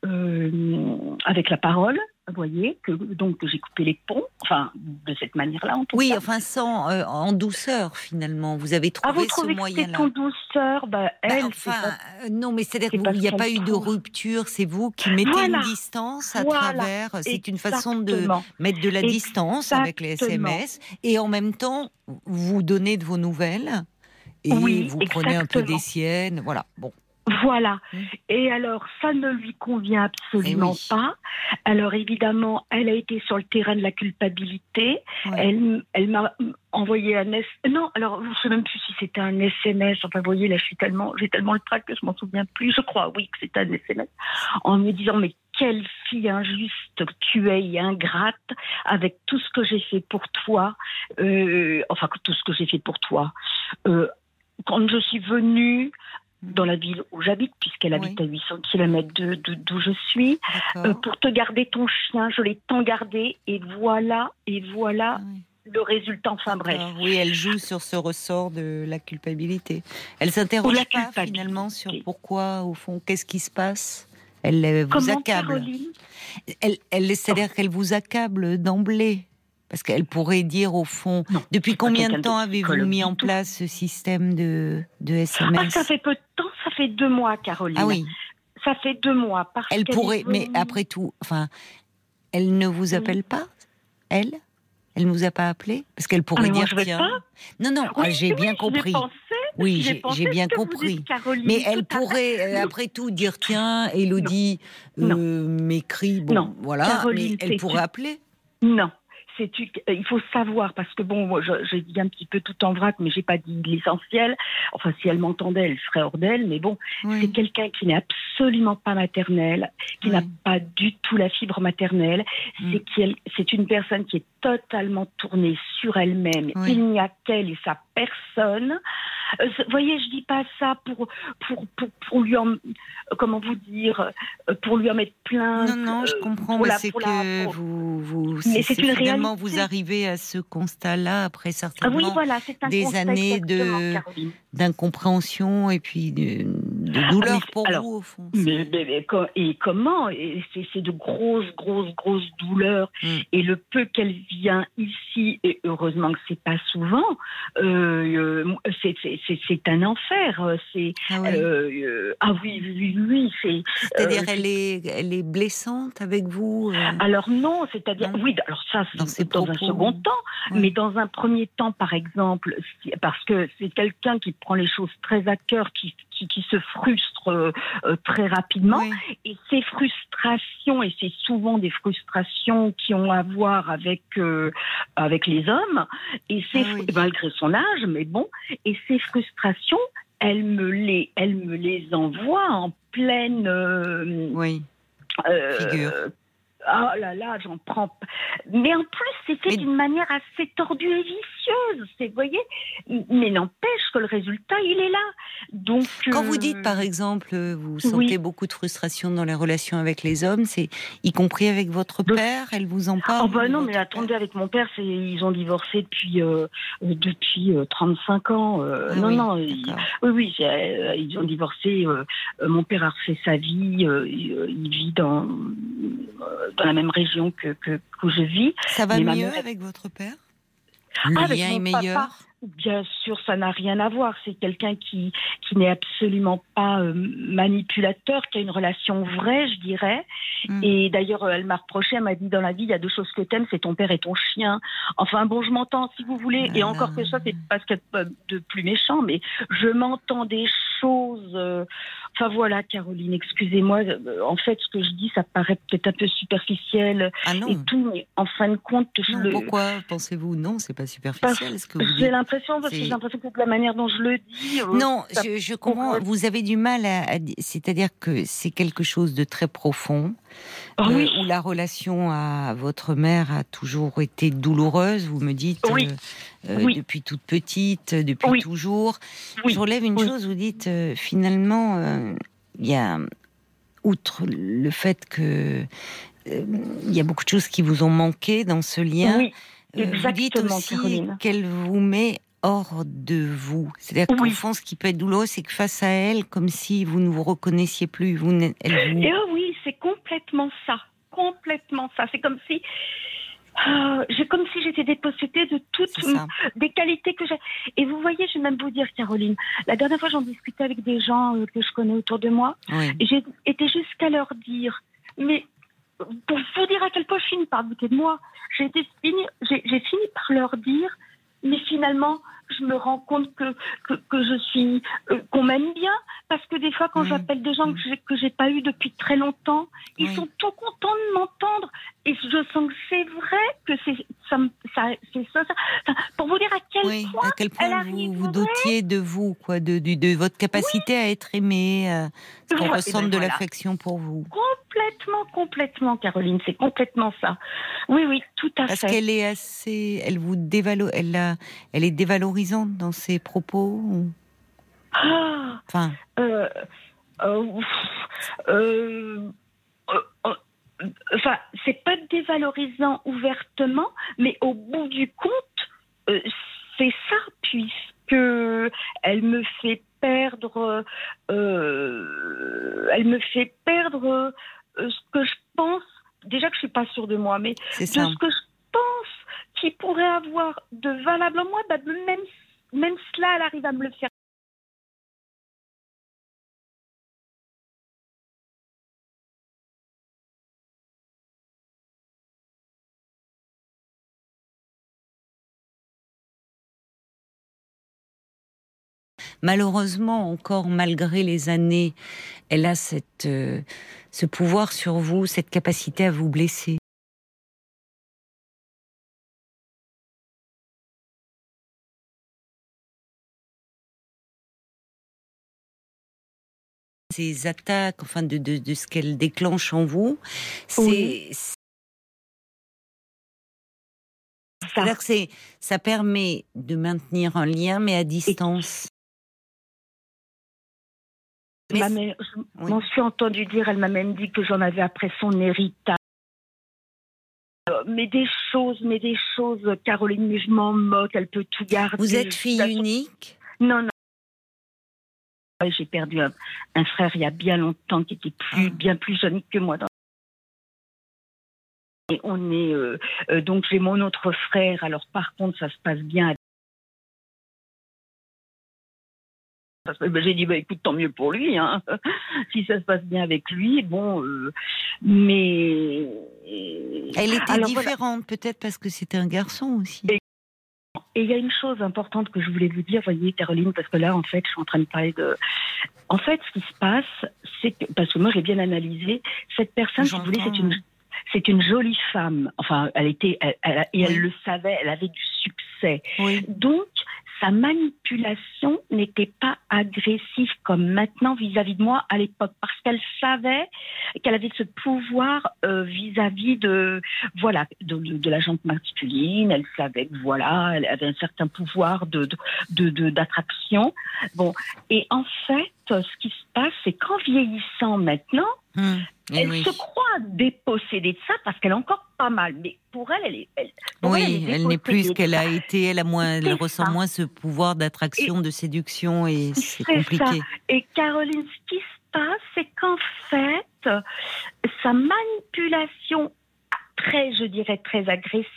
euh, avec la parole. Vous voyez, que, donc que j'ai coupé les ponts, enfin, de cette manière-là, en tout oui, cas. enfin sans, euh, en douceur finalement. Vous avez Ah, trouvé vous trouvez ce que c'était moyen-là. en douceur? Bah, Bah, elle, enfin, c'est pas... euh, non, mais c'est-à-dire c'est qu'il pas n'y a ce pas qu'elle eu de trouve. rupture, c'est vous qui mettez Voilà. une distance à Voilà. travers. C'est une façon de Exactement. mettre de la distance avec les Exactement. S M S et en même temps vous donnez de vos nouvelles et Oui, vous prenez un peu exactement. des siennes. Voilà. Bon. Voilà. Mm. Et alors, ça ne lui convient absolument Eh oui. pas. Alors, évidemment, elle a été sur le terrain de la culpabilité. Ouais. Elle, elle m'a envoyé un S... Non, alors, je ne sais même plus si c'était un S M S. Enfin, vous voyez, là, je suis tellement, j'ai tellement le trac que je m'en souviens plus. Je crois, oui, que c'était un S M S. En me disant, mais quelle fille injuste tu es et ingrate avec tout ce que j'ai fait pour toi. Euh, enfin, tout ce que j'ai fait pour toi. Euh, quand je suis venue dans la ville où j'habite, puisqu'elle Oui. habite à huit cents kilomètres de, de, d'où je suis, D'accord. euh, pour te garder ton chien, je l'ai tant gardé, et voilà, et voilà Oui. le résultat, enfin bref. D'accord. Oui, elle joue sur ce ressort de la culpabilité. Elle Ou s'interroge la pas culpabilité. finalement sur pourquoi, au fond, qu'est-ce qui se passe. Elle euh, vous Comment, accable. Caroline? Elle, elle, c'est-à-dire qu'elle vous accable d'emblée. Parce qu'elle pourrait dire au fond, Non, depuis c'est pas combien de quelqu'un de temps avez-vous psychologue mis du en tout. place ce système de, de S M S? Ah, ça fait peu de temps, ça fait deux mois, Caroline. Ah oui, Ça fait deux mois. Parce elle qu'elle pourrait, est mais venue- après tout, enfin, elle ne vous appelle pas, elle? Elle ne vous a pas appelé? Parce qu'elle Ah, pourrait mais moi, dire, je vais tiens. pas. Non, non, Oui, ah, j'ai oui, bien j'y ai compris. pensé, Oui, j'y ai j'ai pensé j'ai bien ce que vous compris. dites, Caroline, Mais elle tout à pourrait, fait. euh, après tout, dire tiens, Élodie Non. euh, m'écrit, bon, Non. voilà, Caroline, mais elle c'est- pourrait appeler. Non. C'est, il faut savoir, parce que bon, moi, je- j'ai dit un petit peu tout en vrac, mais j'ai pas dit l'essentiel. Enfin, si elle m'entendait, elle serait hors d'elle, mais bon, c'est Oui. quelqu'un qui n'est absolument pas maternel, qui Oui. n'a pas du tout la fibre maternelle. Mm. C'est, qu'elle- c'est une personne qui est totalement tournée sur elle-même. Oui. Il n'y a qu'elle et sa personne. Euh, Vous voyez, je dis pas ça pour, pour, pour, pour lui en, comment vous dire, euh, pour lui en mettre plein. Non, non, je euh, comprends, pour mais la- c'est pour que la- pour- vous, vous Mais c'est, c'est c'est une finalement réalité. vous arrivez à ce constat-là après Ah certainement oui, voilà, c'est un des constat années exactement, de- Caroline. d'incompréhension et puis de, de Ah, douleur mais- pour alors, vous au fond. Mais, mais- mais co- et comment et c'est, c'est de grosses, grosses, grosses douleurs. Mm. Et le peu qu'elle vient ici, et heureusement que c'est pas souvent, euh, euh, c'est, c'est, c'est, c'est un enfer. C'est, Ah oui. euh, euh, ah oui, oui, oui, c'est. C'est-à-dire euh, elle est, elle est blessante avec vous. euh, Alors non, c'est-à-dire Non. oui, alors ça c'est Dans ses dans un propos. second temps, Ouais. mais dans un premier temps, par exemple, si- parce que c'est quelqu'un qui prend les choses très à cœur, qui, qui, qui se frustre euh, euh, très rapidement, Oui. et ces frustrations, et c'est souvent des frustrations qui ont à voir avec euh, avec les hommes, et c'est Ah oui. malgré son âge, mais bon, et ces frustrations, elle me les, elle me les envoie en pleine. euh, Oui. euh, Figure. Oh là là, j'en prends pas. Mais en plus, c'est fait mais... d'une manière assez tordue et vicieuse, vous voyez. Mais n'empêche que le résultat, il est là. Donc, quand euh... vous dites, par exemple, vous sentez oui. beaucoup de frustration dans les relations avec les hommes, c'est y compris avec votre père, elle vous en parle? Oh bah non, mais attendez, avec mon père, c'est, ils ont divorcé depuis, euh, depuis euh, trente-cinq ans. Euh, ah non, oui, non, ils, oui, oui, euh, ils ont divorcé. Euh, mon père a refait sa vie. Euh, il, il vit dans, euh, dans la même région que, que, que je vis. Ça va mais mieux mère... avec votre père? Le ah, lien est meilleur? Papa, bien sûr, ça n'a rien à voir. C'est quelqu'un qui, qui n'est absolument pas euh, manipulateur, qui a une relation vraie, je dirais. Mm. Et d'ailleurs, elle m'a reproché, elle m'a dit, dans la vie, il y a deux choses que t'aimes, c'est ton père et ton chien. Enfin bon, je m'entends, si vous voulez. Ah et encore que ça, c'est pas ce qu'il y a de plus méchant, mais je m'entends des choses... Euh... Enfin voilà, Caroline, excusez-moi. En fait, ce que je dis, ça paraît peut-être un peu superficiel ah non. et tout, mais en fin de compte... Non, le... Pourquoi pensez-vous? Non, c'est pas superficiel. Parce, ce que vous j'ai dites. l'impression, parce que j'ai l'impression que de la manière dont je le dis... Euh, non, ça... je, je comprends. Vous avez du mal à... à c'est-à-dire que c'est quelque chose de très profond. Oh, oui. euh, où la relation à votre mère a toujours été douloureuse, vous me dites, oui. euh, oui. depuis toute petite, depuis oui. toujours. Oui. Je relève une oui. chose, vous dites, euh, finalement, il euh, y a, outre le fait que il euh, y a beaucoup de choses qui vous ont manqué dans ce lien, oui, euh, vous dites aussi Caroline. qu'elle vous met hors de vous. C'est-à-dire qu'au oui. fond, ce qui peut être douloureux, c'est que face à elle, comme si vous ne vous reconnaissiez plus, vous, elle vous... Et oh oui, c'est complètement ça, complètement ça. C'est comme si, euh, j'ai comme si j'étais dépossédée de toutes m- des qualités que j'ai. Et vous voyez, je vais même vous dire, Caroline, la dernière fois, j'en discutais avec des gens euh, que je connais autour de moi, oui. et j'ai été jusqu'à leur dire, mais pour vous dire à quel point je finis par douter de moi, j'ai, été fini, j'ai, j'ai fini par leur dire, mais finalement, je me rends compte que, que, que je suis, euh, qu'on m'aime bien, parce que des fois, quand mmh. j'appelle des gens que j'ai, que j'ai pas eu depuis très longtemps, ils oui. sont tout contents de m'entendre, et je sens que c'est vrai, que c'est ça, ça c'est ça, ça. Enfin, pour vous dire à quel oui, point, à quel point vous vous doutiez de vous, quoi, de, de, de votre capacité oui. à être aimée, euh, qu'on voilà. ressente ben de voilà. l'affection pour vous. Complètement, complètement, Caroline, c'est complètement ça. Oui, oui, tout à parce fait. Parce qu'elle est assez, elle vous dévalo, elle a, elle est dévalorisante dans ses propos. Ou... Ah, enfin. Euh, euh, euh, euh, enfin, c'est pas dévalorisant ouvertement, mais au bout du compte, euh, c'est ça, puisque elle me fait perdre, euh, elle me fait perdre euh, ce que je pense. Déjà que je suis pas sûre de moi, mais de ce que je pense qui pourrait avoir de valable en moi, bah, même même cela, elle arrive à me le faire. Malheureusement, encore malgré les années, elle a cette, euh, ce pouvoir sur vous, cette capacité à vous blesser. Ces attaques, enfin de, de, de ce qu'elle déclenche en vous, c'est... Oui. C'est-à-dire que c'est, ça permet de maintenir un lien, mais à distance. Mais ma mère, je oui. m'en suis entendu dire, elle m'a même dit que j'en avais après son héritage. Mais des choses, mais des choses, Caroline, mais je m'en moque, elle peut tout garder. Vous êtes fille unique ? Non, non. J'ai perdu un, un frère il y a bien longtemps qui était plus, bien plus jeune que moi. Dans... Et on est euh, euh, donc j'ai mon autre frère. Alors par contre, ça se passe bien. J'ai dit, bah, écoute, tant mieux pour lui, hein. Si ça se passe bien avec lui, bon, euh, mais... Elle était alors, différente, voilà. Peut-être parce que c'était un garçon aussi. Et il y a une chose importante que je voulais vous dire, voyez, Caroline, parce que là, en fait, je suis en train de parler de... En fait, ce qui se passe, c'est que, parce que moi, j'ai bien analysé, cette personne, si vous voulez, c'est une... C'est une jolie femme. Enfin, elle était, elle, elle, et elle oui. le savait, elle avait du succès. Oui. Donc, sa manipulation n'était pas agressive comme maintenant vis-à-vis de moi à l'époque, parce qu'elle savait qu'elle avait ce pouvoir euh, vis-à-vis de, voilà, de, de, de la jante masculine. Elle savait que voilà, elle avait un certain pouvoir de, de, de, de d'attraction. Bon, et en fait, ce qui se passe, c'est qu'en vieillissant maintenant, mmh. elle oui. se croit dépossédée de ça parce qu'elle a encore pas mal. Mais pour elle, elle est. Elle, oui, elle, elle, elle n'est plus ce qu'elle a été. Elle a moins. Elle ressent moins ce pouvoir d'attraction, et de séduction, et c'est, c'est compliqué. Ça. Et Caroline, ce qui se passe, c'est qu'en fait, sa manipulation très, je dirais, très agressive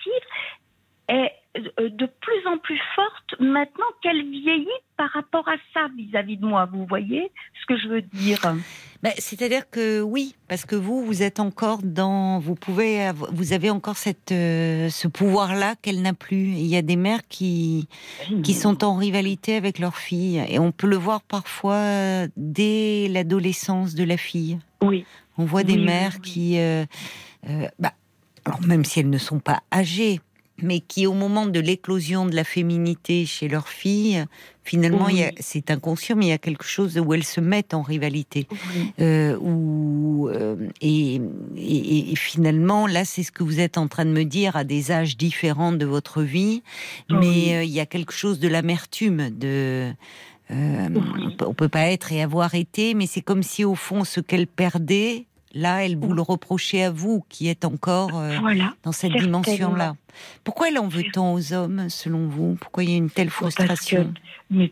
est de plus en plus forte maintenant qu'elle vieillit par rapport à ça vis-à-vis de moi. Vous voyez ce que je veux dire ? Ben, c'est-à-dire que oui, parce que vous, vous êtes encore dans, vous pouvez, avoir, vous avez encore cette, euh, ce pouvoir-là qu'elle n'a plus. Il y a des mères qui, qui sont en rivalité avec leurs filles, et on peut le voir parfois dès l'adolescence de la fille. Oui. On voit des oui, mères oui. qui, euh, euh, bah, alors même si elles ne sont pas âgées, mais qui, au moment de l'éclosion de la féminité chez leur fille, finalement, oui. il y a, c'est inconscient, mais il y a quelque chose où elles se mettent en rivalité. Oui. Euh, où, euh, et, et, et finalement, là, c'est ce que vous êtes en train de me dire, à des âges différents de votre vie, oui. mais euh, il y a quelque chose de l'amertume, de... Euh, oui. On ne peut pas être et avoir été, mais c'est comme si, au fond, ce qu'elle perdait... Là, elle vous le reprochait à vous, qui êtes encore euh, voilà, dans cette certainement. dimension-là. Pourquoi elle en veut tant aux hommes, selon vous ? Pourquoi il y a une telle frustration ? Parce que, mais,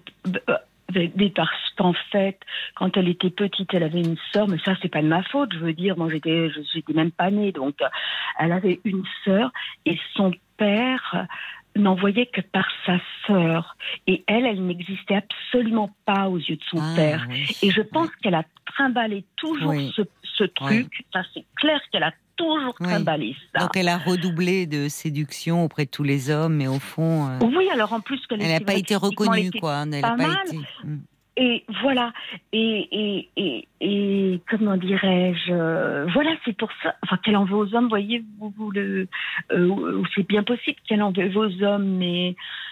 mais parce qu'en fait, quand elle était petite, elle avait une sœur, mais ça, c'est pas de ma faute, je veux dire. Moi, j'étais, je, j'étais même pas née, donc elle avait une sœur, et son père n'en voyait que par sa sœur. Et elle, elle n'existait absolument pas aux yeux de son ah, père. Oui. Et je pense oui. qu'elle a trimballé toujours oui. ce, ce truc. Oui. Ça, c'est clair qu'elle a toujours oui. trimballé ça. Donc elle a redoublé de séduction auprès de tous les hommes, mais au fond... Euh, oui, alors en plus... Elle n'a pas été reconnue, quoi. Elle n'a pas été... Et voilà, et, et, et, et comment dirais-je, euh, voilà, c'est pour ça, enfin, qu'elle en veut aux hommes, voyez, vous, vous le, euh, c'est bien possible qu'elle en veut aux hommes, mais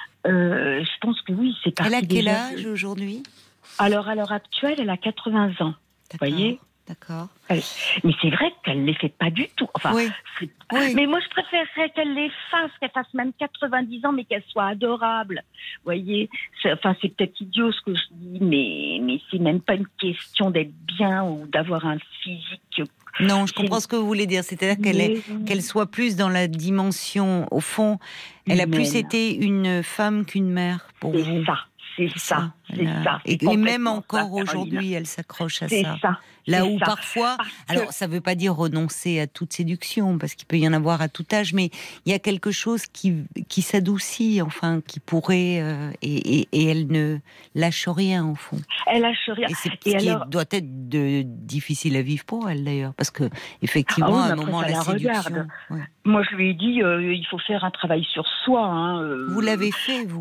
euh, je pense que oui, c'est parti. Elle a quel déjà âge aujourd'hui ? Alors, à l'heure actuelle, elle a quatre-vingts ans, vous voyez ? D'accord. Elle, mais c'est vrai qu'elle ne les fait pas du tout. Enfin, oui. Oui. Mais moi, je préférerais qu'elle les fasse, qu'elle fasse même quatre-vingt-dix ans, mais qu'elle soit adorable. Vous voyez, c'est, enfin, c'est peut-être idiot ce que je dis, mais, mais c'est même pas une question d'être bien ou d'avoir un physique. Non, je comprends ce que vous voulez dire. C'est-à-dire qu'elle, est, qu'elle soit plus dans la dimension, au fond, elle a plus été une femme qu'une mère pour c'est vous. Ça. C'est ça, c'est a... ça. C'est et, et même encore ça, aujourd'hui, elle s'accroche à c'est ça. ça. Là c'est où ça. parfois, parce alors que... ça ne veut pas dire renoncer à toute séduction, parce qu'il peut y en avoir à tout âge, mais il y a quelque chose qui, qui s'adoucit, enfin, qui pourrait, euh, et, et, et elle ne lâche rien, au fond. Elle lâche rien. Et c'est ce et qui alors... doit être de, difficile à vivre pour elle, d'ailleurs, parce que effectivement, ah oui, à un moment, la, la séduction... Ouais. Moi, je lui ai dit, euh, il faut faire un travail sur soi. Hein, euh... Vous l'avez fait, vous ?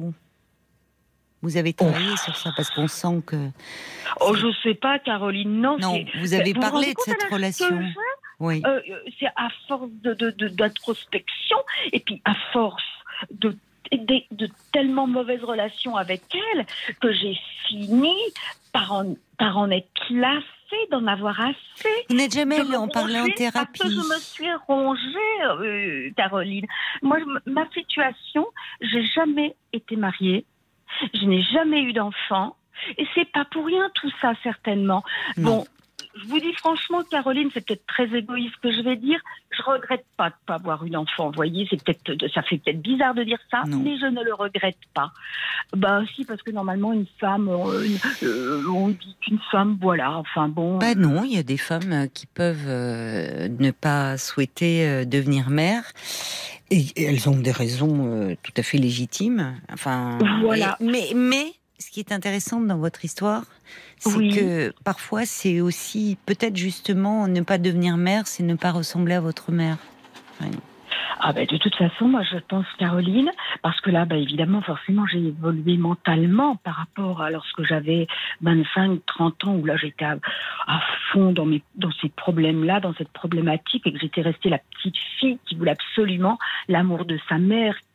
Vous avez travaillé oh. sur ça, parce qu'on sent que... Oh, je sais pas, Caroline, non. Non, c'est... vous avez vous parlé vous de cette relation. Oui. Euh, c'est à force de, de, de, d'introspection, et puis à force de, de, de tellement mauvaises relations avec elle, que j'ai fini par en, par en être lassée, d'en avoir assez. Vous n'êtes jamais allée en parler en thérapie. Parce que je me suis rongée, euh, Caroline. Moi, ma situation, j'ai jamais été mariée. Je n'ai jamais eu d'enfant. Et c'est pas pour rien tout ça, certainement. Non. Bon, je vous dis franchement, Caroline, c'est peut-être très égoïste ce que je vais dire. Je regrette pas de pas avoir eu d'enfant. Vous voyez, c'est peut-être, ça fait peut-être bizarre de dire ça, non. mais je ne le regrette pas. Bah si, parce que normalement, une femme, euh, euh, on dit qu'une femme, voilà, enfin bon. Bah non, il y a des femmes qui peuvent euh, ne pas souhaiter euh, devenir mère. Et elles ont des raisons euh, tout à fait légitimes. Enfin, voilà. Et, mais, mais ce qui est intéressant dans votre histoire, c'est oui. que parfois c'est aussi peut-être justement ne pas devenir mère, c'est ne pas ressembler à votre mère. Ouais. Ah ben de toute façon, moi je pense, Caroline, parce que là, ben, évidemment, forcément, j'ai évolué mentalement par rapport à lorsque j'avais vingt-cinq, trente ans, où là j'étais à, à fond dans, mes, dans ces problèmes-là, dans cette problématique, et que j'étais restée la petite fille qui voulait absolument l'amour de sa mère,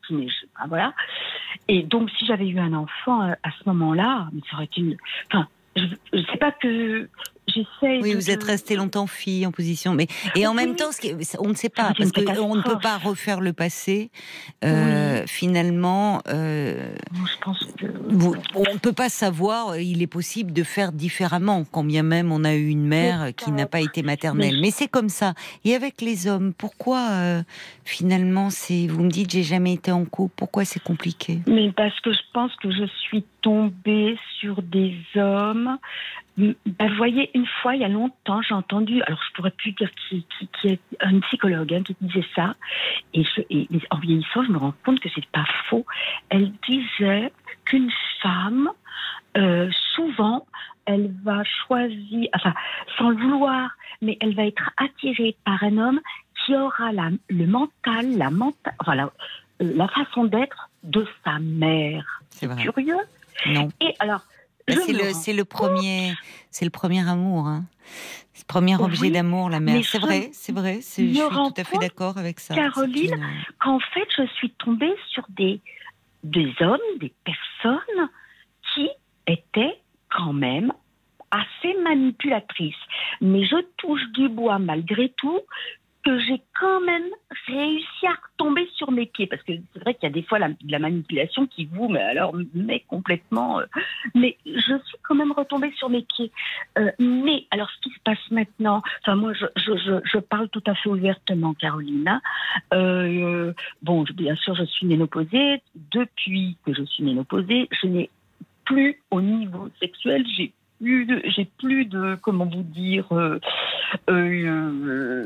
qui n'est, ah, voilà. Et donc, si j'avais eu un enfant à, à ce moment-là, ça aurait été une, enfin, je, je sais pas que j'essaie. Oui, de, vous êtes restée longtemps fille en position, mais et en oui, même temps, ce qui, on ne sait pas parce que on ne peut pas refaire le passé. Euh, oui. Finalement, euh, je pense que vous, on ne peut pas savoir. Il est possible de faire différemment, quand bien même on a eu une mère mais, qui n'a pas été maternelle. Mais, mais c'est comme ça. Et avec les hommes, pourquoi euh, finalement, c'est vous me dites, j'ai jamais été en couple. Pourquoi c'est compliqué? Mais parce que je pense que je suis tombée sur des hommes. Ben, vous voyez, une fois, il y a longtemps, j'ai entendu, alors je pourrais plus dire qui, qui, qui est une psychologue hein, qui disait ça, et, je, et en vieillissant, je me rends compte que c'est pas faux. Elle disait qu'une femme, euh, souvent, elle va choisir, enfin, sans le vouloir, mais elle va être attirée par un homme qui aura la, le mental, la mental, enfin, la, euh, la façon d'être de sa mère. C'est, c'est curieux. Non. Et alors. C'est le, c'est le premier, c'est le premier amour, hein. C'est le premier objet oui, d'amour, la mère. C'est vrai, c'est vrai. C'est, je suis tout à fait d'accord avec ça. Caroline, une... qu'en fait, je suis tombée sur des, des hommes, des personnes qui étaient quand même assez manipulatrices. Mais je touche du bois malgré tout que j'ai quand même réussi à retomber sur mes pieds. Parce que c'est vrai qu'il y a des fois la, de la manipulation qui vous, mais alors, met complètement... Euh, mais je suis quand même retombée sur mes pieds. Euh, mais, alors, ce qui se passe maintenant... Enfin, moi, je, je, je, je parle tout à fait ouvertement, Carolina. Euh, bon, bien sûr, je suis ménopausée. Depuis que je suis ménopausée, je n'ai plus, au niveau sexuel, j'ai Plus de, j'ai plus de, comment vous dire, euh, euh,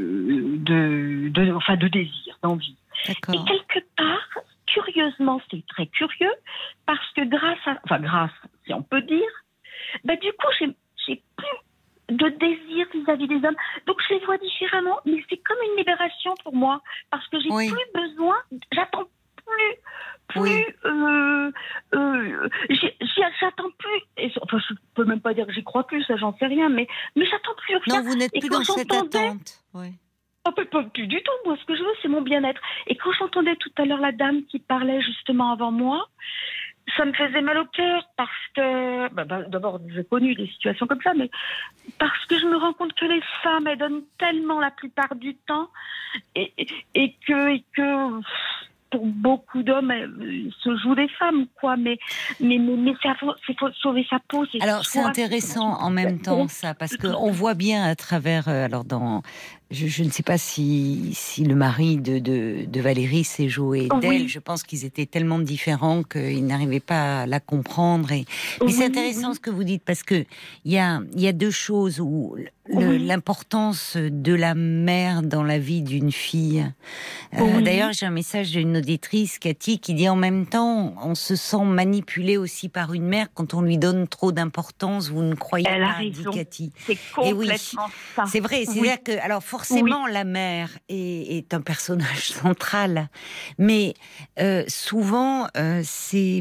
de, de, enfin de désir, d'envie. D'accord. Et quelque part, curieusement, c'est très curieux, parce que grâce à, enfin grâce, si on peut dire, bah du coup, j'ai, j'ai plus de désir vis-à-vis des hommes. Donc je les vois différemment, mais c'est comme une libération pour moi, parce que j'ai oui. plus besoin, j'attends plus. Plus, oui. euh, euh, j'ai, j'ai, j'attends plus. Et, enfin, je peux même pas dire que j'y crois plus, ça, j'en sais rien, mais, mais j'attends plus rien. Non, vous n'êtes plus dans cette attente. Oui. Oh, pas, pas plus du tout. Moi, ce que je veux, c'est mon bien-être. Et quand j'entendais tout à l'heure la dame qui parlait justement avant moi, ça me faisait mal au cœur parce que, bah, bah, d'abord, j'ai connu des situations comme ça, mais parce que je me rends compte que les femmes, elles donnent tellement la plupart du temps et, et, et que, et que pour beaucoup d'hommes, euh, se jouent des femmes, quoi. Mais, mais, mais, mais c'est faut, c'est faut sauver sa peau. C'est alors, c'est intéressant en même temps, ça, parce qu'on voit bien à travers, euh, alors dans... Je, je ne sais pas si, si le mari de, de, de Valérie s'est joué oh, d'elle. Oui. Je pense qu'ils étaient tellement différents qu'ils n'arrivaient pas à la comprendre. Et... Mais oui, c'est intéressant oui. ce que vous dites, parce qu'il y a, y a deux choses où le, oui. l'importance de la mère dans la vie d'une fille. Euh, oui. D'ailleurs, j'ai un message d'une auditrice, Cathy, qui dit en même temps, on se sent manipulé aussi par une mère quand on lui donne trop d'importance. Vous ne croyez Elle pas, a raison. dit Cathy. C'est complètement oui, ça. C'est vrai, c'est-à-dire que... Alors, forcément, oui. la mère est, est un personnage central, mais euh, souvent, euh, c'est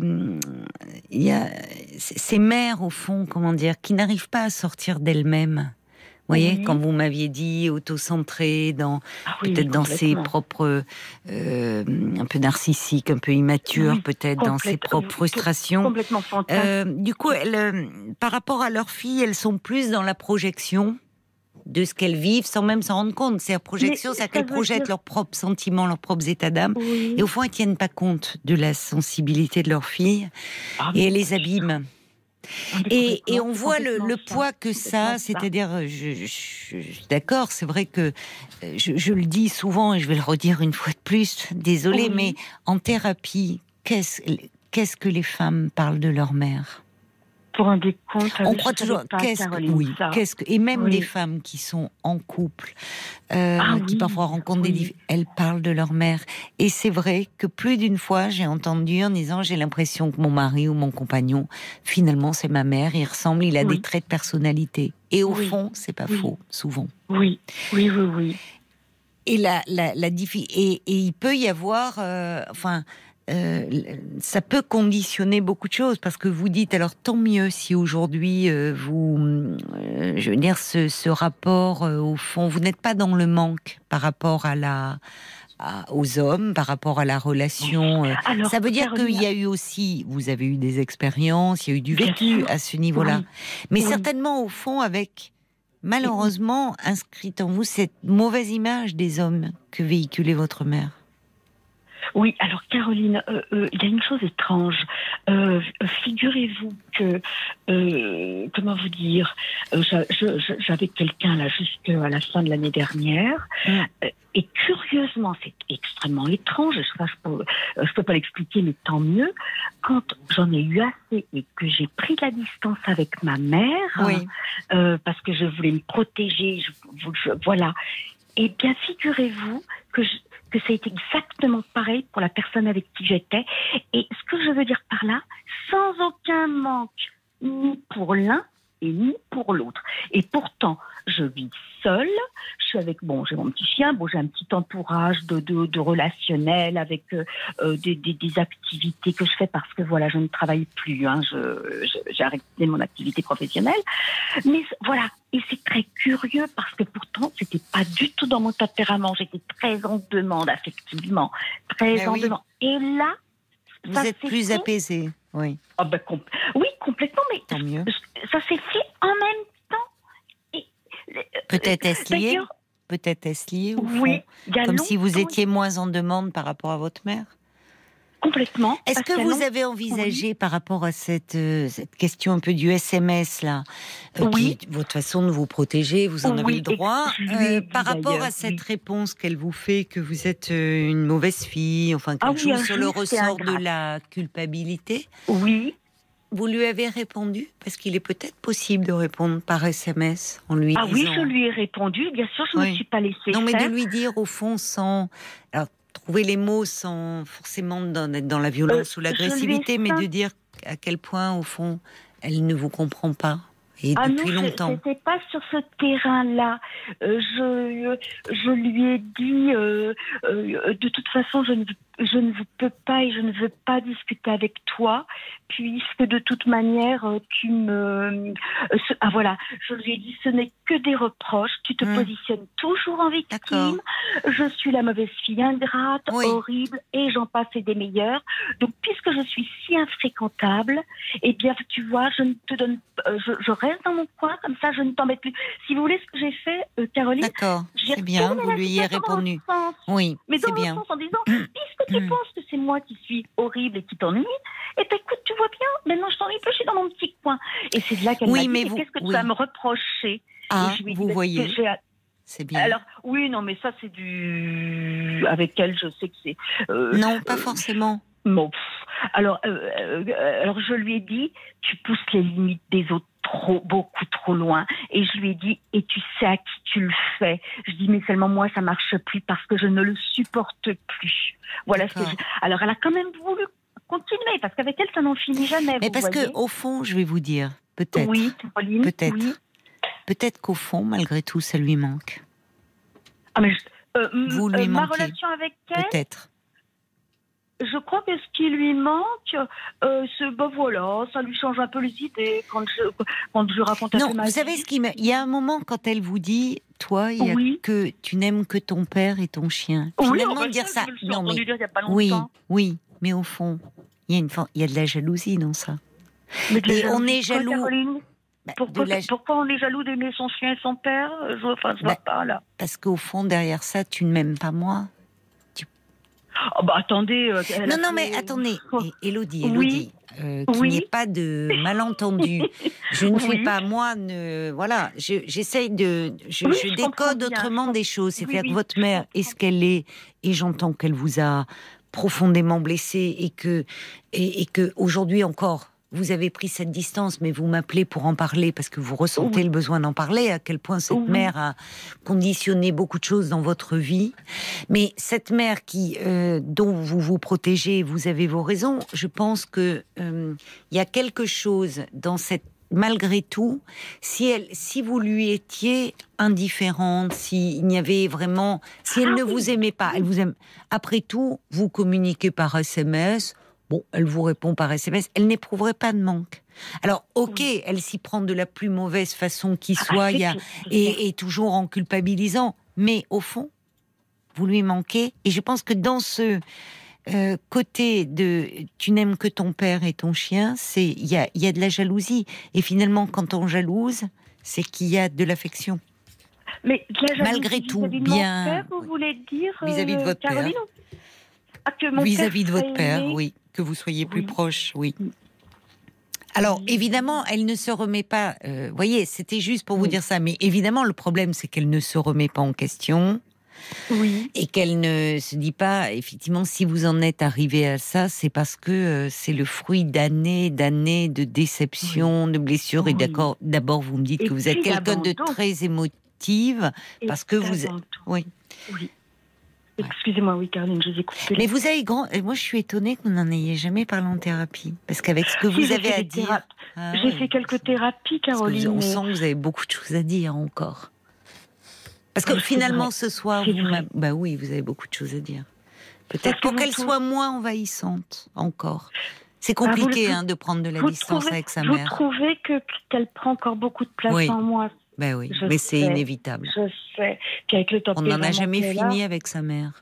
il y a ces mères au fond, comment dire, qui n'arrivent pas à sortir d'elles-mêmes. Vous voyez, oui. quand vous m'aviez dit auto-centrée, dans ah oui, peut-être dans ses propres, euh, un peu narcissiques, un peu immatures, oui, peut-être dans ses propres frustrations. Complètement fantasme. Euh, du coup, elles, par rapport à leurs filles, elles sont plus dans la projection de ce qu'elles vivent sans même s'en rendre compte. C'est la projection, c'est qu'elles projettent dire... leurs propres sentiments, leurs propres états d'âme. Oui. Et au fond, elles ne tiennent pas compte de la sensibilité de leurs filles. Ah, et elles les abîment. Et, et on voit le, le poids que ça, c'est-à-dire, je, je, je suis d'accord, c'est vrai que je, je le dis souvent et je vais le redire une fois de plus, désolée, oui. mais en thérapie, qu'est-ce, qu'est-ce que les femmes parlent de leur mère ? Pour un décompte, on croit toujours pas, qu'est-ce que, oui, qu'est-ce que, et même oui. des femmes qui sont en couple, euh, ah, qui oui. parfois rencontrent oui. des difficultés, elles parlent de leur mère. Et c'est vrai que plus d'une fois, j'ai entendu en disant, j'ai l'impression que mon mari ou mon compagnon, finalement, c'est ma mère. Il ressemble, il a oui. des traits de personnalité. Et au oui. fond, c'est pas oui. faux, souvent. Oui, oui, oui, oui. Et la, la, la diffi- et, et il peut y avoir, euh, enfin. Euh, ça peut conditionner beaucoup de choses parce que vous dites alors tant mieux si aujourd'hui euh, vous, euh, je veux dire ce, ce rapport euh, au fond vous n'êtes pas dans le manque par rapport à la à, aux hommes par rapport à la relation. euh, Alors, Ça veut dire Caroline, qu'il y a eu aussi, vous avez eu des expériences, il y a eu du Bien vécu sûr. à ce niveau-là. Oui. Mais Oui. certainement, au fond, avec, malheureusement, inscrite en vous cette mauvaise image des hommes que véhiculait votre mère. Oui, alors Caroline, euh, euh, il y a une chose étrange. Euh, figurez-vous que, euh, comment vous dire, euh, j'a- je- je- j'avais quelqu'un là jusqu'à la fin de l'année dernière, Mm. euh, et curieusement, c'est extrêmement étrange. Je ne peux, euh, je peux pas l'expliquer, mais tant mieux. Quand j'en ai eu assez et que j'ai pris de la distance avec ma mère, Oui. euh, parce que je voulais me protéger, je, je- voilà. Eh bien, figurez-vous que, je, que ça a été exactement pareil pour la personne avec qui j'étais. Et ce que je veux dire par là, sans aucun manque, ni pour l'un et ni pour l'autre. Et pourtant, je vis seule. Je suis avec, bon, j'ai mon petit chien, bon, j'ai un petit entourage de, de, de relationnel avec euh, euh, des, des, des activités que je fais parce que voilà, je ne travaille plus. Hein, je, je, j'ai arrêté mon activité professionnelle. Mais voilà, et c'est très curieux parce que pourtant, c'était pas du tout dans mon tempérament. J'étais très en demande, affectivement, très Mais en oui. demande. Et là, Vous ça êtes s'est plus fait- apaisé. Oui, Ah ben, com- oui, complètement, mais tant mieux. ça s'est fait en même temps. Et, euh, Peut-être est-ce lié d'ailleurs, Peut-être est-ce lié au oui, fond il y a Comme si vous longtemps, étiez moins en demande par rapport à votre mère. complètement. Est-ce parce que qu'il y a vous longtemps- avez envisagé par rapport à cette, euh, cette question un peu du S M S là, euh, Oui. qui votre façon de vous protéger, vous en Oui, avez le droit, et je lui ai euh, dit par rapport à d'ailleurs, cette oui. réponse qu'elle vous fait que vous êtes euh, une mauvaise fille, enfin qu'elle Ah oui, joue sur le injuste et ressort de ingrate. la culpabilité, Oui. vous lui avez répondu parce qu'il est peut-être possible de répondre par S M S en lui Ah oui, disant. je lui ai répondu. Bien sûr, je ne Oui. me suis pas laissée Non, mais faire. de lui dire au fond sans. Alors, trouver les mots sans forcément dans, être dans la violence Euh, ou l'agressivité, je lui ai mais de simple- dire à quel point, au fond, elle ne vous comprend pas. Et Ah depuis non, longtemps. c'était pas sur ce terrain-là. Euh, je, je lui ai dit, euh, euh, de toute façon, je ne, je ne peux pas et je ne veux pas discuter avec toi, puisque de toute manière, euh, tu me... euh, ce- ah voilà, je lui ai dit, ce n'est que des reproches, tu te Hmm. positionnes toujours en D'accord. victime, je suis la mauvaise fille ingrate, Oui. horrible, et j'en passe et des meilleurs. Donc, puisque je suis si infréquentable, eh bien, tu vois, je ne te donne... euh, je, je reste dans mon coin, comme ça, je ne t'embête plus. Si vous voulez, ce que j'ai fait, euh, Caroline, D'accord, j'ai c'est bien, retourné vous la lui y avez situation dans répondu. l'autre sens. Oui, Mais dans c'est l'autre bien. sens, en disant, puisque tu Mm. penses que c'est moi qui suis horrible et qui t'ennuie, eh bien, écoute, tu vois bien, maintenant je t'ennuie plus, je suis dans mon petit coin. Et c'est de là qu'elle Oui, m'a dit, mais mais vous- qu'est-ce que tu oui. vas me reprocher? Ah, Et je lui ai dit, vous bah, voyez, que j'ai- c'est bien. Alors, oui, non, mais ça, c'est du... Avec elle, je sais que c'est... euh, non, pas euh, forcément. Bon, pff. alors, euh, euh, alors, je lui ai dit, tu pousses les limites des autres trop, beaucoup trop loin. Et je lui ai dit, et tu sais à qui tu le fais. Je dis, mais seulement moi, ça marche plus parce que je ne le supporte plus. Voilà ce que D'accord. j'ai. Alors, elle a quand même voulu continuer parce qu'avec elle, ça n'en finit jamais. Mais vous parce voyez. que, au fond, je vais vous dire, peut-être, Oui, Caroline, peut-être, oui. peut-être qu'au fond, malgré tout, ça lui manque. Ah, mais je- euh, m- Vous lui euh, ma manquez. relation avec elle, Peut-être. je crois que ce qui lui manque, euh, c'est, ben voilà, ça lui change un peu les idées quand je, quand je raconte un Non, peu ma vous vie. savez ce qui me... Il y a un moment quand elle vous dit, toi, il y a Oui. que tu n'aimes que ton père et ton chien. Oui, Finalement, oh, ben dire ça, ça. je me le suis Non, entendu mais dire il y a pas oui, longtemps. oui, mais au fond, il y a une, for- il y a de la jalousie dans ça. Mais de la Et on jalousie, est quoi, jaloux. Caroline Bah, pourquoi, de la- pourquoi on est jaloux d'aimer son chien et son père? Je, enfin, je vois Bah, pas là. Parce qu'au fond, derrière ça, tu ne m'aimes pas moi. Oh, bah attendez. euh, elle Non, a non, fait- mais attendez, Et- Élodie, Oui. Élodie, euh, qu'il Oui. n'y ait pas de malentendu. Je ne fais Oui. pas, moi, ne, voilà, je- j'essaye de, je, Oui, je je comprends décode bien, autrement je des choses. C'est-à-dire oui, que votre je mère comprends. est ce qu'elle est, et j'entends qu'elle vous a profondément blessé, et que, et, et que aujourd'hui encore, vous avez pris cette distance, mais vous m'appelez pour en parler parce que vous ressentez Oui. le besoin d'en parler, à quel point cette Oui. mère a conditionné beaucoup de choses dans votre vie. Mais cette mère qui, euh, dont vous vous protégez, vous avez vos raisons, je pense que euh, il y a quelque chose dans cette, malgré tout, si elle, si vous lui étiez indifférente, s'il n'y avait vraiment, si elle Ah ne oui. vous aimait pas, elle vous aime. Après tout, vous communiquez par S M S. Bon, elle vous répond par S M S, elle n'éprouverait pas de manque. Alors, ok, elle s'y prend de la plus mauvaise façon qui Ah bah, soit, c'est il y a, sûr, c'est sûr. et, et toujours en culpabilisant, mais au fond, vous lui manquez. Et je pense que dans ce euh, côté de tu n'aimes que ton père et ton chien, c'est il y a, y a de la jalousie. Et finalement, quand on jalouse, c'est qu'il y a de l'affection. Mais de la jalousie Malgré tout, vis-à-vis de bien. Mon père, vous oui. voulez dire Vis-à-vis de votre père. Caroline ah, que mon Vis-à-vis père de votre père, aimé. oui. Que vous soyez plus Oui. proche, oui. Alors, évidemment, elle ne se remet pas... Vous euh, voyez, c'était juste pour vous Oui. dire ça. Mais évidemment, le problème, c'est qu'elle ne se remet pas en question. Oui. Et qu'elle ne se dit pas, effectivement, si vous en êtes arrivé à ça, c'est parce que euh, c'est le fruit d'années, d'années de déception, oui. de blessures. Oui. Et d'accord, d'abord, vous me dites et que vous êtes quelqu'un de très émotive, et parce que vous... Oui. Oui. Excusez-moi, oui, Caroline, je vous ai coupé. Mais vous avez grand. Moi, je suis étonnée que vous n'en ayez jamais parlé en thérapie. Parce qu'avec ce que si, vous avez à dire. Théra... Ah, j'ai ouais, fait quelques thérapies, Caroline. On mais... sent que vous avez beaucoup de choses à dire encore. Parce que finalement, ce soir, vous bah oui, vous avez beaucoup de choses à dire. Peut-être pour qu'elle soit moins envahissante encore. C'est compliqué ah, hein, de prendre de la distance trouvez, avec sa vous mère. Vous trouvez que, qu'elle prend encore beaucoup de place oui. en moi? Ben oui, je mais sais, c'est inévitable. Je sais. Puis avec le On n'en a jamais fini là, avec sa mère.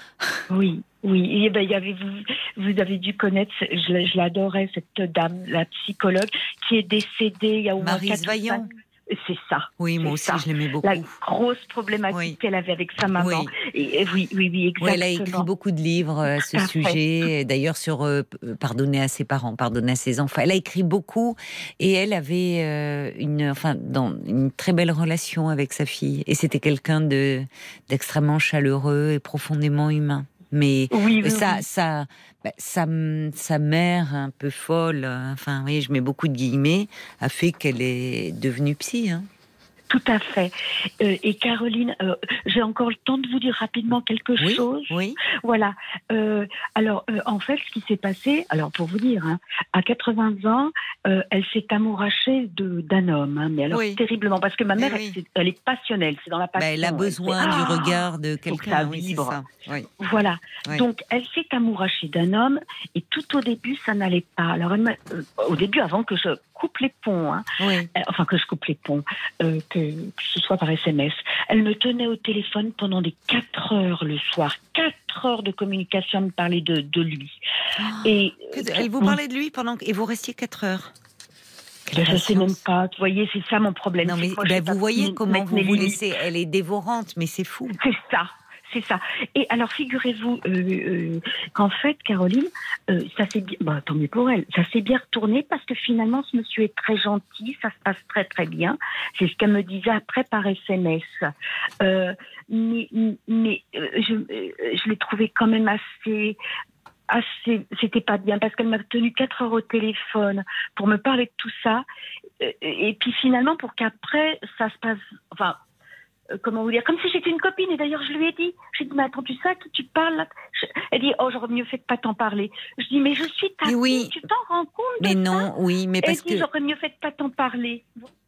Oui, oui. Et ben, il y avait, vous, vous avez dû connaître, je, je l'adorais, cette dame, la psychologue, qui est décédée il y a au moins Maryse Vaillant. C'est ça. Oui, moi aussi, ça. je l'aimais beaucoup. La grosse problématique oui. qu'elle avait avec sa maman. Oui. Et, et oui, oui, oui, exactement. Oui, elle a écrit beaucoup de livres à ce sujet, d'ailleurs sur euh, pardonner à ses parents, pardonner à ses enfants. Elle a écrit beaucoup et elle avait euh, une, enfin, dans une très belle relation avec sa fille. Et c'était quelqu'un de d'extrêmement chaleureux et profondément humain. Mais oui, oui, ça, oui. ça, bah, sa, sa mère un peu folle, enfin, oui, je mets beaucoup de guillemets, a fait qu'elle est devenue psy. Hein. Tout à fait. Euh, et Caroline, euh, j'ai encore le temps de vous dire rapidement quelque oui, chose. Oui. Voilà. Euh, alors, euh, en fait, ce qui s'est passé, alors pour vous dire, hein, à quatre-vingts ans, euh, elle s'est amourachée de, d'un homme, hein, mais alors oui. terriblement, parce que ma mère, oui. elle, elle est passionnelle, c'est dans la passion. Bah, elle a besoin elle fait, du ah, regard de quelqu'un, oui, c'est ça. Oui. Voilà. Oui. Donc, elle s'est amourachée d'un homme, et tout au début, ça n'allait pas. Alors, elle m'a, euh, au début, avant que je coupe les ponts, hein, oui. euh, enfin que je coupe les ponts, euh, que, que ce soit par S M S, elle me tenait au téléphone pendant des quatre heures le soir, quatre heures de communication, à me parler de, de lui. Oh, et que, elle vous parlait de lui pendant et vous restiez quatre heures. Quelle je ne sais même pas. Vous voyez, c'est ça mon problème. Non mais moi, ben, vous voyez comment vous vous limites. laissez. Elle est dévorante, mais c'est fou. C'est ça. C'est ça. Et alors, figurez-vous euh, euh, qu'en fait, Caroline, euh, ça s'est bien, bah, tant mieux pour elle, ça s'est bien retourné parce que finalement, ce monsieur est très gentil, ça se passe très très bien. C'est ce qu'elle me disait après par S M S. Euh, mais mais euh, je, euh, je l'ai trouvé quand même assez... assez, c'était pas bien parce qu'elle m'a tenu quatre heures au téléphone pour me parler de tout ça. Et, et puis finalement, pour qu'après, ça se passe... Enfin, comment vous dire, comme si j'étais une copine, et d'ailleurs je lui ai dit, j'ai dit, mais attends, tu sais à qui tu parles là? je... Elle dit, oh, j'aurais mieux fait de pas t'en parler. Je dis, mais je suis ta oui. fille, tu t'en rends compte mais de non, ça? oui, mais parce Elle dit, que... j'aurais mieux fait de pas t'en parler.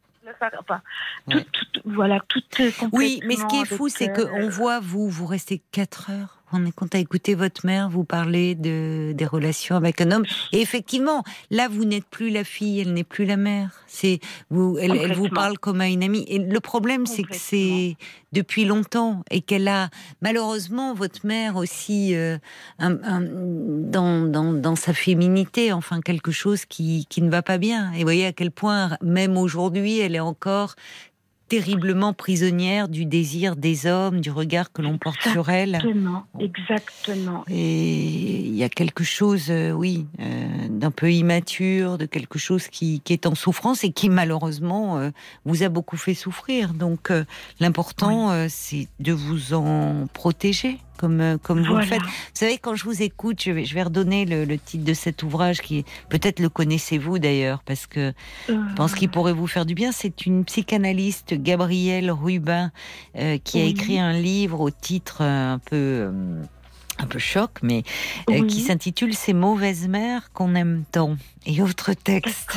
Enfin, ouais. tout, tout, voilà, tout oui, mais ce qui est fou, c'est euh... qu'on voit, vous, vous restez quatre heures. On est quand à écouter votre mère vous parler de, des relations avec un homme. Et effectivement, là, vous n'êtes plus la fille, elle n'est plus la mère. C'est, vous, elle, elle vous parle comme à une amie. Et le problème, c'est que c'est depuis longtemps et qu'elle a, malheureusement, votre mère aussi, euh, un, un, dans, dans, dans sa féminité, enfin, quelque chose qui, qui ne va pas bien. Et vous voyez à quel point, même aujourd'hui, elle est encore terriblement prisonnière du désir des hommes, du regard que l'on porte exactement, sur elle. Exactement, exactement. Et il y a quelque chose, euh, oui, euh, d'un peu immature, de quelque chose qui, qui est en souffrance et qui malheureusement euh, vous a beaucoup fait souffrir. Donc euh, l'important, oui. euh, c'est de vous en protéger. Comme, comme vous voilà. le faites. Vous savez, quand je vous écoute, je vais, je vais redonner le, le titre de cet ouvrage, qui peut-être le connaissez-vous d'ailleurs, parce que euh... je pense qu'il pourrait vous faire du bien. C'est une psychanalyste, Gabrielle Rubin, euh, qui oui. a écrit un livre au titre un peu... Euh, un peu choc, mais euh, oui. qui s'intitule « Ces mauvaises mères qu'on aime tant ». Et autre texte.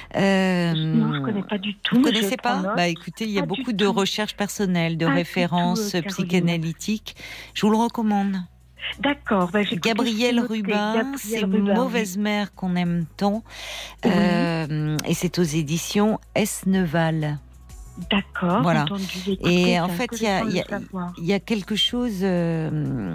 Euh, non, je ne connais pas du tout. Vous ne connaissez pas? Bah, écoutez, il y a pas beaucoup de recherches personnelles, de pas références tout, psychanalytiques. Je vous le recommande. D'accord. Bah, Gabrielle Rubin, Ces mauvaises oui. mères qu'on aime tant. Oui. Euh, et c'est aux éditions Esneval. D'accord. Voilà. Entendu, écoutez, Et c'est en fait, il y a, intéressant il y, de a, le savoir. il y a quelque chose, euh,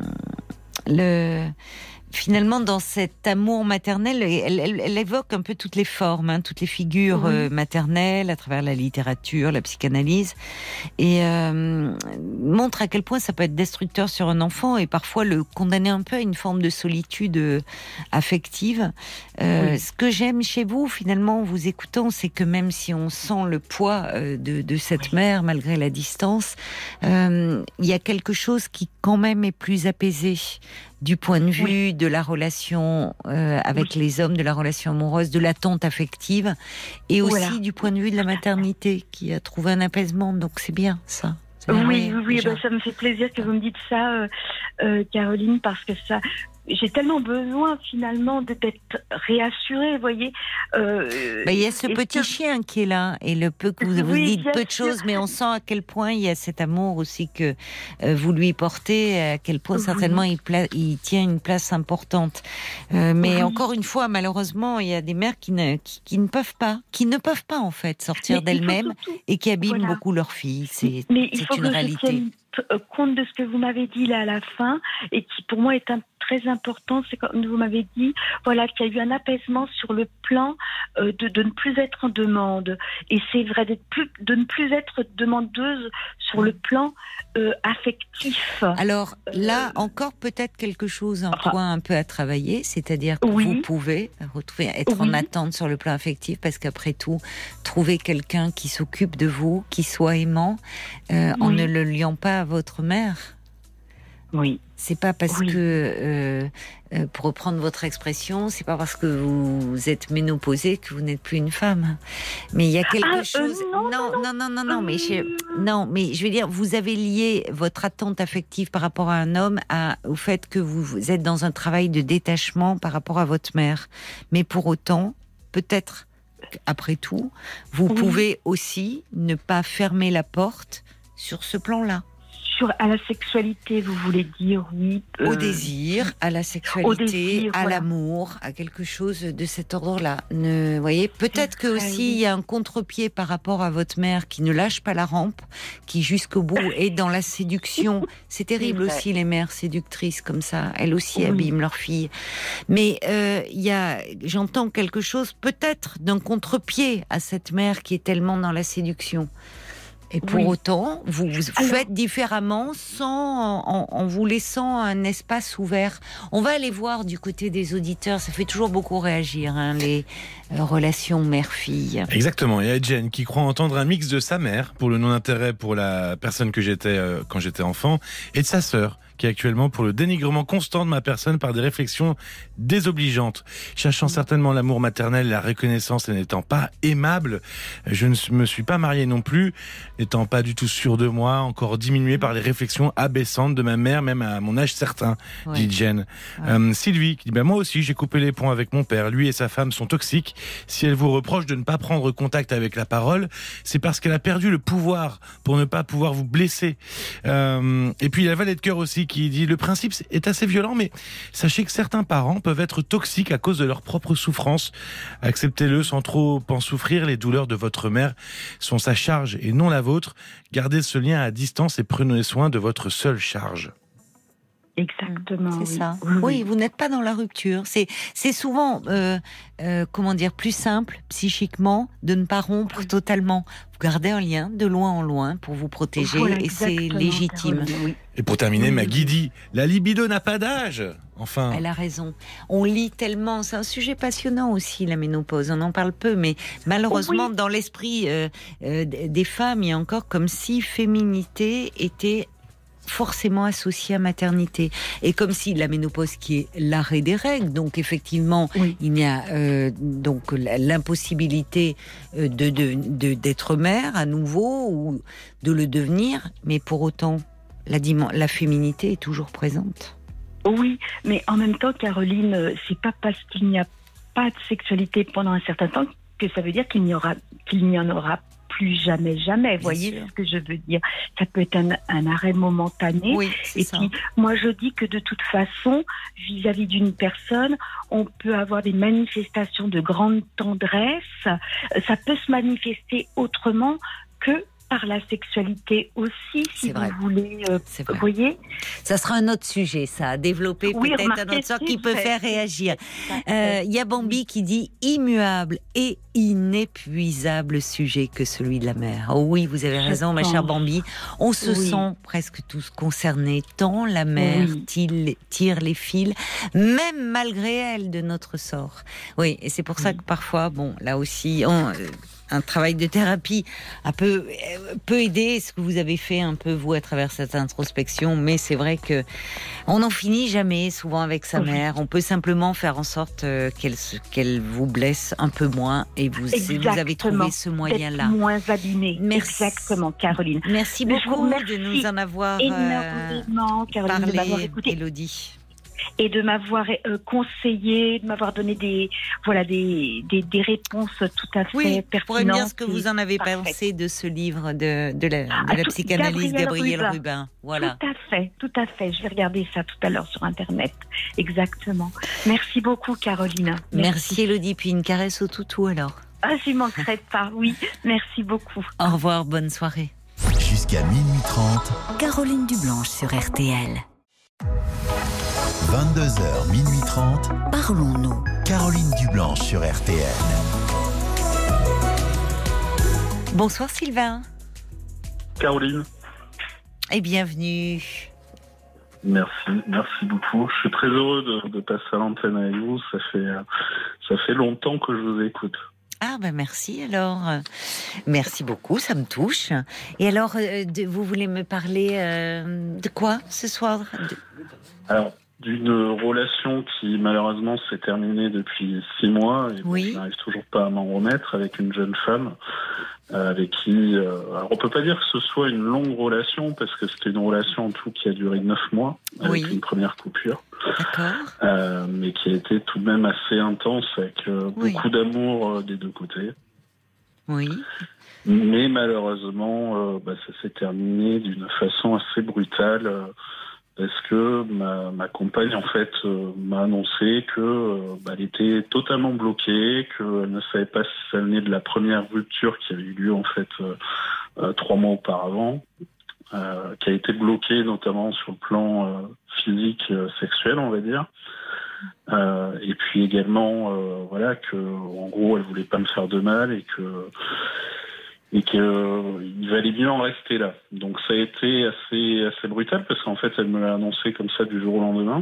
le, finalement, dans cet amour maternel, elle, elle, elle évoque un peu toutes les formes, hein, toutes les figures Oui. euh, maternelles à travers la littérature, la psychanalyse, et euh, montre à quel point ça peut être destructeur sur un enfant et parfois le condamner un peu à une forme de solitude euh, affective. Euh, Oui. Ce que j'aime chez vous, finalement, en vous écoutant, c'est que même si on sent le poids euh, de, de cette Oui. mère, malgré la distance, euh, il y a quelque chose qui quand même est plus apaisé du point de vue Oui. de la relation euh, avec Oui. les hommes, de la relation amoureuse, de l'attente affective, et aussi Voilà. du point de vue de la maternité, qui a trouvé un apaisement. Donc c'est bien, ça. C'est Oui, merveilleux, oui, oui, déjà. bah, ça me fait plaisir que vous me dites ça, euh, euh, Caroline, parce que ça, j'ai tellement besoin finalement de- d'être réassurée, vous voyez. Euh, Bah, il y a ce et petit que- chien qui est là, et le peu que vous, vous Oui, dites bien peu de sûr. choses, mais on sent à quel point il y a cet amour aussi que euh, vous lui portez, à quel point Oui. certainement il, pla- il tient une place importante. Euh, mais Oui. encore une fois, malheureusement, il y a des mères qui ne, qui, qui ne peuvent pas, qui ne peuvent pas en fait sortir Mais il faut d'elles-mêmes surtout- et qui abîment Voilà. beaucoup leurs filles. C'est Mais il c'est faut une que je réalité. tienne euh, compte de ce que vous m'avez dit là à la fin, et qui pour moi est un, très important, c'est quand vous m'avez dit voilà, qu'il y a eu un apaisement sur le plan euh, de, de ne plus être en demande. Et c'est vrai, d'être plus, de ne plus être demandeuse sur le plan euh, affectif. Alors là, Euh, encore peut-être quelque chose en enfin, toi un peu à travailler, c'est-à-dire que oui. vous pouvez retrouver, être en Oui. attente sur le plan affectif, parce qu'après tout, trouver quelqu'un qui s'occupe de vous, qui soit aimant, euh, en Oui. ne le liant pas à votre mère. Oui. C'est pas parce Oui. que, euh, euh, pour reprendre votre expression, c'est pas parce que vous êtes ménopausée que vous n'êtes plus une femme. Mais il y a quelque Ah, euh, chose. non, non, non, non, non, non, mais je... Euh, non, mais je veux dire, vous avez lié votre attente affective par rapport à un homme à, au fait que vous, vous êtes dans un travail de détachement par rapport à votre mère. Mais pour autant, peut-être qu'après tout, vous Oui. pouvez aussi ne pas fermer la porte sur ce plan-là. Sur, à la sexualité, vous voulez dire, oui. Au euh, désir, à la sexualité, au désir, à voilà. l'amour, à quelque chose de cet ordre-là. Ne, voyez, peut-être que vrai, aussi oui. il y a un contre-pied par rapport à votre mère qui ne lâche pas la rampe, qui jusqu'au bout est dans la séduction. C'est terrible vrai. aussi les mères séductrices comme ça. Elles aussi Oui. abîment leurs filles. Mais euh, il y a, j'entends quelque chose peut-être d'un contre-pied à cette mère qui est tellement dans la séduction. Et pour Oui. autant, vous, vous Alors- faites différemment sans, en, en vous laissant un espace ouvert. On va aller voir du côté des auditeurs. Ça fait toujours beaucoup réagir, hein, les euh, relations mère-fille. Exactement. Il y a Jen qui croit entendre un mix de sa mère pour le non-intérêt pour la personne que j'étais euh, quand j'étais enfant et de sa sœur qui est actuellement pour le dénigrement constant de ma personne par des réflexions désobligeantes. Cherchant certainement l'amour maternel, la reconnaissance et n'étant pas aimable, je ne me suis pas marié non plus, n'étant pas du tout sûr de moi, encore diminué par les réflexions abaissantes de ma mère, même à mon âge certain, Ouais. dit Jen. Ouais. Euh, Sylvie qui dit bah, moi aussi j'ai coupé les ponts avec mon père, lui et sa femme sont toxiques. Si elle vous reproche de ne pas prendre contact avec la parole, c'est parce qu'elle a perdu le pouvoir pour ne pas pouvoir vous blesser. Euh, et puis il y a Valet de Cœur aussi qui dit le principe est assez violent, mais sachez que certains parents peuvent être toxiques à cause de leur propre souffrance. Acceptez-le sans trop en souffrir. Les douleurs de votre mère sont sa charge et non la vôtre. Gardez ce lien à distance et prenez soin de votre seule charge. Exactement. C'est oui. ça. Oui, Oui, oui. vous n'êtes pas dans la rupture. C'est, c'est souvent, euh, euh, comment dire, plus simple psychiquement de ne pas rompre totalement. Vous gardez un lien de loin en loin pour vous protéger Voilà, et c'est exactement, légitime. Caroline, oui. Et pour terminer, Oui, Maggie oui. dit la libido n'a pas d'âge. Enfin. Elle a raison. On lit tellement. C'est un sujet passionnant aussi, la ménopause. On en parle peu, mais malheureusement, Oui. dans l'esprit euh, euh, des femmes, il y a encore comme si féminité était forcément associée à maternité. Et comme si la ménopause, qui est l'arrêt des règles, donc effectivement, Oui. il y a euh, donc l'impossibilité de, de, de, d'être mère à nouveau ou de le devenir, mais pour autant, la, dimen- la féminité est toujours présente. Oui, mais en même temps, Caroline, euh, c'est pas parce qu'il n'y a pas de sexualité pendant un certain temps que ça veut dire qu'il n'y aura, qu'il n'y en aura plus jamais, jamais. Vous voyez sûr. ce que je veux dire? Ça peut être un, un arrêt momentané. Oui, c'est Et ça. puis, moi, je dis que de toute façon, vis-à-vis d'une personne, on peut avoir des manifestations de grande tendresse. Euh, Ça peut se manifester autrement que par la sexualité aussi, si C'est vous vrai. voulez. Euh, C'est vrai. vous voyez, Ça sera un autre sujet, ça, à développer Oui, peut-être un remarquez, autre sort c'est qui peut vrai. faire réagir. Tout à Euh, fait. Il y a Bambi qui dit immuable et inépuisable sujet que celui de la mer. Oh oui, vous avez Je raison, ma chère pense. Bambi. On se Oui. sent presque tous concernés, tant la mer Oui. tire, tire les fils, même malgré elle, de notre sort. Oui, et c'est pour ça que parfois, bon, là aussi, on, euh, un travail de thérapie un peu euh, peut aider. Ce que vous avez fait un peu vous à travers cette introspection, mais c'est vrai que on n'en finit jamais souvent avec sa Oui. mère. On peut simplement faire en sorte euh, qu'elle se- qu'elle vous blesse un peu moins, et vous, si vous avez trouvé ce moyen-là. D'être moins abîmé. Merci. Exactement, Caroline. Merci Mais je vous beaucoup de remercie nous en avoir euh, énormément, Caroline, de m'avoir parlé, écoutée Élodie. et de m'avoir euh, conseillé, de m'avoir donné des, voilà, des, des, des réponses tout à fait Oui, vous pourrez me pertinentes. dire ce que vous en avez parfaites. pensé de ce livre de, de la, de Ah, la tout- psychanalyse Gabrielle Gabrielle Rubin. Rubin. Voilà. Tout à fait, tout à fait. Je vais regarder ça tout à l'heure sur Internet. Exactement. Merci beaucoup, Caroline. Merci Élodie, puis une caresse au toutou alors. Ah, j'y manquerai pas, oui. Merci beaucoup. Au revoir, bonne soirée. Jusqu'à minuit trente, Caroline Dublanche sur R T L. vingt-deux heures, minuit trente, Parlons-nous. Caroline Dublanche sur R T L. Bonsoir Sylvain Caroline, et bienvenue. merci, merci beaucoup. Je suis très heureux de, de passer à l'antenne avec vous. Ça fait, euh, ça fait longtemps que je vous écoute. Ah ben merci alors. Merci beaucoup, ça me touche. Et alors, euh, de, vous voulez me parler euh, de quoi ce soir? De- Alors, d'une relation qui malheureusement s'est terminée depuis six mois et Oui. bon, je n'arrive toujours pas à m'en remettre, avec une jeune femme euh, avec qui, euh, alors on peut pas dire que ce soit une longue relation parce que c'était une relation en tout qui a duré neuf mois avec Oui. une première coupure. D'accord. Euh, mais qui a été tout de même assez intense avec euh, Oui. beaucoup d'amour euh, des deux côtés. Oui. Mais malheureusement, euh, bah, ça s'est terminé d'une façon assez brutale euh, parce que ma, ma compagne en fait euh, m'a annoncé que euh, bah, elle était totalement bloquée, qu'elle ne savait pas si ça venait de la première rupture qui avait eu lieu en fait euh, euh, trois mois auparavant, euh, qui a été bloquée notamment sur le plan euh, physique, euh, sexuel, on va dire. Euh, et puis également, euh, voilà, que en gros, elle voulait pas me faire de mal et que et qu'il euh, valait bien en rester là. Donc ça a été assez assez brutal parce qu'en fait, elle me l'a annoncé comme ça du jour au lendemain.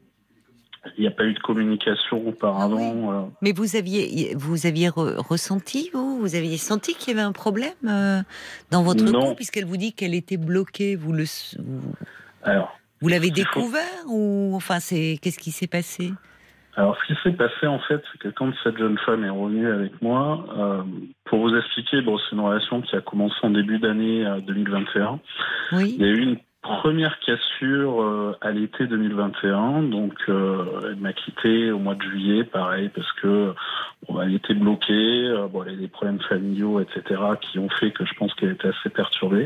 Il n'y a pas eu de communication auparavant. Ah euh, Mais vous aviez, vous aviez re- ressenti, vous, vous aviez senti qu'il y avait un problème euh, dans votre Non. couple, puisqu'elle vous dit qu'elle était bloquée. Vous le, vous, alors. vous l'avez Il faut- découvert ou enfin c'est qu'est-ce qui s'est passé? Alors, ce qui s'est passé, en fait, c'est que quand cette jeune femme est revenue avec moi, euh, pour vous expliquer, bon, c'est une relation qui a commencé en début d'année euh, deux mille vingt et un. Oui. Il y a eu une première cassure euh, à l'été deux mille vingt et un, donc euh, elle m'a quitté au mois de juillet, pareil, parce que bon, elle était bloquée, euh, bon, elle avait des problèmes familiaux, et cetera, qui ont fait que je pense qu'elle était assez perturbée.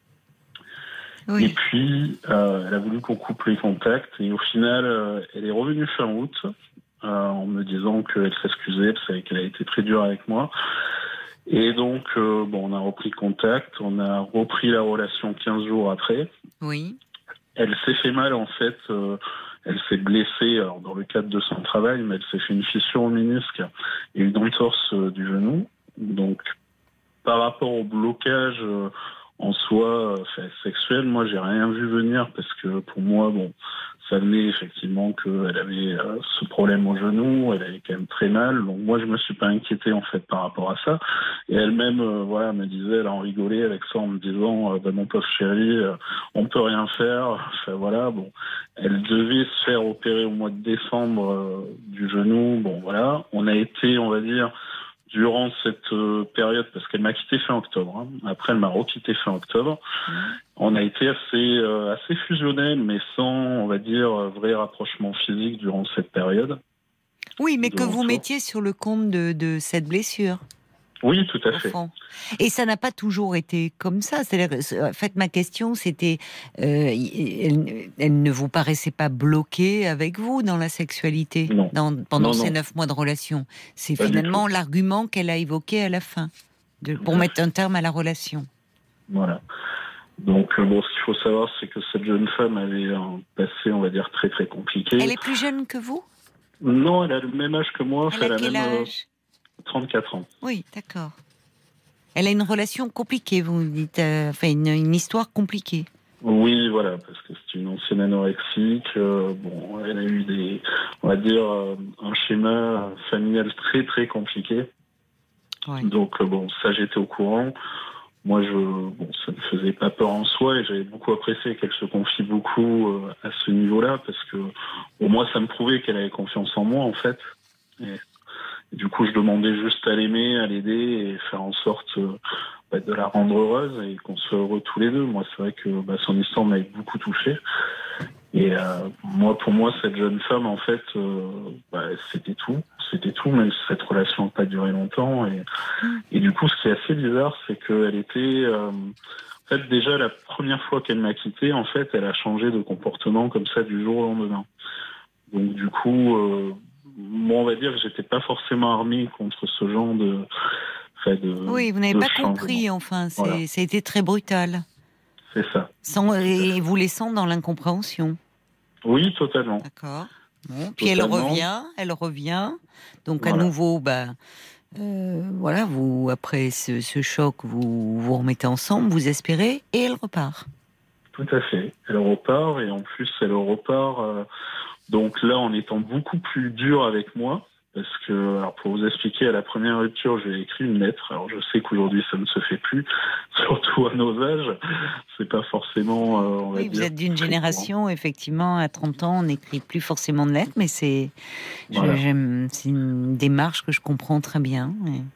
Et Oui. puis, euh, elle a voulu qu'on coupe les contacts. Et au final, euh, elle est revenue fin août euh, en me disant qu'elle s'excusait parce qu'elle a été très dure avec moi. Et donc, euh, bon, on a repris contact. On a repris la relation quinze jours après. Oui. Elle s'est fait mal, en fait. Euh, elle s'est blessée alors, dans le cadre de son travail, mais elle s'est fait une fissure au ménisque et une entorse euh, du genou. Donc, par rapport au blocage... Euh, en soi, euh, sexuel, moi, j'ai rien vu venir parce que pour moi, bon, ça venait effectivement qu'elle avait euh, ce problème au genou, elle avait quand même très mal. Donc moi, je me suis pas inquiété en fait par rapport à ça. Et elle-même, euh, voilà, me disait, elle en rigolait avec ça en me disant, euh, bah, mon pauvre chéri, euh, on peut rien faire. Enfin voilà, bon, elle devait se faire opérer au mois de décembre euh, du genou. Bon voilà, on a été, on va dire. Durant cette euh, période, parce qu'elle m'a quitté fin octobre, hein. Après elle m'a requitté fin octobre, mmh. On a été assez, euh, assez fusionnels, mais sans, on va dire, vrai rapprochement physique durant cette période. Oui, mais que vous ça. mettiez sur le compte de, de cette blessure. Oui, tout à fait. Fond. Et ça n'a pas toujours été comme ça. C'est-à-dire, en fait, ma question, c'était, euh, elle, elle ne vous paraissait pas bloquée avec vous dans la sexualité non. Dans, pendant non, ces non. neuf mois de relation. C'est pas finalement l'argument qu'elle a évoqué à la fin, de, pour mettre un terme à la relation. Voilà. Donc, euh, bon, ce qu'il faut savoir, c'est que cette jeune femme avait un passé, on va dire, très très compliqué. Elle est plus jeune que vous? Non, elle a le même âge que moi. Elle a quel même, âge euh, trente-quatre ans. Oui, d'accord. Elle a une relation compliquée, vous dites, euh, enfin une, une histoire compliquée. Oui, voilà, parce que c'est une ancienne anorexique. Euh, bon, elle a eu des, on va dire, euh, un schéma familial très très compliqué. Ouais. Donc euh, bon, ça j'étais au courant. Moi, je, bon, ça ne me faisait pas peur en soi et j'avais beaucoup apprécié qu'elle se confie beaucoup euh, à ce niveau-là parce que, au moins, ça me prouvait qu'elle avait confiance en moi, en fait. Et, et du coup, je demandais juste à l'aimer, à l'aider et faire en sorte euh, bah, de la rendre heureuse et qu'on soit heureux tous les deux. Moi, c'est vrai que bah, son histoire m'avait beaucoup touché. Et euh, moi, pour moi, cette jeune femme, en fait, euh, bah, c'était tout. C'était tout, même si cette relation n'a pas duré longtemps. Et, et du coup, ce qui est assez bizarre, c'est qu'elle était... Euh, en fait, déjà, la première fois qu'elle m'a quitté, en fait, elle a changé de comportement comme ça du jour au lendemain. Donc, du coup, euh, moi, on va dire que j'étais pas forcément armé contre ce genre de... Enfin, de Oui, vous n'avez de pas changement. compris, enfin, c'est, Voilà. ça a été très brutal. C'est ça. Sans, et vous laissant dans l'incompréhension. Oui, totalement. D'accord. Bon, puis Totalement. elle revient, elle revient. Donc Voilà. à nouveau, bah, euh, voilà, vous après ce, ce choc, vous vous remettez ensemble, vous espérez, et elle repart. Tout à fait. Elle repart et en plus elle repart. Euh, donc là, en étant beaucoup plus dur avec moi, parce que, alors pour vous expliquer, à la première rupture, j'ai écrit une lettre. Alors je sais qu'aujourd'hui ça ne se fait plus, surtout à nos âges. C'est pas forcément. Euh, on va Oui, vous dire, êtes d'une très génération, effectivement, à trente ans, on n'écrit plus forcément de lettres, mais c'est, je- Voilà. j'aime, c'est une démarche que je comprends très bien.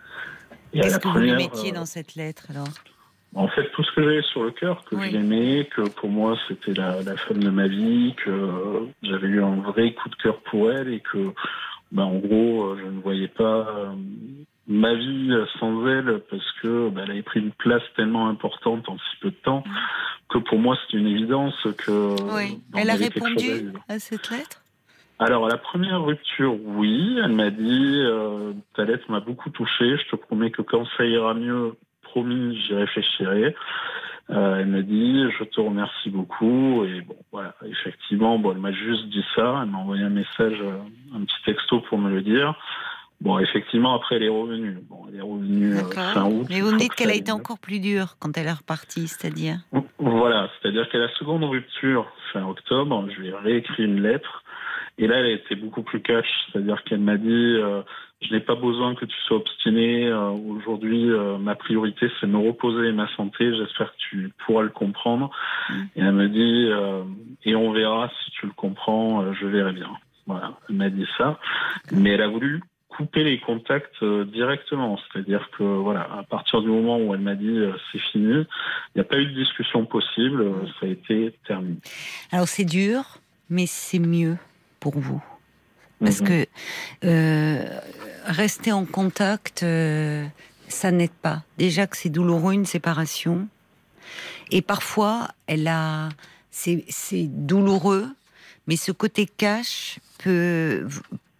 Et Et à qu'est-ce la que vous lui première, mettiez euh, dans cette lettre alors? En fait, tout ce que j'avais sur le cœur, que Oui. je l'aimais, que pour moi c'était la, la femme de ma vie, que euh, j'avais eu un vrai coup de cœur pour elle et que, ben, en gros, euh, je ne voyais pas euh, ma vie sans elle parce que ben, elle avait pris une place tellement importante en si peu de temps que pour moi c'était une évidence que. Oui. ben, Elle on a avait quelque chose à répondu vivre. à cette lettre? Alors, à la première rupture, oui, elle m'a dit euh, ta lettre m'a beaucoup touché. Je te promets que quand ça ira mieux, promis, j'y réfléchirai. Euh, elle m'a dit je te remercie beaucoup et bon voilà, effectivement, bon, elle m'a juste dit ça. Elle m'a envoyé un message, euh, un petit texto pour me le dire. Bon, effectivement, après elle est revenue. Bon, elle est revenue euh, fin D'accord. août. Mais vous une me fois dites que qu'elle ça a allait été mieux. encore plus dure quand elle est repartie, c'est-à-dire? Voilà, c'est-à-dire qu'à la seconde rupture, fin octobre, je lui ai réécrit une lettre. Et là, elle a été beaucoup plus cash, c'est-à-dire qu'elle m'a dit euh, je n'ai pas besoin que tu sois obstiné. Euh, aujourd'hui, euh, ma priorité, c'est me reposer et ma santé. J'espère que tu pourras le comprendre. Mm. Et elle me dit euh, et on verra si tu le comprends. Euh, je verrai bien. Voilà, elle m'a dit ça, mais elle a voulu couper les contacts euh, directement. C'est-à-dire que voilà, à partir du moment où elle m'a dit euh, c'est fini, il n'y a pas eu de discussion possible. Euh, ça a été terminé. Alors c'est dur, mais c'est mieux pour vous. Parce Mhm. que euh, rester en contact, euh, ça n'aide pas. Déjà que c'est douloureux, une séparation. Et parfois, elle a, c'est, c'est douloureux, mais ce côté cash peut,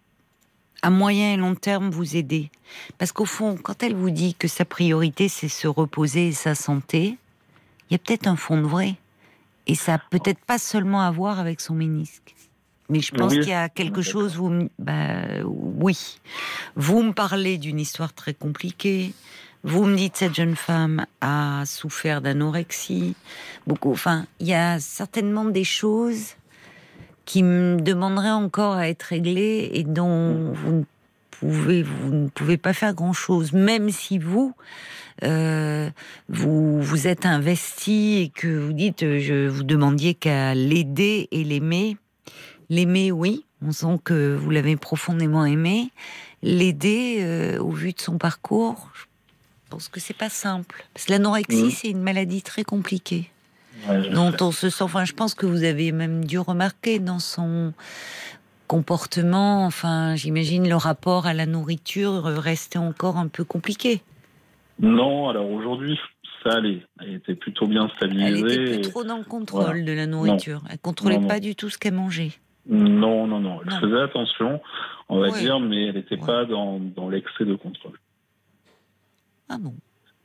à moyen et long terme, vous aider. Parce qu'au fond, quand elle vous dit que sa priorité, c'est se reposer et sa santé, il y a peut-être un fond de vrai. Et ça n'a peut-être pas seulement à voir avec son ménisque. Mais je pense Oui. qu'il y a quelque chose, vous me, bah, oui. Vous me parlez d'une histoire très compliquée. Vous me dites cette jeune femme a souffert d'anorexie. Beaucoup, enfin, il y a certainement des choses qui me demanderaient encore à être réglées et dont vous ne pouvez, vous ne pouvez pas faire grand-chose, même si vous, euh, vous vous êtes investi et que vous dites, je vous demandiez qu'à l'aider et l'aimer. L'aimer, oui, on sent que vous l'avez profondément aimé. L'aider, euh, au vu de son parcours, je pense que c'est pas simple. Parce que l'anorexie, Mmh. c'est une maladie très compliquée, Ouais, je dont sais. on se sent. Enfin, je pense que vous avez même dû remarquer dans son comportement. Enfin, j'imagine le rapport à la nourriture restait encore un peu compliqué. Non, alors aujourd'hui, ça allait. Elle était plutôt bien stabilisée. Elle était plus et- trop dans le contrôle Voilà. de la nourriture. Elle contrôlait Non, non. pas du tout ce qu'elle mangeait. Non, non, non. Elle Non. faisait attention, on va Ouais. dire, mais elle n'était Ouais. pas dans, dans l'excès de contrôle. Ah bon.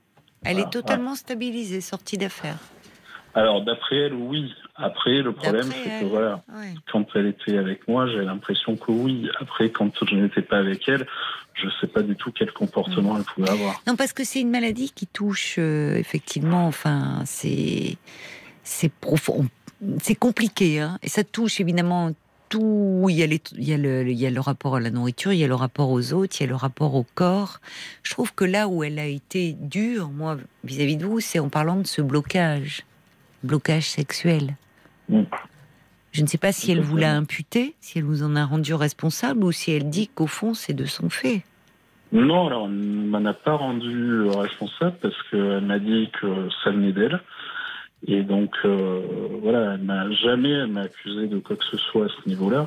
Elle Voilà, est totalement stabilisée, sortie d'affaires. Alors, d'après elle, oui. Après, le problème, D'après c'est elle, que voilà, ouais. quand elle était avec moi, j'ai l'impression que oui. Après, quand je n'étais pas avec elle, je ne sais pas du tout quel comportement mmh. elle pouvait avoir. Non, parce que c'est une maladie qui touche, euh, effectivement, enfin, c'est, c'est profond, c'est compliqué, hein, et ça touche évidemment tout. Il y a les, il y a le, il y a le rapport à la nourriture, il y a le rapport aux autres, il y a le rapport au corps. Je trouve que là où elle a été dure, moi, vis-à-vis de vous, c'est en parlant de ce blocage, blocage sexuel. Mmh. Je ne sais pas si elle vous l'a imputé, si elle vous en a rendu responsable, ou si elle dit qu'au fond, c'est de son fait. Non, alors, on ne m'en a pas rendu responsable parce qu'elle m'a dit que ça venait d'elle. Et donc, euh, voilà, elle m'a jamais elle m'a accusé de quoi que ce soit à ce niveau-là.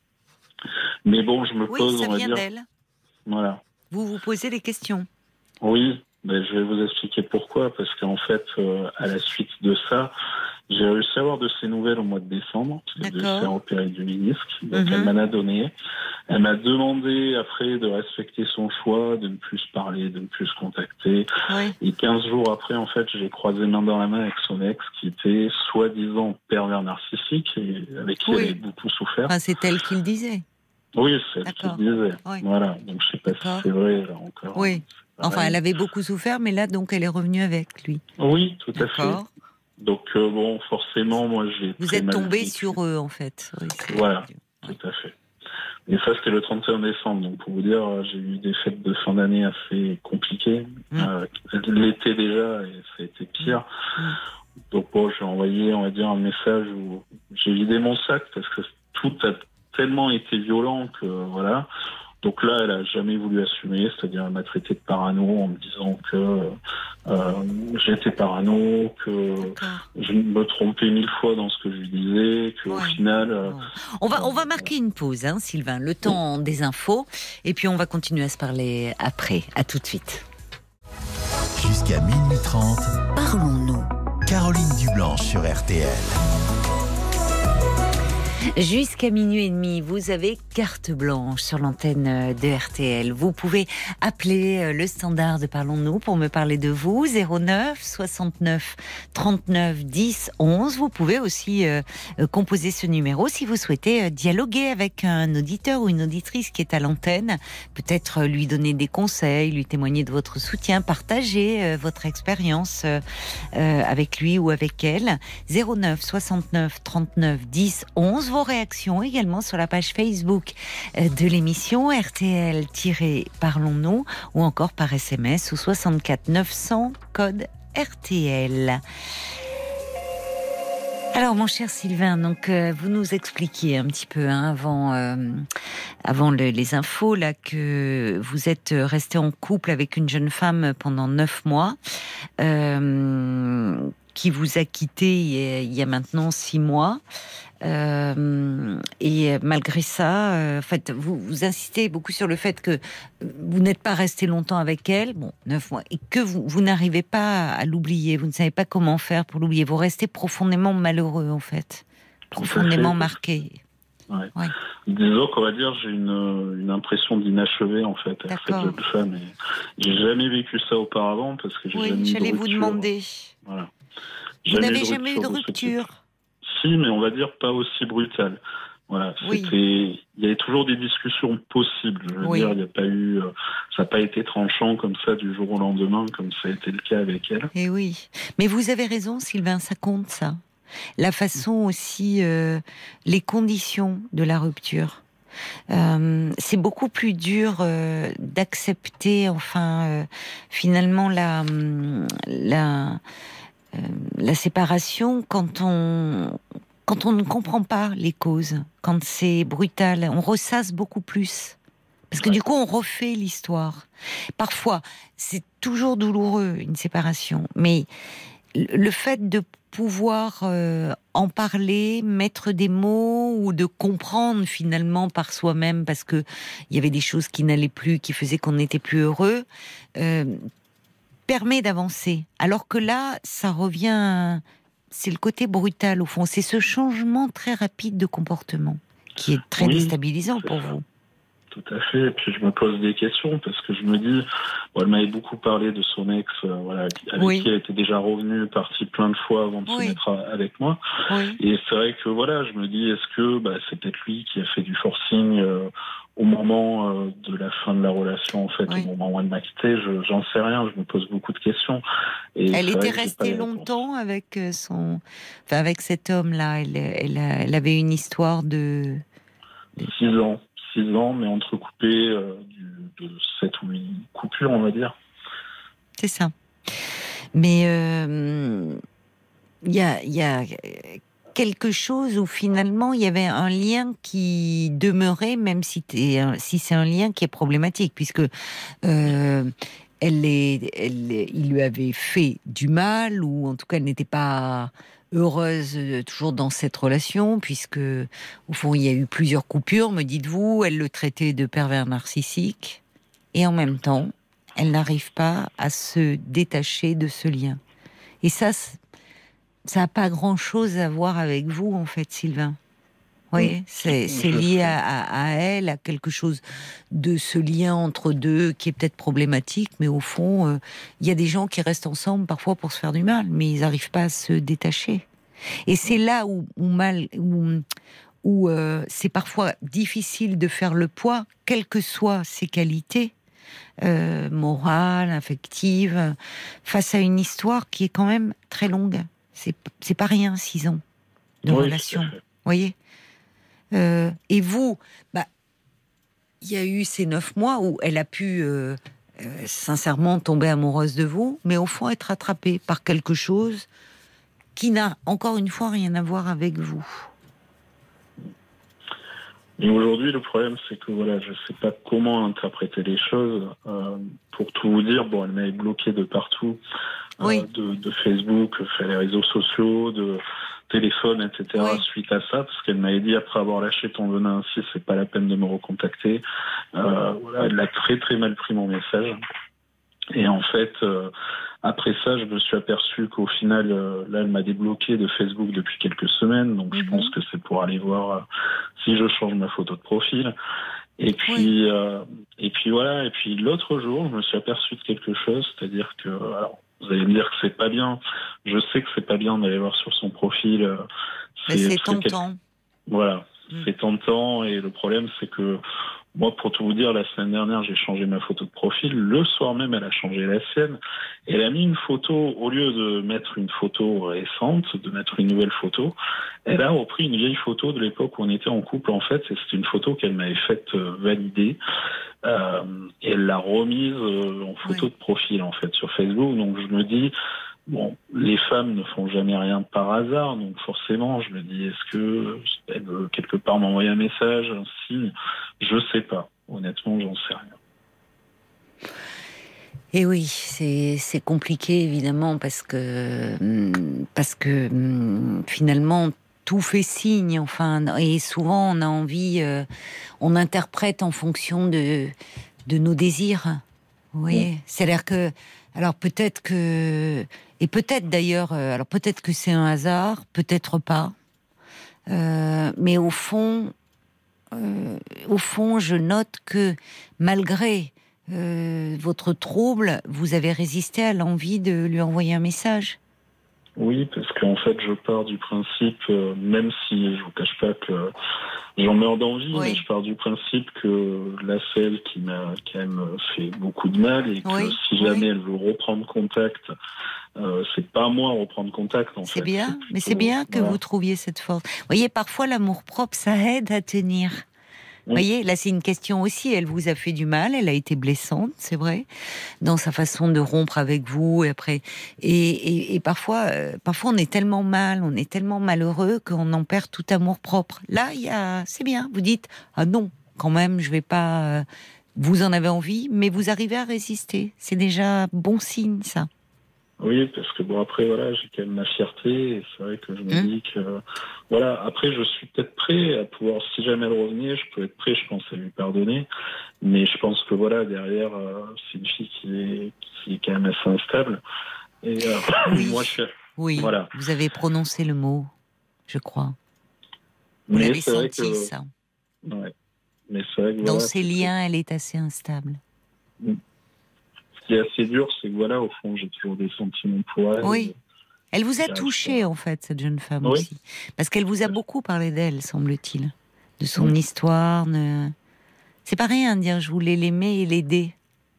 Mais bon, je me oui, pose, ça on va vient dire... d'elle. Voilà. Vous vous posez des questions. Oui, ben, je vais vous expliquer pourquoi. Parce qu'en fait, euh, à la suite de ça... J'ai réussi à avoir de ses nouvelles au mois de décembre, parce qu'elle devait se faire opérer du ménisque. Donc mm-hmm. elle m'en a donné. Elle m'a demandé après de respecter son choix, de ne plus se parler, de ne plus se contacter. Oui. Et quinze jours après, en fait, j'ai croisé main dans la main avec son ex, qui était soi-disant pervers narcissique, et avec qui oui. elle avait beaucoup souffert. Enfin, c'est elle qui le disait. Oui, c'est elle qui le disait. Oui. Voilà. Donc je sais pas D'accord. si c'est vrai, là encore. Oui. Enfin, elle avait beaucoup souffert, mais là, donc, elle est revenue avec lui. Oui, tout à fait. D'accord. Donc, euh, bon, forcément, moi, j'ai... Vous êtes tombé sur eux, en fait. Oui, voilà, tout à fait. Et ça, c'était le trente et un décembre. Donc, pour vous dire, j'ai eu des fêtes de fin d'année assez compliquées. Mmh. Euh, l'été déjà, et ça a été pire. Mmh. Donc, bon, j'ai envoyé, on va dire, un message où j'ai vidé mon sac parce que tout a tellement été violent que, voilà... Donc là, elle a jamais voulu assumer, c'est-à-dire elle m'a traité de parano en me disant que euh, j'étais parano, que D'accord. je me trompais mille fois dans ce que je lui disais, qu'au ouais. final... Euh, on va on va marquer une pause, hein, Sylvain, le temps oui. des infos, et puis on va continuer à se parler après. À tout de suite. Jusqu'à minuit trente, parlons-nous. Caroline Dublanche sur R T L. Jusqu'à minuit et demi, vous avez carte blanche sur l'antenne de R T L. Vous pouvez appeler le standard de Parlons-nous pour me parler de vous, zéro neuf soixante-neuf trente-neuf dix onze. Vous pouvez aussi euh, composer ce numéro si vous souhaitez dialoguer avec un auditeur ou une auditrice qui est à l'antenne. Peut-être lui donner des conseils, lui témoigner de votre soutien, partager euh, votre expérience euh, euh, avec lui ou avec elle. zéro neuf soixante-neuf trente-neuf dix onze. Vos réactions également sur la page Facebook de l'émission R T L-Parlons-nous ou encore par S M S au soixante-quatre neuf cents code R T L. Alors mon cher Sylvain, donc euh, vous nous expliquiez un petit peu hein, avant euh, avant le, les infos là que vous êtes resté en couple avec une jeune femme pendant neuf mois. Euh, qui vous a quitté il y a, il y a maintenant six mois. Euh, et malgré ça, euh, en fait, vous, vous insistez beaucoup sur le fait que vous n'êtes pas resté longtemps avec elle, bon, neuf mois, et que vous, vous n'arrivez pas à l'oublier, vous ne savez pas comment faire pour l'oublier. Vous restez profondément malheureux, en fait, profondément marqué. Ouais. Ouais. Disons qu'on va dire, j'ai une, une impression d'inachevé en fait avec cette jeune femme. Et j'ai jamais vécu ça auparavant parce que j'ai oui, jamais eu de rupture. Oui, j'allais vous demander. Voilà. Vous n'avez jamais eu de rupture? Si, mais on va dire pas aussi brutale. Voilà, oui. C'était, il y avait toujours des discussions possibles. Je veux oui. dire, il n'y a pas eu, ça n'a pas été tranchant comme ça du jour au lendemain, comme ça a été le cas avec elle. Et oui, mais vous avez raison, Sylvain, ça compte ça. La façon aussi, euh, les conditions de la rupture. Euh, c'est beaucoup plus dur euh, d'accepter, enfin, euh, finalement la la euh, la séparation quand on quand on ne comprend pas les causes, quand c'est brutal, on ressasse beaucoup plus. Parce que du coup, on refait l'histoire. Parfois, c'est toujours douloureux, une séparation. Mais le fait de pouvoir euh, en parler, mettre des mots ou de comprendre finalement par soi-même, parce que il y avait des choses qui n'allaient plus, qui faisaient qu'on n'était plus heureux, euh, permet d'avancer. Alors que là, ça revient... C'est le côté brutal, au fond. C'est ce changement très rapide de comportement qui est très oui, déstabilisant pour vous. tout à fait. Et puis je me pose des questions parce que je me dis, bon, elle m'avait beaucoup parlé de son ex, euh, voilà, avec Oui. qui elle était déjà revenue, partie plein de fois avant de Oui. se mettre à- avec moi. Oui. Et c'est vrai que voilà, je me dis, est-ce que bah, c'est peut-être lui qui a fait du forcing euh, au moment euh, de la fin de la relation, en fait, Oui. au moment où elle m'a quitté, je, j'en sais rien, je me pose beaucoup de questions. Et Elle c'est était vrai que j'ai restée pas les réponses. longtemps avec euh, son, enfin avec cet homme-là. Elle, elle, a- elle avait une histoire de. Six ans, six ans, mais entrecoupés euh, du- de sept ou huit coupures, on va dire. C'est ça. Mais euh, il y a, il y a quelque chose où finalement il y avait un lien qui demeurait, même si, t'es un- si c'est un lien qui est problématique, puisque euh, elle est, elle est- il lui avait fait du mal, ou en tout cas elle n'était pas heureuse euh, toujours dans cette relation, puisque au fond il y a eu plusieurs coupures, me dites-vous, elle le traitait de pervers narcissique, et en même temps elle n'arrive pas à se détacher de ce lien. Et ça, c- ça n'a pas grand-chose à voir avec vous, en fait, Sylvain. Vous voyez, c'est, c'est Je lié sais. à, à- à elle, à quelque chose de ce lien entre deux qui est peut-être problématique, mais au fond, euh, il y a des gens qui restent ensemble parfois pour se faire du mal, mais ils n'arrivent pas à se détacher. Et c'est là où, où mal, où, où euh, c'est parfois difficile de faire le poids, quelles que soient ses qualités, euh, morale, affective, face à une histoire qui est quand même très longue. C'est, c'est pas rien, six ans de Oui, tout à relation. fait. Vous voyez Euh, Et vous, bah, il y a eu ces neuf mois où elle a pu euh, euh, sincèrement tomber amoureuse de vous, mais au fond être attrapée par quelque chose qui n'a encore une fois rien à voir avec vous. Et aujourd'hui, le problème, c'est que voilà, je sais pas comment interpréter les choses. Euh, pour tout vous dire, bon, elle m'avait bloqué de partout, euh, Oui. de, de Facebook, enfin, les réseaux sociaux, de téléphone, et cetera. Oui. Suite à ça, parce qu'elle m'avait dit après avoir lâché ton venin ainsi, c'est pas la peine de me recontacter. Euh, voilà, elle a très très mal pris mon message. Et en fait, euh, après ça, je me suis aperçu qu'au final, euh, là, elle m'a débloqué de Facebook depuis quelques semaines. Donc, je Mhm. pense que c'est pour aller voir euh, si je change ma photo de profil. Et puis, Oui. euh, et puis voilà. Et puis l'autre jour, je me suis aperçu de quelque chose, c'est-à-dire que, alors, vous allez me dire que c'est pas bien. Je sais que c'est pas bien d'aller voir sur son profil. euh, Mais c'est parce que quel- tentant. Voilà, Mm. c'est tentant. Et le problème, c'est que moi, pour tout vous dire, la semaine dernière, j'ai changé ma photo de profil. Le soir même, elle a changé la sienne. Elle a mis une photo, au lieu de mettre une photo récente, de mettre une nouvelle photo, elle a repris une vieille photo de l'époque où on était en couple, en fait. Et c'est une photo qu'elle m'avait faite euh, valider. Euh, et elle l'a remise euh, en photo Oui. de profil, en fait, sur Facebook. Donc, je me dis, bon, les femmes ne font jamais rien par hasard. Donc, forcément, je me dis, est-ce que elle veut quelque part m'envoyer un message, un signe? Je sais pas. Honnêtement, j'en sais rien. Et oui, c'est c'est compliqué évidemment parce que hum, parce que hum, finalement tout fait signe. Enfin, et souvent on a envie, euh, on interprète en fonction de de nos désirs. Vous voyez, c'est-à-dire que alors peut-être que et peut-être d'ailleurs, euh, alors peut-être que c'est un hasard, peut-être pas. Euh, mais au fond, euh, au fond, je note que malgré euh, votre trouble, vous avez résisté à l'envie de lui envoyer un message. Oui, parce qu'en fait, je pars du principe, euh, même si je vous cache pas que j'en meurs d'envie, Oui. mais je pars du principe que la celle qui m'a quand même fait beaucoup de mal et que Oui, si jamais oui. elle veut reprendre contact, euh, c'est pas à moi reprendre contact en C'est fait. bien, plutôt- mais c'est bien que voilà. vous trouviez cette force. Vous voyez, parfois l'amour propre, ça aide à tenir. Vous Oui. voyez, là c'est une question aussi. Elle vous a fait du mal, elle a été blessante, c'est vrai, dans sa façon de rompre avec vous. Et après, et, et, et parfois, euh, parfois on est tellement mal, on est tellement malheureux qu'on en perd tout amour propre. Là, il y a, c'est bien. Vous dites, ah non, quand même, je vais pas. euh, vous en avez envie, mais vous arrivez à résister. C'est déjà bon signe, ça. Oui, parce que bon après voilà, j'ai quand même ma fierté et c'est vrai que je me Mmh. dis que voilà, après je suis peut-être prêt à pouvoir, si jamais elle revenait, je peux être prêt, je pense à lui pardonner, mais je pense que voilà derrière euh, c'est une fille qui est qui est quand même assez instable et euh, Oui. moi je suis Oui, voilà. vous avez prononcé le mot, je crois. Vous Mais l'avez c'est vrai senti, que ça. ouais. Mais c'est vrai que, Dans voilà, ses c'est- liens, elle est assez instable. Ce qui est assez dur, c'est que voilà, au fond, j'ai toujours des sentiments pour elle. Oui. Elle vous a J'arrive touché, pas. en fait, cette jeune femme Oui. aussi. Parce qu'elle vous a beaucoup parlé d'elle, semble-t-il. De son Oui. histoire. De... C'est pas rien de dire je voulais l'aimer et l'aider.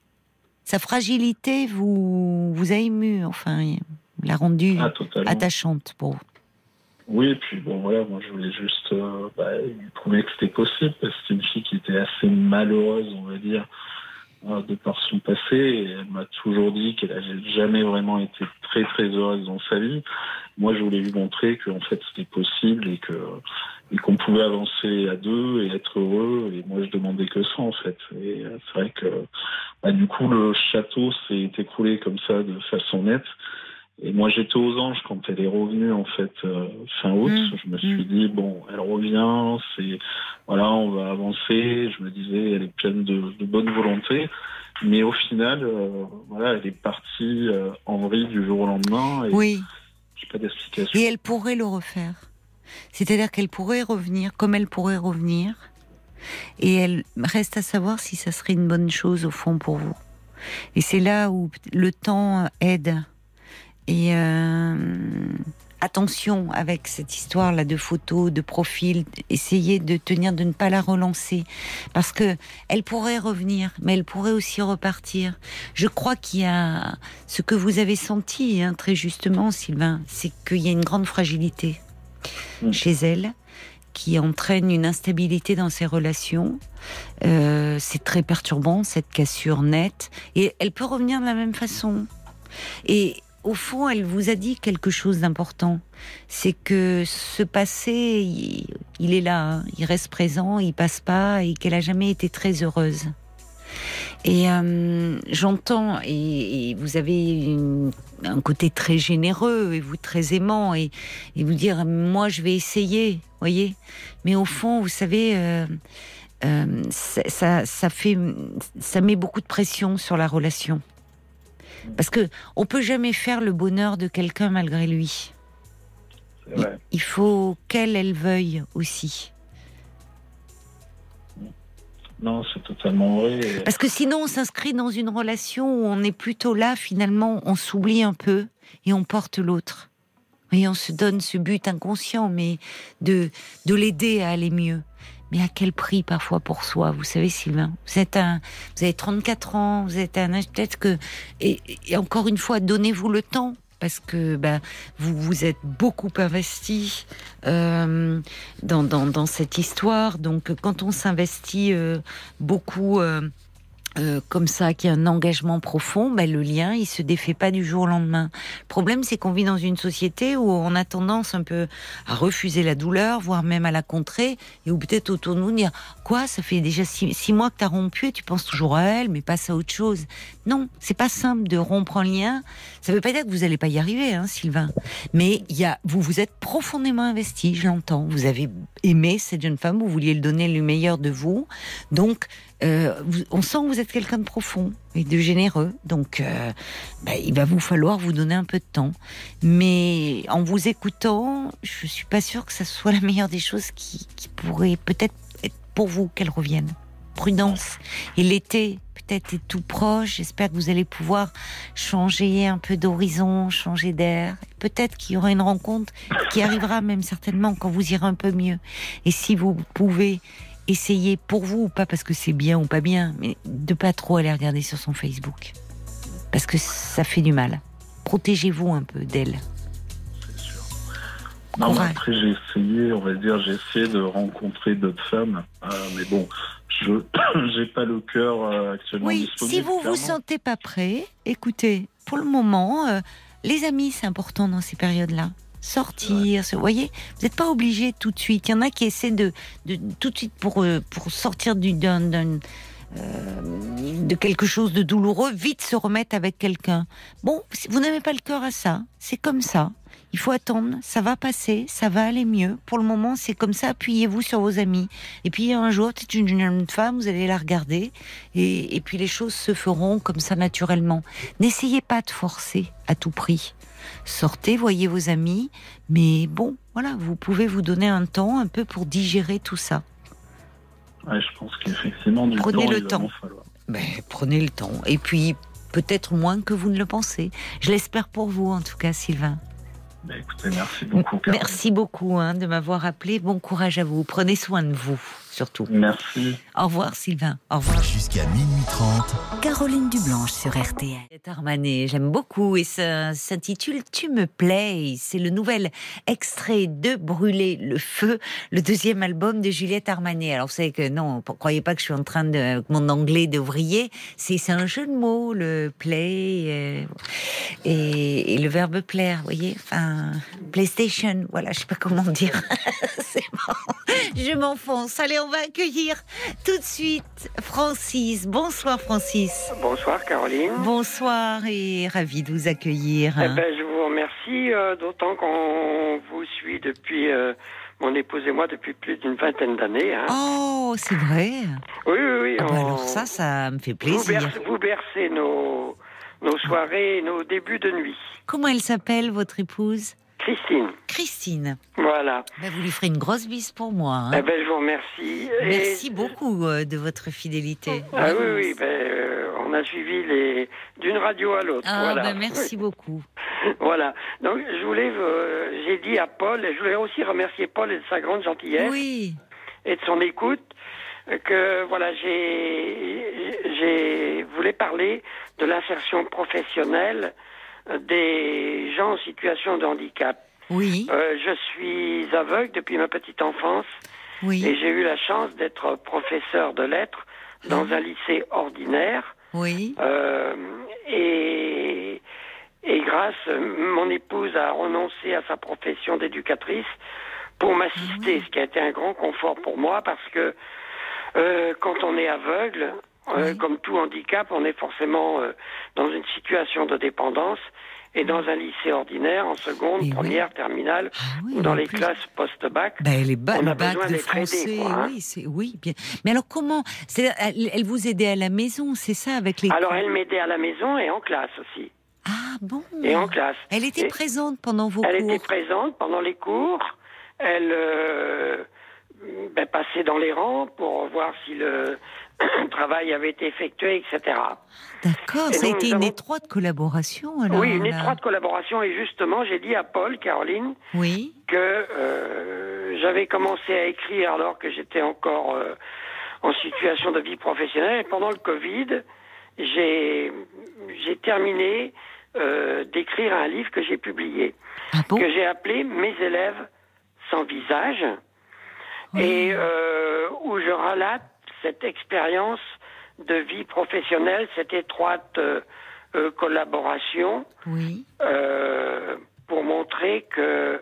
Sa fragilité vous, vous a ému, enfin, l'a rendue Ah, totalement. attachante pour vous. Oui, et puis bon, voilà, moi je voulais juste euh, bah, lui prouver que c'était possible, parce que c'est une fille qui était assez malheureuse, on va dire, euh, de par son passé, et elle m'a toujours dit qu'elle n'avait jamais vraiment été très très heureuse dans sa vie. Moi, je voulais lui montrer qu'en fait c'était possible et que et qu'on pouvait avancer à deux et être heureux, et moi je demandais que ça en fait. Et euh, c'est vrai que bah, du coup le château s'est écroulé comme ça de façon nette. Et moi, j'étais aux anges quand elle est revenue, en fait, euh, fin août. Mmh, Je me suis dit, bon, elle revient, c'est, voilà, on va avancer. Je me disais, elle est pleine de, de bonne volonté. Mais au final, euh, voilà, elle est partie euh, en vrille du jour au lendemain. Et Oui. j'ai pas d'explication. Et elle pourrait le refaire. C'est-à-dire qu'elle pourrait revenir comme elle pourrait revenir. Et elle reste à savoir si ça serait une bonne chose, au fond, pour vous. Et c'est là où le temps aide. Et euh, attention avec cette histoire-là de photos, de profils, essayez de tenir, de ne pas la relancer, parce que elle pourrait revenir, mais elle pourrait aussi repartir. Je crois qu'il y a ce que vous avez senti, hein, très justement, Sylvain, c'est qu'il y a une grande fragilité mmh. chez elle, qui entraîne une instabilité dans ses relations. Euh, c'est très perturbant, cette cassure nette, et elle peut revenir de la même façon. Et au fond, elle vous a dit quelque chose d'important. C'est que ce passé, il, il est là, hein, il reste présent, il passe pas, et qu'elle a jamais été très heureuse. Et euh, j'entends, et, et vous avez une, un côté très généreux, et vous très aimant, et, et vous dire, moi je vais essayer, voyez. Mais au fond, vous savez, euh, euh, ça, ça, ça fait, ça met beaucoup de pression sur la relation. Parce que on peut jamais faire le bonheur de quelqu'un malgré lui. C'est vrai. Il, il faut qu'elle, elle veuille aussi. Non, c'est totalement vrai. Parce que sinon, on s'inscrit dans une relation où on est plutôt là, finalement, on s'oublie un peu et on porte l'autre. Et on se donne ce but inconscient, mais de, de l'aider à aller mieux. Mais à quel prix parfois pour soi, vous savez, Sylvain, vous êtes un, vous avez trente-quatre ans, vous êtes un âge peut-être que, et, et encore une fois, donnez-vous le temps, parce que ben, vous vous êtes beaucoup investi euh, dans, dans dans cette histoire. Donc, quand on s'investit euh, beaucoup. Euh, Euh, comme ça, qui a un engagement profond, ben le lien, il se défait pas du jour au lendemain. Le problème, c'est qu'on vit dans une société où on a tendance un peu à refuser la douleur, voire même à la contrer, et où peut-être autour de nous dire quoi, ça fait déjà six, six mois que t'as rompu, et tu penses toujours à elle, mais passe à autre chose. Non, c'est pas simple de rompre un lien. Ça veut pas dire que vous allez pas y arriver, hein, Sylvain. Mais il y a, vous vous êtes profondément investi, je l'entends. Vous avez aimé cette jeune femme, vous vouliez lui donner le meilleur de vous, donc. Euh, vous, on sent que vous êtes quelqu'un de profond et de généreux, donc euh, bah, il va vous falloir vous donner un peu de temps. Mais en vous écoutant, je suis pas sûre que ça soit la meilleure des choses qui, qui pourrait peut-être être pour vous qu'elle revienne. Prudence. Et l'été peut-être est tout proche. J'espère que vous allez pouvoir changer un peu d'horizon, changer d'air. Peut-être qu'il y aura une rencontre qui arrivera même certainement quand vous irez un peu mieux. Et si vous pouvez essayez pour vous, pas parce que c'est bien ou pas bien, mais de pas trop aller regarder sur son Facebook. Parce que ça fait du mal. Protégez-vous un peu d'elle. C'est sûr. Non, mais après, j'ai essayé, on va dire, j'ai essayé de rencontrer d'autres femmes. Euh, mais bon, je j'ai pas le cœur euh, actuellement oui, disponible. Si vous clairement. vous sentez pas prêt, écoutez, pour le moment, euh, les amis, c'est important dans ces périodes-là. Sortir, vous voyez, vous n'êtes pas obligé tout de suite. Il y en a qui essaient de, de tout de suite pour pour sortir du, d'un, d'un, euh, de quelque chose de douloureux, vite se remettre avec quelqu'un. Bon, vous n'avez pas le cœur à ça, c'est comme ça. Il faut attendre, ça va passer, ça va aller mieux. Pour le moment, c'est comme ça. Appuyez-vous sur vos amis. Et puis un jour, c'est une jeune femme, vous allez la regarder, et, et puis les choses se feront comme ça naturellement. N'essayez pas de forcer à tout prix. Sortez, voyez vos amis, mais bon, voilà, vous pouvez vous donner un temps un peu pour digérer tout ça. Ouais, je pense qu'effectivement, du Prenez temps, le il va temps. m'en falloir. Ben, prenez le temps. Et puis, peut-être moins que vous ne le pensez. Je l'espère pour vous, en tout cas, Sylvain. Ben, écoutez, merci beaucoup, Caroline. Merci beaucoup hein, de m'avoir appelé. Bon courage à vous. Prenez soin de vous, surtout. Merci. Au revoir, Sylvain. Au revoir. Jusqu'à minuit trente. Caroline Dublanche sur R T L. Armanet, j'aime beaucoup et ça s'intitule Tu me plais. C'est le nouvel extrait de Brûler le feu, le deuxième album de Juliette Armanet. Alors vous savez que non, ne croyez pas que je suis en train de mon anglais d'ouvrier. C'est c'est un jeu de mots, le play euh, et, et le verbe plaire. Vous voyez, enfin PlayStation. Voilà, je sais pas comment dire. C'est bon. Je m'enfonce. Allez, on va accueillir tout de suite Francis. Bonsoir Francis. Bonsoir Caroline. Bonsoir et ravi de vous accueillir. Eh ben, je vous remercie, euh, d'autant qu'on vous suit depuis, euh, mon épouse et moi, depuis plus d'une vingtaine d'années. Hein. Oh, c'est vrai. Oui, oui, oui. Ah bah on... alors ça, ça me fait Vous plaisir. bercez, vous bercez nos, nos soirées et nos débuts de nuit. Comment elle s'appelle, votre épouse? Christine. Christine. Voilà. Ben, vous lui ferez une grosse bise pour moi. Hein. Eh ben, je vous remercie. Merci et... beaucoup euh, de votre fidélité. Ah oui, oui, ben, euh, on a suivi les... d'une radio à l'autre. Ah, voilà. ben, merci beaucoup. Voilà. Donc, je voulais, euh, j'ai dit à Paul, et je voulais aussi remercier Paul et de sa grande gentillesse. Oui. Et de son écoute, que, voilà, j'ai, j'ai voulu parler de l'insertion professionnelle des gens en situation de handicap. Oui. Euh, je suis aveugle depuis ma petite enfance. Oui. Et j'ai eu la chance d'être professeur de lettres dans ah. un lycée ordinaire. Oui. Euh, et, et grâce, mon épouse a renoncé à sa profession d'éducatrice pour m'assister, oui. ce qui a été un grand confort pour moi parce que euh, quand on est aveugle, euh, oui. comme tout handicap, on est forcément euh, dans une situation de dépendance. Et dans un lycée ordinaire, en seconde, et première, oui. terminale, ah oui, ou dans les plus... classes post-bac, ben, les ba- on a le bac besoin de d'être français, aidé. Quoi, hein. oui, c'est, oui, bien. Mais alors comment c'est, elle, elle vous aidait à la maison, c'est ça, avec les... Alors elle m'aidait à la maison et en classe aussi. Ah bon. Et en classe. Elle était et présente pendant vos elle cours. Elle était présente pendant les cours. Elle euh, ben, passait dans les rangs pour voir si le travail avait été effectué, et cetera. D'accord, et ça a été une avons... étroite collaboration alors. Oui, une là. étroite collaboration. Et justement, j'ai dit à Paul, Caroline, oui. que euh, j'avais commencé à écrire alors que j'étais encore euh, en situation de vie professionnelle. Et pendant le Covid, j'ai, j'ai terminé euh, d'écrire un livre que j'ai publié, ah bon que j'ai appelé « Mes élèves sans visage oui. » et euh, où je relate cette expérience de vie professionnelle, cette étroite euh, euh, collaboration, oui. euh, pour montrer que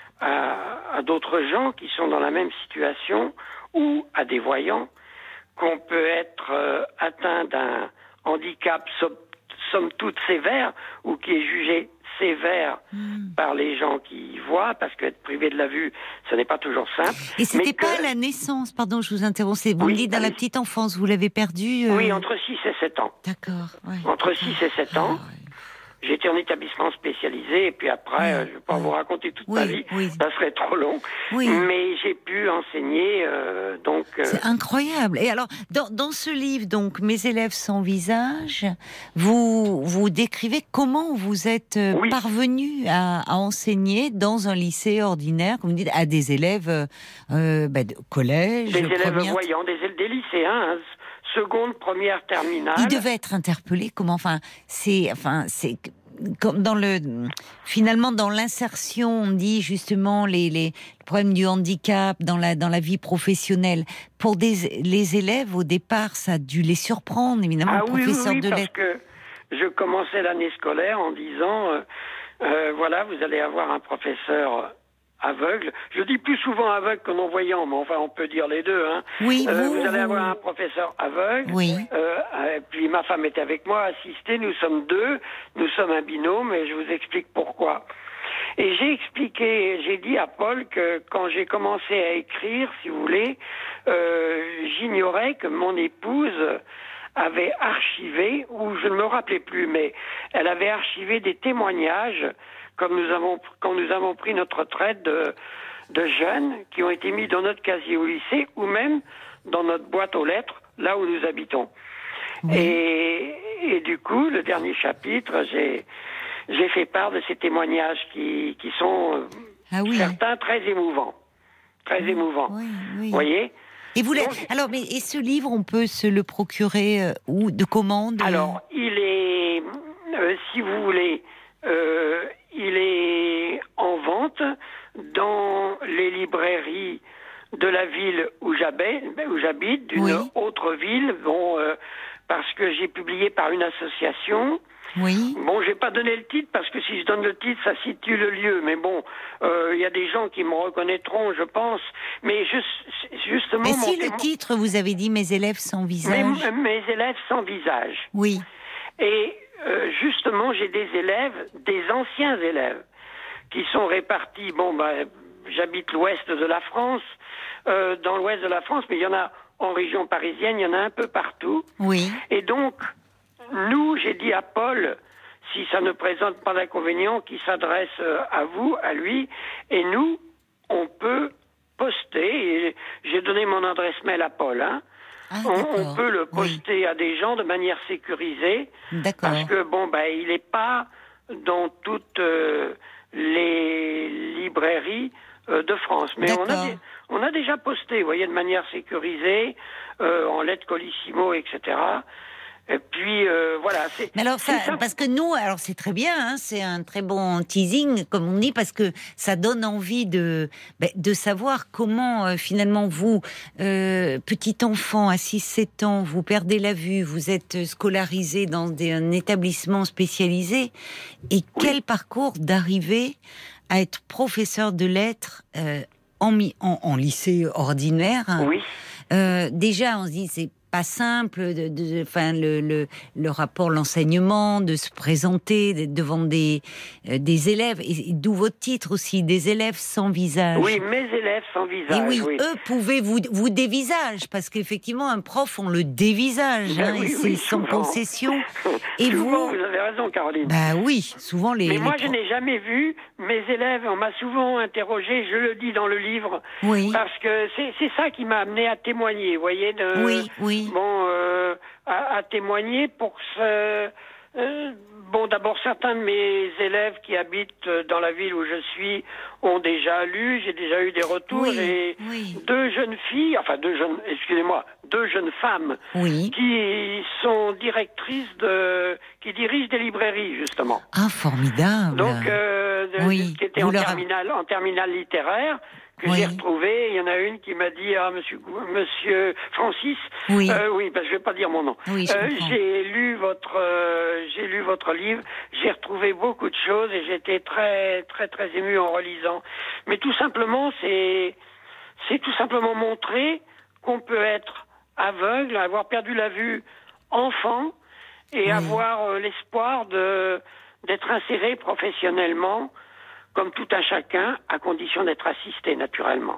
à, à d'autres gens qui sont dans la même situation ou à des voyants qu'on peut être euh, atteint d'un handicap somme, somme toute sévère ou qui est jugé sévère mmh. par les gens qui voient, parce qu'être privé de la vue, ce n'est pas toujours simple. Et c'était mais pas que... la naissance, pardon, je vous interromps, c'est, vous oui, me dites dans allez. la petite enfance, vous l'avez perdu euh... Oui, entre six et sept ans. D'accord. Ouais. Entre six et sept ans. Ah, ouais. J'étais en établissement spécialisé, et puis après, oui, euh, je ne vais pas oui. vous raconter toute oui, ma vie, oui. ça serait trop long. Oui. Mais j'ai pu enseigner, euh, donc... Euh... C'est incroyable. Et alors, dans, dans ce livre, donc, Mes élèves sans visage, vous, vous décrivez comment vous êtes oui. parvenu à, à enseigner dans un lycée ordinaire, comme vous dites, à des élèves euh, bah, de collège, Des élèves première... voyants, des, des lycéens, hein, seconde, première, terminale. Ils devaient être interpellés. Comment, enfin, c'est, enfin, c'est comme dans le, finalement, dans l'insertion, on dit justement les, les problèmes du handicap dans la dans la vie professionnelle. Pour des les élèves, au départ, ça a dû les surprendre, évidemment. Ah le oui, professeur oui, oui de parce lettres. que je commençais l'année scolaire en disant, euh, euh, voilà, vous allez avoir un professeur aveugle. Je dis plus souvent aveugle que non-voyant, mais enfin, on peut dire les deux. Hein. Oui, euh, vous, vous allez vous... avoir un professeur aveugle. Oui. Euh, euh, puis ma femme était avec moi, assistée. Nous sommes deux. Nous sommes un binôme, et je vous explique pourquoi. Et j'ai expliqué, j'ai dit à Paul que quand j'ai commencé à écrire, si vous voulez, euh, j'ignorais que mon épouse avait archivé, ou je ne me rappelais plus, mais elle avait archivé des témoignages comme nous avons, quand nous avons pris notre retraite de, de jeunes qui ont été mis dans notre casier au lycée ou même dans notre boîte aux lettres, là où nous habitons. Oui. Et, et du coup, le dernier chapitre, j'ai, j'ai fait part de ces témoignages qui, qui sont ah oui. certains très émouvants. Très oui, émouvants. Oui, oui. Vous voyez ? Et vous Donc, alors, mais et ce livre, on peut se le procurer euh, ou de commande euh... Alors, il est, euh, si vous voulez, euh, il est en vente dans les librairies de la ville où j'habite, où j'habite d'une oui. autre ville, bon, euh, parce que j'ai publié par une association. Oui. Bon, je vais pas donner le titre parce que si je donne le titre, ça situe le lieu. Mais bon, il euh, y a des gens qui me reconnaîtront, je pense. Mais juste, justement. Mais si le titre, vous avez dit mes élèves sans visage. Mes, mes élèves sans visage. Oui. Et euh, justement, j'ai des élèves, des anciens élèves, qui sont répartis. Bon, bah, j'habite l'ouest de la France, euh, dans l'ouest de la France, mais il y en a en région parisienne, il y en a un peu partout. Oui. Et donc. Nous, j'ai dit à Paul, si ça ne présente pas d'inconvénient, qui s'adresse à vous, à lui, et nous, on peut poster, et j'ai donné mon adresse mail à Paul, hein. Ah, on, on peut le poster oui. à des gens de manière sécurisée, d'accord. parce que, bon, ben, il n'est pas dans toutes euh, les librairies euh, de France, mais on a, on a déjà posté, vous voyez, de manière sécurisée, euh, en lettres colissimo, et cetera, Et puis euh, voilà. C'est, Mais alors ça, ça, parce que nous, alors c'est très bien, hein, c'est un très bon teasing, comme on dit, parce que ça donne envie de ben, de savoir comment euh, finalement vous, euh, petit enfant à six sept ans, vous perdez la vue, vous êtes scolarisé dans des, un établissement spécialisé, et oui. quel parcours d'arriver à être professeur de lettres euh, en, en, en lycée ordinaire. Hein. Oui. Euh, déjà, on se dit c'est pas simple, de, de, enfin le, le, le rapport, l'enseignement, de se présenter d'être devant des, euh, des élèves, et, et d'où votre titre aussi, des élèves sans visage. Oui, mes élèves sans visage. Et oui, oui. eux pouvaient vous, vous dévisage, parce qu'effectivement, un prof, on le dévisage, hein, oui, et c'est oui, sans souvent. concession. Et souvent, vous, vous avez raison, Caroline. Bah oui, souvent les. Mais les moi, pro... je n'ai jamais vu mes élèves. On m'a souvent interrogé, je le dis dans le livre, oui. parce que c'est, c'est ça qui m'a amené à témoigner, vous voyez. De, oui, oui. Bon. Euh, À, à témoigner pour ce... Euh, bon, d'abord, certains de mes élèves qui habitent dans la ville où je suis ont déjà lu, j'ai déjà eu des retours, oui, et oui. deux jeunes filles, enfin deux jeunes, excusez-moi, deux jeunes femmes oui. qui sont directrices de... qui dirigent des librairies, justement. Ah, formidable. Donc, euh, de, oui. qui étaient Vous en leur... terminale, en terminale littéraire, que oui. j'ai retrouvé. Il y en a une qui m'a dit, ah, monsieur, monsieur Francis, oui, euh, oui, parce que je vais pas dire mon nom. Oui, euh, j'ai lu votre, euh, j'ai lu votre livre. J'ai retrouvé beaucoup de choses et j'étais très, très, très ému en relisant. Mais tout simplement, c'est, c'est tout simplement montrer qu'on peut être aveugle, avoir perdu la vue enfant et oui. avoir euh, l'espoir de, d'être inséré professionnellement, comme tout un chacun, à condition d'être assisté, naturellement.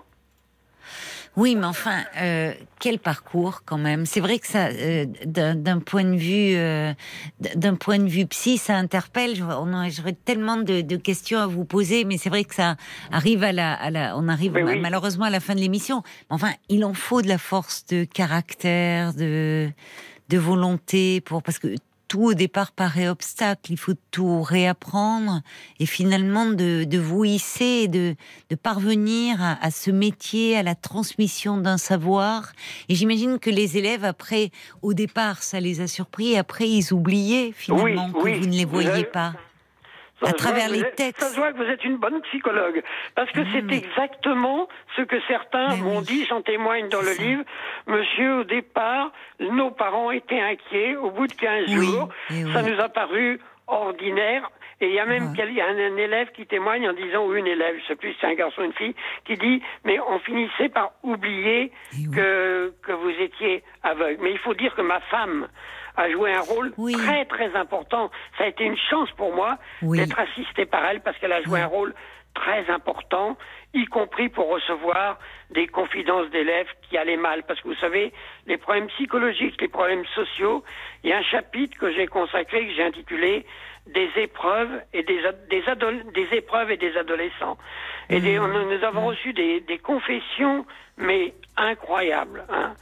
Oui, mais enfin, euh, quel parcours quand même. C'est vrai que ça, euh, d'un, d'un point de vue, euh, d'un point de vue psy, ça interpelle. On a, j'aurais tellement de, de questions à vous poser, mais c'est vrai que ça arrive à la, à la on arrive oui. malheureusement à la fin de l'émission. Enfin, il en faut de la force de caractère, de, de volonté pour, parce que tout au départ paraît obstacle, il faut tout réapprendre et finalement de, de vous hisser, de, de parvenir à, à ce métier, à la transmission d'un savoir. Et j'imagine que les élèves, après, au départ, ça les a surpris, et après ils oubliaient finalement oui, que oui. vous ne les voyiez avez... pas. Ça à travers les êtes, textes. Ça se voit que vous êtes une bonne psychologue. Parce que mmh, c'est mais... exactement ce que certains m'ont oui. dit, j'en témoigne dans c'est le ça. livre. Monsieur, au départ, nos parents étaient inquiets. Au bout de quinze oui, jours, ça oui. nous a paru ordinaire. Et il y a même ouais. y a un, un élève qui témoigne en disant, ou une élève, je sais plus si c'est un garçon ou une fille, qui dit, mais on finissait par oublier oui. que, que vous étiez aveugle. Mais il faut dire que ma femme a joué un rôle oui. très très important. Ça a été une chance pour moi oui. d'être assistée par elle, parce qu'elle a joué oui. un rôle très important, y compris pour recevoir des confidences d'élèves qui allaient mal. Parce que vous savez, les problèmes psychologiques, les problèmes sociaux, il y a un chapitre que j'ai consacré, que j'ai intitulé des épreuves et des, des, adol- des épreuves et des adolescents. Et des, on, nous avons reçu des, des confessions, mais incroyables, hein.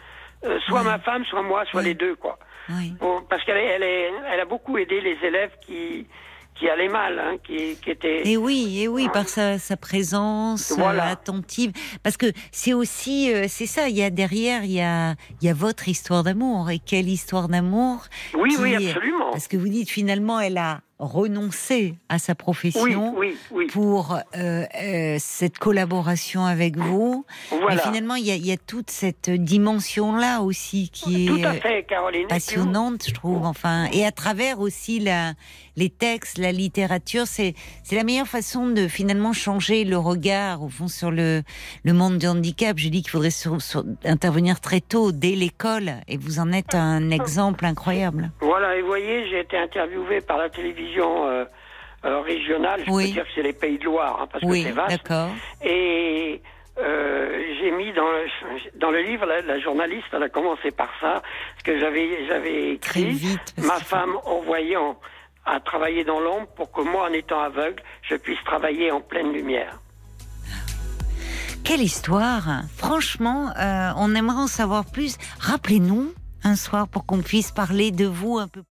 euh, soit Ouais. ma femme, soit moi, soit Ouais. les deux, quoi. Oui. Pour- parce qu'elle est, elle est, elle a beaucoup aidé les élèves qui, qui allaient mal, hein, qui, qui étaient. Et oui, et oui, par sa, sa présence Voilà. euh, attentive. Parce que c'est aussi, euh, c'est ça, il y a derrière, il y a, il y a votre histoire d'amour. Et quelle histoire d'amour. Oui, qui- oui, absolument. Parce que vous dites, finalement, elle a renoncé à sa Oui, profession. oui, oui. Pour euh, euh, cette collaboration avec vous. Voilà. Et finalement, il y a, il y a toute cette dimension-là aussi qui Tout est à euh, fait, Caroline. Et puis vous- passionnante, je trouve. Enfin, et à travers aussi la, les textes, la littérature, c'est c'est la meilleure façon de finalement changer le regard au fond sur le le monde du handicap. Je dis qu'il faudrait sur- sur- intervenir très tôt, dès l'école, et vous en êtes un exemple incroyable. Voilà, et vous voyez, j'ai été interviewé par la télévision euh, euh, régionale. Je Oui. peux dire que c'est les Pays de Loire, hein, parce Oui, que c'est vaste. d'accord. Et euh, j'ai mis dans le, dans le livre, la, la journaliste, elle a commencé par ça, parce que j'avais j'avais Très écrit vite. parce ma qu'il faut- femme en voyant à travailler dans l'ombre pour que moi, en étant aveugle, je puisse travailler en pleine lumière. Quelle histoire! Franchement, euh, on aimerait en savoir plus. Rappelez-nous un soir pour qu'on puisse parler de vous un peu plus.